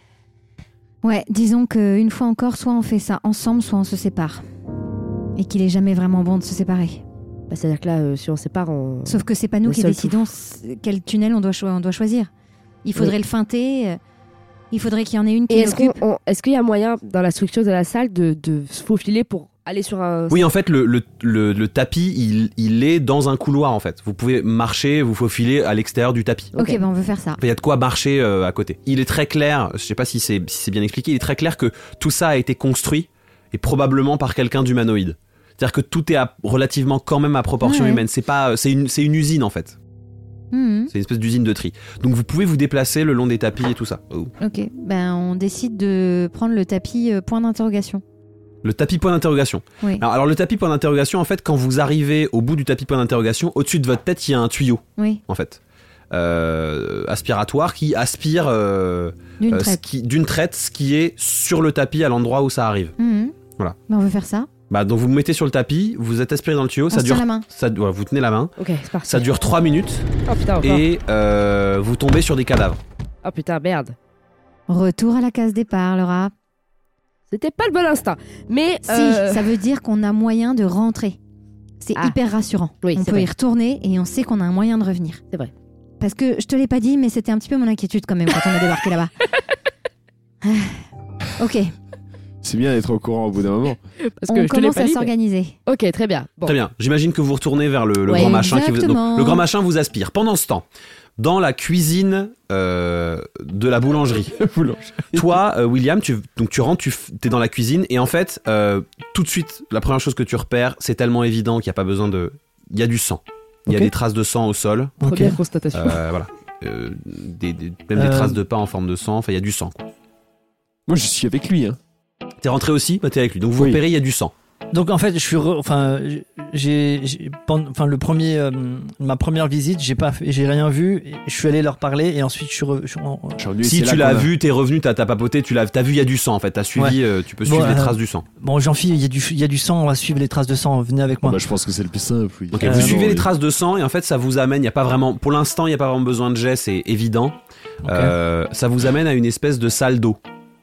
Ouais, disons qu'une fois encore, soit on fait ça ensemble, soit on se sépare. Et qu'il est jamais vraiment bon de se séparer. Bah, c'est-à-dire que là, euh, si on sépare, on. Sauf que c'est pas nous Le qui seul décidons c- quel tunnel on doit, cho- on doit choisir. Il faudrait Oui. le feinter. euh, Il faudrait qu'il y en ait une qui Et est-ce, qu'on, l'occupe. on- est-ce qu'il y a moyen, dans la structure de la salle, de, de se faufiler pour aller sur un. Oui, en fait, le, le, le, le tapis, il, il est dans un couloir, en fait. Vous pouvez marcher, vous faufiler à l'extérieur du tapis. Ok, Ok. ben on veut faire ça. Il y a de quoi marcher euh, à côté. Il est très clair, je sais pas si c'est, si c'est bien expliqué, il est très clair que tout ça a été construit, et probablement par quelqu'un d'humanoïde. C'est-à-dire que tout est à, relativement quand même à proportion Ouais. humaine. C'est pas, c'est une, c'est une usine, en fait. Mhm. C'est une espèce d'usine de tri. Donc vous pouvez vous déplacer le long des tapis et tout ça. Oh. Ok, ben on décide de prendre le tapis euh, point d'interrogation. Le tapis point d'interrogation. Oui. Alors, alors le tapis point d'interrogation, en fait, quand vous arrivez au bout du tapis point d'interrogation, au-dessus de votre tête, il y a un tuyau, Oui, en fait. Euh, aspiratoire qui aspire euh, d'une euh, ce traite. qui- d'une traite ce qui est sur le tapis à l'endroit où ça arrive. Mhm. Voilà. Ben on veut faire ça. Bah, donc vous vous mettez sur le tapis, vous êtes aspiré dans le tuyau, On ça se dure, tient la main. ça, ouais, vous tenez la main, Ok, c'est parti. ça dure trois minutes Oh putain, encore. et euh, vous tombez sur des cadavres. Oh putain, merde. Retour à la case départ, Laura. C'était pas le bon instinct. Mais. Si, euh, ça veut dire qu'on a moyen de rentrer. C'est Ah. hyper rassurant. Oui, on c'est peut vrai. y retourner et on sait qu'on a un moyen de revenir. C'est vrai. Parce que je te l'ai pas dit, mais c'était un petit peu mon inquiétude quand même quand on a débarqué là-bas. Ah. Ok, C'est bien d'être au courant au bout d'un moment. Parce que on je te l'ai commence pas à dit, mais- s'organiser. Ok, très bien. Bon. Très bien. J'imagine que vous retournez vers le, le Ouais, grand machin qui vous. exactement. Donc, le grand machin vous aspire. Pendant ce temps, dans la cuisine euh, de la boulangerie, toi, euh, William, tu, donc tu rentres, tu es dans la cuisine et en fait, euh, tout de suite, la première chose que tu repères, c'est tellement évident qu'il n'y a pas besoin de. Il y a du sang. Il y a Ok. des traces de sang au sol. Ok. Première constatation. Euh, voilà. Euh, des, des- même des Euh. traces de pas en forme de sang. Enfin, il y a du sang. Quoi. Moi, je suis avec lui. Hein. T'es rentré aussi, bah, t'es avec lui. Donc vous Oui. repérez, il y a du sang. Donc en fait, je suis, re- enfin, j'ai, j'ai- pendant- enfin le premier, euh, ma première visite, j'ai pas, fait- j'ai rien vu. Et je suis allé leur parler et ensuite je suis, re- je suis en- Je suis revenu, Si c'est là tu l'as qu'on a- vu, t'es revenu, t'as, t'as papoté, tu l'as, t'as vu, il y a du sang en fait. T'as suivi, euh, tu peux Bon, suivre les euh, traces du sang. Bon, Jean-Philippe, il y a du, il y a du sang, on va suivre les traces de sang. Venez avec moi. Bah, je pense que c'est le plus simple. Oui. Ok, Euh, vous non, suivez oui. les traces de sang et en fait ça vous amène, il y a pas vraiment, pour l'instant il y a pas vraiment besoin de jet, c'est évident. Ok. Euh, ça vous amène à une espèce de salle d'eau.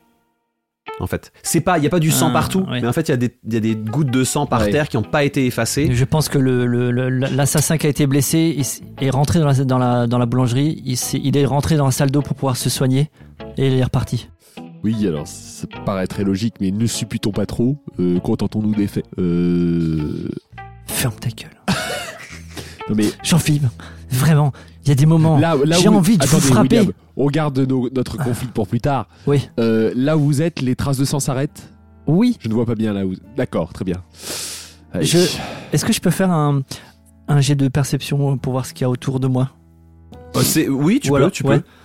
En fait, c'est pas, il y a pas du sang Ah, partout, oui. mais en fait il y a des, il y a des gouttes de sang par Ouais. terre qui ont pas été effacées. Je pense que le, le- le- l'assassin qui a été blessé il s- est rentré dans la, dans la, dans la boulangerie. Il, s'est- il est rentré dans la salle d'eau pour pouvoir se soigner et il est reparti. Oui, alors ça paraît très logique, mais ne supputons pas trop. Euh, contentons-nous des faits. Euh... Ferme ta gueule. Non mais Jean-Philippe, vraiment, il y a des moments. là, là j'ai où- envie de vous Attendez, frapper. William, on garde nos- notre conflit pour plus tard. Oui. Euh, là où vous êtes, les traces de sang s'arrêtent. Oui. Je ne vois pas bien là où. D'accord, très bien. Allez. Je- Est-ce que je peux faire un, un jet de perception pour voir ce qu'il y a autour de moi? Euh, c'est, oui, tu Ou peux, alors- tu ouais. peux.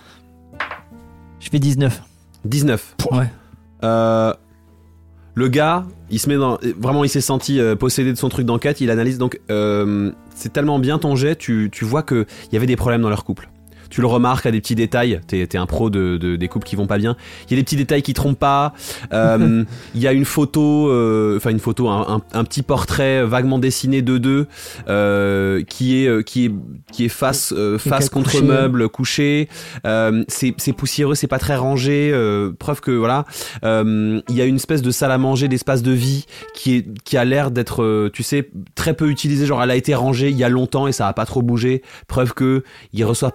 Je fais dix-neuf. dix-neuf. Ouais. Euh, le gars, il se met dans, vraiment, il s'est senti euh, possédé de son truc d'enquête. Il analyse donc, euh, c'est tellement bien ton jet, tu, tu vois que il y avait des problèmes dans leur couple. Tu le remarques à des petits détails. T'es, t'es un pro de, de- des couples qui vont pas bien. Il y a des petits détails qui trompent pas. Euh, Il y a une photo, euh, enfin une photo, un, un, un petit portrait vaguement dessiné de deux euh, qui est euh, qui est qui est face euh, Qui est face contre couché. meuble, couché. Euh, c'est, c'est poussiéreux, c'est pas très rangé. Euh, preuve que voilà. Euh, Il y a une espèce de salle à manger, d'espace de vie qui est qui a l'air d'être, euh, tu sais, très peu utilisée. Genre elle a été rangée il y a longtemps et ça a pas trop bougé. Preuve que ils reçoivent pas trop de gens.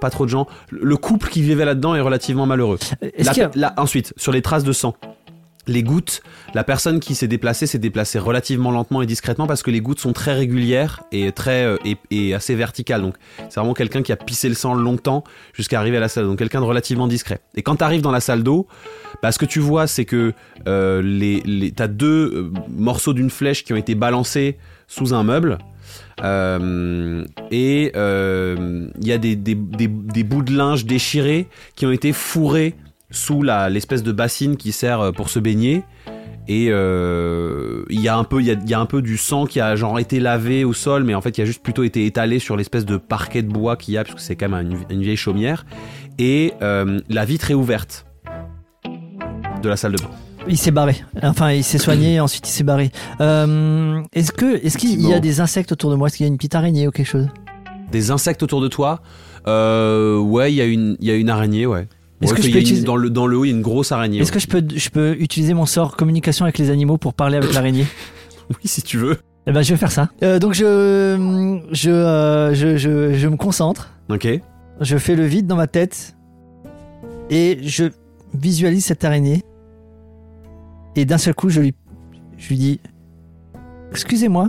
Non, le couple qui vivait là-dedans est relativement malheureux. Est-ce La- qu'il y a- la- ensuite, sur les traces de sang. Les gouttes, la personne qui s'est déplacée s'est déplacée relativement lentement et discrètement parce que les gouttes sont très régulières et très euh, et, et assez verticales. Donc c'est vraiment quelqu'un qui a pissé le sang longtemps jusqu'à arriver à la salle. Donc quelqu'un de relativement discret. Et quand tu arrives dans la salle d'eau, bah, ce que tu vois, c'est que euh, les, les, t'as deux euh, morceaux d'une flèche qui ont été balancés sous un meuble. Euh, et il euh, y a des, des, des, des bouts de linge déchirés qui ont été fourrés sous la, l'espèce de bassine qui sert pour se baigner. Et il euh, y a un peu, il y a, y a un peu du sang qui a genre été lavé au sol, mais en fait qui a juste plutôt été étalé sur l'espèce de parquet de bois qu'il y a, parce que c'est quand même une, une vieille chaumière. Et euh, la vitre est ouverte de la salle de bain. Il s'est barré. Enfin, il s'est soigné, ensuite il s'est barré. Euh, est-ce que, est-ce qu'il y a des insectes autour de moi? Est-ce qu'il y a une petite araignée ou quelque chose? Des insectes autour de toi? euh, Ouais, il y a une, il y a une araignée, ouais. Est-ce Ouais, que je il y peux a une- utiliser- dans le dans le haut, il y a une grosse araignée. Est-ce ouais. que je peux, je peux utiliser mon sort communication avec les animaux pour parler avec l'araignée? Oui, si tu veux. Eh ben, je vais faire ça. Euh, donc je, je, euh, je, je, je me concentre. Ok. Je fais le vide dans ma tête et je visualise cette araignée. Et d'un seul coup, je lui, je lui dis, excusez-moi.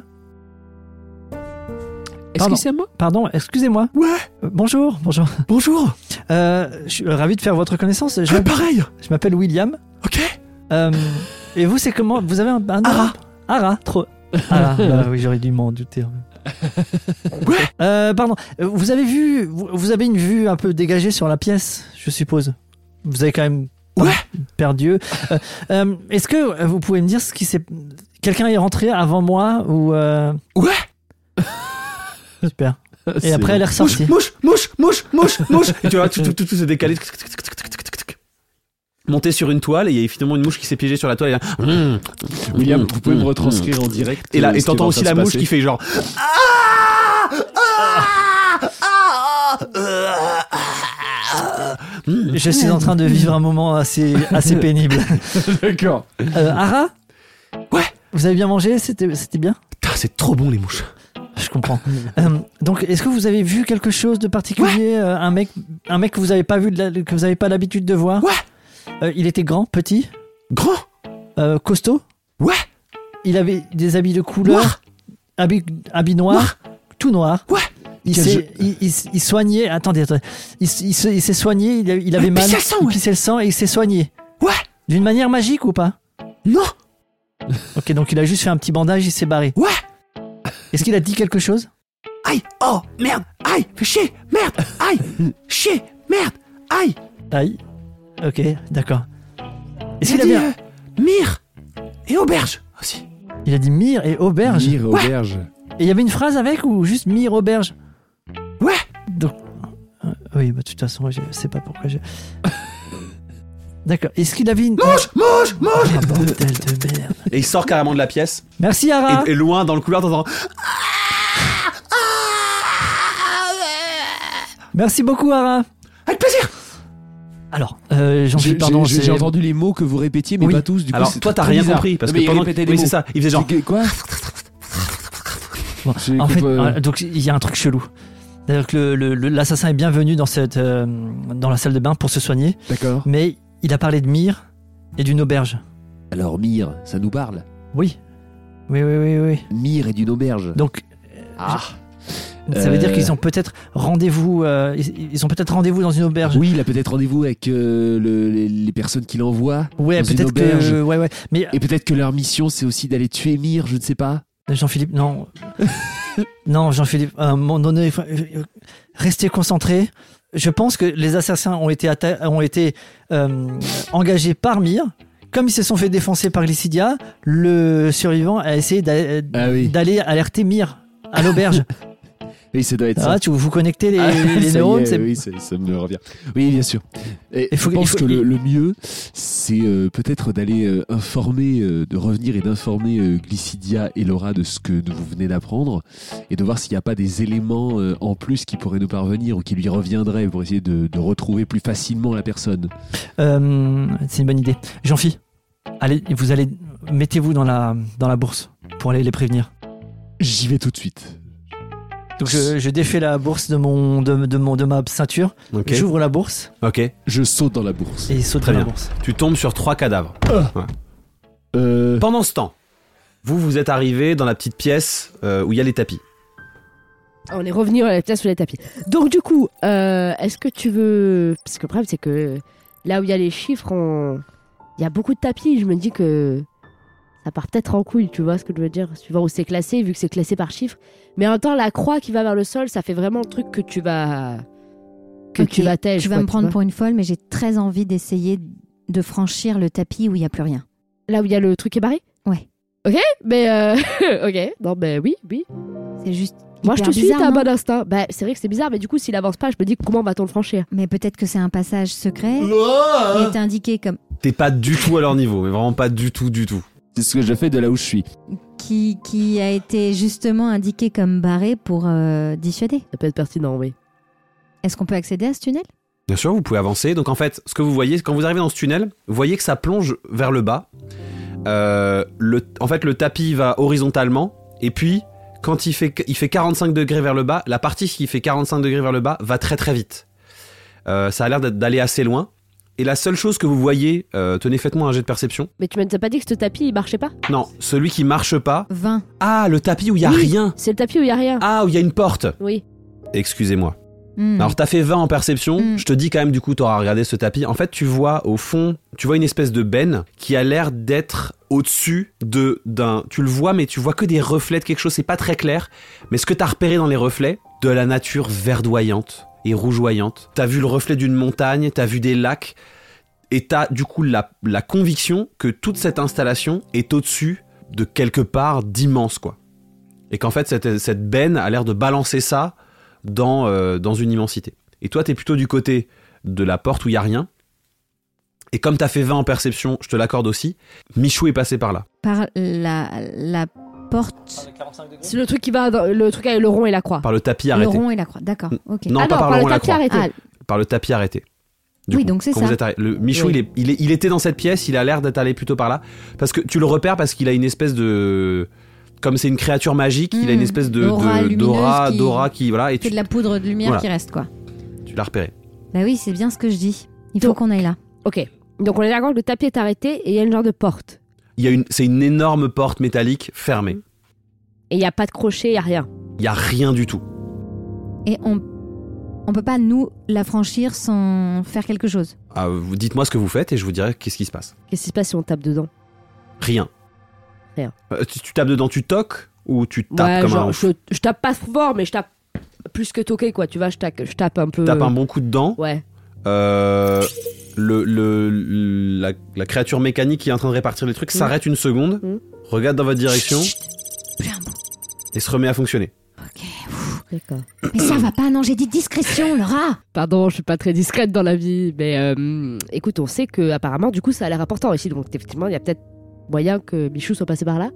Pardon. Excusez-moi. Pardon, excusez-moi. Ouais. Euh, bonjour, bonjour. Bonjour. Euh, je suis ravi de faire votre connaissance. Je, Ah, pareil. je m'appelle William. Ok. Euh, et vous, c'est comment? Vous avez un, un nom? Ara. Ara, trop. Ara, bah oui, j'aurais dû m'en douter. Ouais. Euh, pardon. Euh, Vous avez vu, vous, vous avez une vue un peu dégagée sur la pièce, je suppose. Vous avez quand même pas Ouais. perdu. Euh, euh, Est-ce que vous pouvez me dire ce qui s'est, quelqu'un est rentré avant moi ou euh... Ouais. Super. Et C'est après, bon. elle est ressortie. Mouche, mouche, mouche, mouche, mouche. Et tu vois, tout, tout, tout, tout s'est décalé. Monté sur une toile et il y a finalement une mouche qui s'est piégée sur la toile. Et, là, mmh, William, mmh, vous pouvez me mmh, retranscrire en direct. Et là, euh, et ce qui est t'entends en aussi train la de se mouche passer. qui fait genre. Je suis en train de vivre un moment assez, assez pénible. D'accord. Euh, Ara? Ouais. Vous avez bien mangé? C'était, c'était bien? Putain, c'est trop bon les mouches. Je comprends. Euh, donc, est-ce que vous avez vu quelque chose de particulier? euh, un mec, un mec que vous n'avez pas vu, de la- que vous n'avez pas l'habitude de voir? Ouais. Euh, il était grand, petit, Grand. euh, costaud. Ouais. Il avait des habits de couleur, Noir. habits, habits noirs, tout noir. Ouais. Il Quel s'est, jeu- il, il, il soignait. Attendez, attendez. Il, s- il se- il s'est soigné. Il, a- il avait Il mal. pissait le sang, il ouais. pissait le sang et il s'est soigné. Ouais. D'une manière magique ou pas? Non. Ok, donc il a juste fait un petit bandage. Il s'est barré. Ouais. Est-ce qu'il a dit quelque chose? Aïe. Oh merde. Aïe. Fais chier. Merde. Aïe. Chier. Merde. Aïe. Aïe. Ok, d'accord. Est-ce Il qu'il a dit avait... euh, mire et auberge aussi. Il a dit mire et auberge. Mire et Ouais. auberge. Et il y avait une phrase avec ou juste mire auberge? Ouais. Donc, euh, oui, bah, de toute façon, je sais pas pourquoi je. D'accord. Est-ce qu'il avait une. Mouche. Mouche. Mouche. Ah, bordel de merde. Et il sort carrément de la pièce. Merci, Ara. Et, et loin dans le couloir, t'entends. Merci beaucoup, Ara. Avec plaisir. Alors, euh, j'en J'ai suis pardon. j'ai- c'est- j'ai entendu les mots que vous répétiez, mais Oui. pas tous. Du coup, Alors c'est toi, t'as très rien bizarre. compris parce Non, que mais il pendant. répétait des Oui, mots. c'est ça. Il faisait genre. C'est que- Quoi Bon, J'ai en fait, compris, euh, euh, donc il y a un truc chelou. C'est-à-dire que le- le- le- l'assassin est bienvenu dans cette euh, dans la salle de bain pour se soigner, D'accord. mais il a parlé de mire et d'une auberge. Alors, Mire, ça nous parle. Oui. Oui, oui, oui, oui. Mire et d'une auberge. Donc, Ah. ça veut dire Euh, qu'ils ont peut-être rendez-vous. euh, ils, ils ont peut-être rendez-vous dans une auberge. Oui, il a peut-être rendez-vous avec euh, le- les, les personnes qui l'envoient. Ouais, dans une peut-être auberge. que. Ouais, ouais. Mais Et peut-être que leur mission, c'est aussi d'aller tuer Mire, je ne sais pas. Jean-Philippe, non. non, Jean-Philippe, à un moment donné, il faut- euh, restez concentré. Je pense que les assassins ont été, atta- ont été euh, engagés par Mire. Comme ils se sont fait défoncer par Glycidia, le survivant a essayé d'a- Ah oui. d'aller alerter Mire à l'auberge. Oui, ça doit être Ah, ça. tu vous connectez les, Ah, les ça y neurones, est, c'est- oui, ça, ça me revient. Oui, bien sûr. Et Il faut- je pense il faut- que le, il- le mieux, c'est euh, peut-être d'aller euh, informer, euh, de revenir et d'informer euh, Glycidia et Laura de ce que vous venez d'apprendre et de voir s'il n'y a pas des éléments euh, en plus qui pourraient nous parvenir ou qui lui reviendraient pour essayer de, de retrouver plus facilement la personne. Euh, c'est une bonne idée. Jean-Phi, allez, vous allez, mettez-vous dans la, dans la bourse pour aller les prévenir. J'y vais tout de suite. Donc je, je défais la bourse de mon de, de mon de ma ceinture. Ok. J'ouvre la bourse Ok. Je saute dans la bourse. et il saute Très dans la bien. bourse. Tu tombes sur trois cadavres. Ouais. Euh, Pendant ce temps, vous vous êtes arrivé dans la petite pièce euh, où il y a les tapis. On est revenu à la place sur les tapis. Donc du coup, euh, est-ce que tu veux... Parce que le problème, c'est que là où il y a les chiffres, on... il y a beaucoup de tapis. Je me dis que ça part peut-être en couille, tu vois ce que je veux dire, suivant où c'est classé, vu que c'est classé par chiffre. Mais en même temps, la croix qui va vers le sol, ça fait vraiment le truc que tu vas... que Ok, tu vas tèche. Tu vas quoi, me prendre vois. pour une folle, mais j'ai très envie d'essayer de franchir le tapis où il n'y a plus rien. Là où il y a le truc qui est barré. Ouais. Ok, mais... Euh... ok, non, mais oui, oui. C'est juste. Moi, je hyper te suis, bizarre, t'as un non bon instinct. Bah, c'est vrai que c'est bizarre, mais du coup, s'il avance pas, je me dis comment va-t-on le franchir? Mais peut-être que c'est un passage secret. Il est indiqué comme T'es pas du tout à leur niveau, mais vraiment pas du tout, du tout. c'est ce que je fais de là où je suis. qui qui a été justement indiqué comme barré pour euh, dissuader. Ça peut être pertinent, oui. Est-ce qu'on peut accéder à ce tunnel? Bien sûr, vous pouvez avancer. Donc en fait, ce que vous voyez, quand vous arrivez dans ce tunnel, vous voyez que ça plonge vers le bas. Euh, le, en fait, le tapis va horizontalement, et puis quand il fait, il fait quarante-cinq degrés vers le bas, la partie qui fait quarante-cinq degrés vers le bas va très très vite. Euh, ça a l'air d'aller assez loin. Et la seule chose que vous voyez, euh, tenez, faites-moi un jet de perception. Mais tu m'as pas dit que ce tapis, il marchait pas? Non, celui qui marche pas. vingt. Ah, le tapis où il y a Oui. rien. C'est le tapis où il y a rien. Ah, où il y a une porte. Oui. Excusez-moi. Hmm. Alors t'as fait vingt en perception, Mm. je te dis quand même du coup t'auras regardé ce tapis. En fait tu vois au fond, tu vois une espèce de benne qui a l'air d'être au-dessus de d'un... Tu le vois mais tu vois que des reflets de quelque chose, c'est pas très clair. Mais ce que t'as repéré dans les reflets, de la nature verdoyante et rougeoyante. T'as vu le reflet d'une montagne, t'as vu des lacs. Et t'as du coup la, la conviction que toute cette installation est au-dessus de quelque part d'immense quoi. Et qu'en fait cette, cette benne a l'air de balancer ça dans, euh, dans une immensité. Et toi, t'es plutôt du côté de la porte où il n'y a rien. Et comme t'as fait vingt en perception, je te l'accorde aussi, Michou est passé par là. Par la, la porte, C'est le truc qui va dans, le truc avec le rond et la croix. Par le tapis le arrêté. rond et la croix. D'accord. Ok. Non, ah pas non, par, par le le rond et la tapis croix. arrêté. Ah, Par le tapis arrêté. Du Oui, coup, donc c'est quand ça. vous êtes arrêté- le Michou, Oui. il, est, il, est, il était dans cette pièce, il a l'air d'être allé plutôt par là. Parce que tu le repères parce qu'il a une espèce de... Comme c'est une créature magique, il a une Mmh. espèce de, D'aura de- lumineuse d'aura, qui- d'aura qui... Voilà, et c'est tu, de la poudre de lumière Voilà. qui reste, quoi. tu l'as repéré. Bah oui, c'est bien ce que je dis. Il faut Donc- qu'on aille là. Ok. Donc on est d'accord que le tapis est arrêté et il y a une genre de porte. Il y a une, c'est une énorme porte métallique fermée. Et il n'y a pas de crochet, il n'y a rien. Il y a rien du tout. Et on on peut pas, nous, la franchir sans faire quelque chose. Ah, vous dites-moi ce que vous faites et je vous dirai qu'est-ce qui se passe. Qu'est-ce qui se passe si on tape dedans? Rien. Rien. Euh, tu, tu tapes dedans, tu toques ou tu tapes Ouais, comme genre, un je, je tape pas fort, mais je tape plus que toquer, quoi. Tu vois, je tape, je tape un peu. tapes un bon coup dedans. Ouais. Euh, le, le, la, la créature mécanique qui est en train de répartir les trucs Mm. s'arrête une seconde, Mm. regarde dans votre direction Plus un mot. et se remet à fonctionner. Ok. D'accord. Mais ça va pas, non, j'ai dit discrétion, Laura. Pardon, je suis pas très discrète dans la vie, mais euh, écoute, on sait que apparemment, du coup, ça a l'air important ici. Donc effectivement, il y a peut-être moyen que Michou soit passé par là.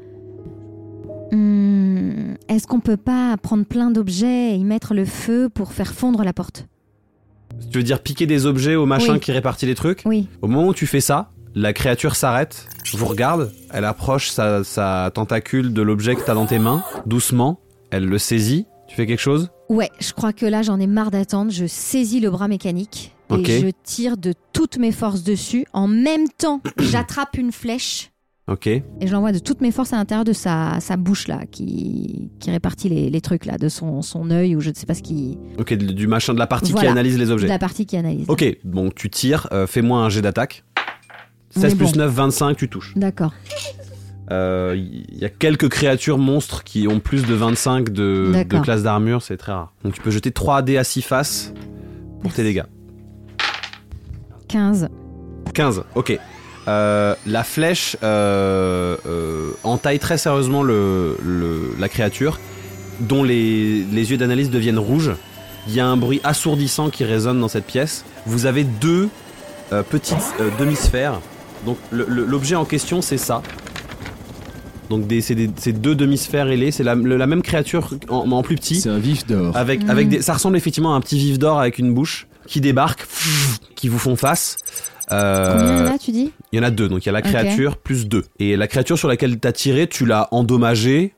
Hmm, Est-ce qu'on peut pas prendre plein d'objets et y mettre le feu pour faire fondre la porte? Tu veux dire piquer des objets au machin Oui. qui répartit les trucs? Oui. Au moment où tu fais ça, la créature s'arrête, vous regarde, elle approche sa, sa tentacule de l'objet que t'as dans tes mains, doucement, elle le saisit. Tu fais quelque chose? Ouais, je crois que là, j'en ai marre d'attendre. Je saisis le bras mécanique et Ok. je tire de toutes mes forces dessus. En même temps, j'attrape une flèche Ok. et je l'envoie de toutes mes forces à l'intérieur de sa, sa bouche là, qui, qui répartit les, les trucs là, de son, son œil ou je ne sais pas ce qui, Ok, du machin de la partie Voilà. qui analyse les de objets. la partie qui analyse. Ok, bon, tu tires, euh, fais-moi un jet d'attaque. On seize est plus bon. neuf, vingt-cinq, tu touches. D'accord. Il euh, y a quelques créatures monstres qui ont plus de vingt-cinq de, D'accord. de classe d'armure, c'est très rare. Donc tu peux jeter trois dés à six faces pour tes dégâts. quinze. quinze, ok. Euh, la flèche euh, euh, entaille très sérieusement le, le- la créature, dont les, les yeux d'analyse deviennent rouges. Il y a un bruit assourdissant qui résonne dans cette pièce. Vous avez deux euh, petites euh, demi-sphères. Donc le- le- l'objet en question, c'est ça. Donc des, c'est, des, c'est deux demi-sphères ailées. C'est la, le- la même créature en, en plus petit. C'est un vif d'or. Avec, Mhm. avec des, ça ressemble effectivement à un petit vif d'or avec une bouche qui débarque, qui vous font face. Euh, Combien là, tu dis? il y en a deux, donc il y a la Ok. créature plus deux. Et la créature sur laquelle t'as tiré, tu l'as endommagée,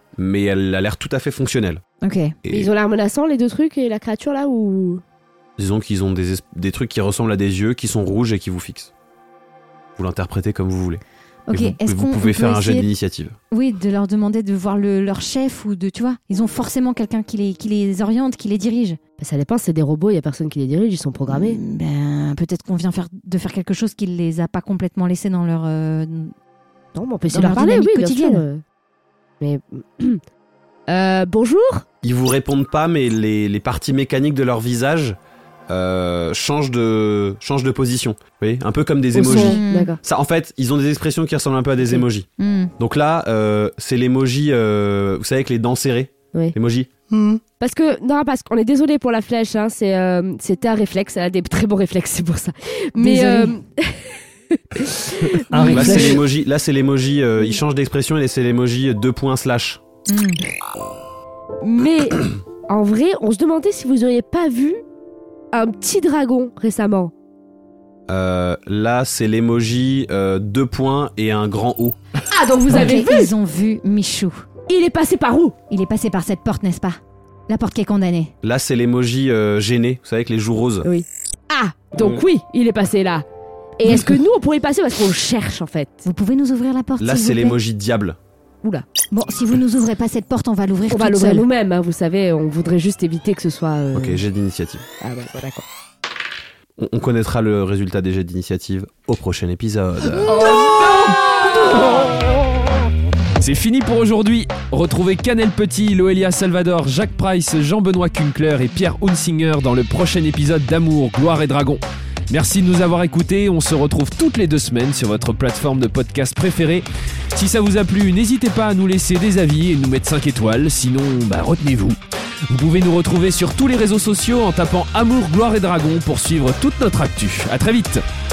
mais elle a l'air tout à fait fonctionnelle. Ok. Et Et ils ont l'air menaçants, les deux trucs, et la créature là, ou... disons qu'ils ont des, es- des trucs qui ressemblent à des yeux, qui sont rouges et qui vous fixent. Vous l'interprétez comme vous voulez. Ok. Et vous, Est-ce vous qu'on pouvez on peut faire un jet essayer- d'initiative. Oui, de leur demander de voir le, leur chef ou de, tu vois, ils ont forcément quelqu'un qui les, qui les oriente, qui les dirige. Bah, ça dépend, c'est des robots, il y a personne qui les dirige, ils sont programmés. Mm, Ben, peut-être qu'on vient faire, de faire quelque chose qui les a pas complètement laissés dans leur. euh, Non, mais on peut essayer Dans de leur leur parler, dynamique oui, bien sûr. quotidienne. euh. Mais... euh, bonjour. Ils vous répondent pas, mais les, les parties mécaniques de leur visage euh, changent, de, changent de position. Vous voyez, un peu comme des Au emojis. son, Mm. D'accord. Ça, en fait, ils ont des expressions qui ressemblent un peu à des Ok. emojis. hmm. Donc là, euh, c'est l'emoji, euh, vous savez, avec les dents serrées. Oui. L'emoji. Parce que, non, parce qu'on est désolé pour la flèche, hein, c'est, euh, c'était un réflexe, elle a des très bons réflexes, c'est pour ça. Mais, Désolée. euh, Un Là, c'est réflexe. l'emoji. Là, c'est l'emoji. Euh, il change d'expression et c'est l'emoji deux points slash. Hmm. mais en vrai, on se demandait si vous auriez pas vu un petit dragon récemment. Euh, là, c'est l'emoji euh, deux points et un grand O. Ah, donc vous Ok, avez vu. ils ont vu Michou. Il est passé par où? Il est passé par cette porte, n'est-ce pas? La porte qui est condamnée. Là, c'est l'emoji euh, gêné. Vous savez, avec les joues roses. Ah, donc oui, il est passé là. Et est-ce que nous, on pourrait y passer parce qu'on le cherche, en fait? Vous pouvez nous ouvrir la porte, Là, s'il c'est vous plaît l'emoji diable. Oula. Bon, si vous nous ouvrez pas cette porte, on va l'ouvrir On va toute l'ouvrir seule. nous-mêmes, hein, vous savez, on voudrait juste éviter que ce soit... euh, Ok, jet d'initiative. Ah ouais, ouais, d'accord. On, on connaîtra le résultat des jets d'initiative au prochain épisode. C'est fini pour aujourd'hui. Retrouvez Canel Petit, Loelia Salvador, Jacques Price, Jean-Benoît Kunkler et Pierre Hunsinger dans le prochain épisode d'Amour, Gloire et Dragon. Merci de nous avoir écoutés. On se retrouve toutes les deux semaines sur votre plateforme de podcast préférée. Si ça vous a plu, n'hésitez pas à nous laisser des avis et nous mettre cinq étoiles. Sinon, bah, retenez-vous. Vous pouvez nous retrouver sur tous les réseaux sociaux en tapant Amour, Gloire et Dragon pour suivre toute notre actu. À très vite.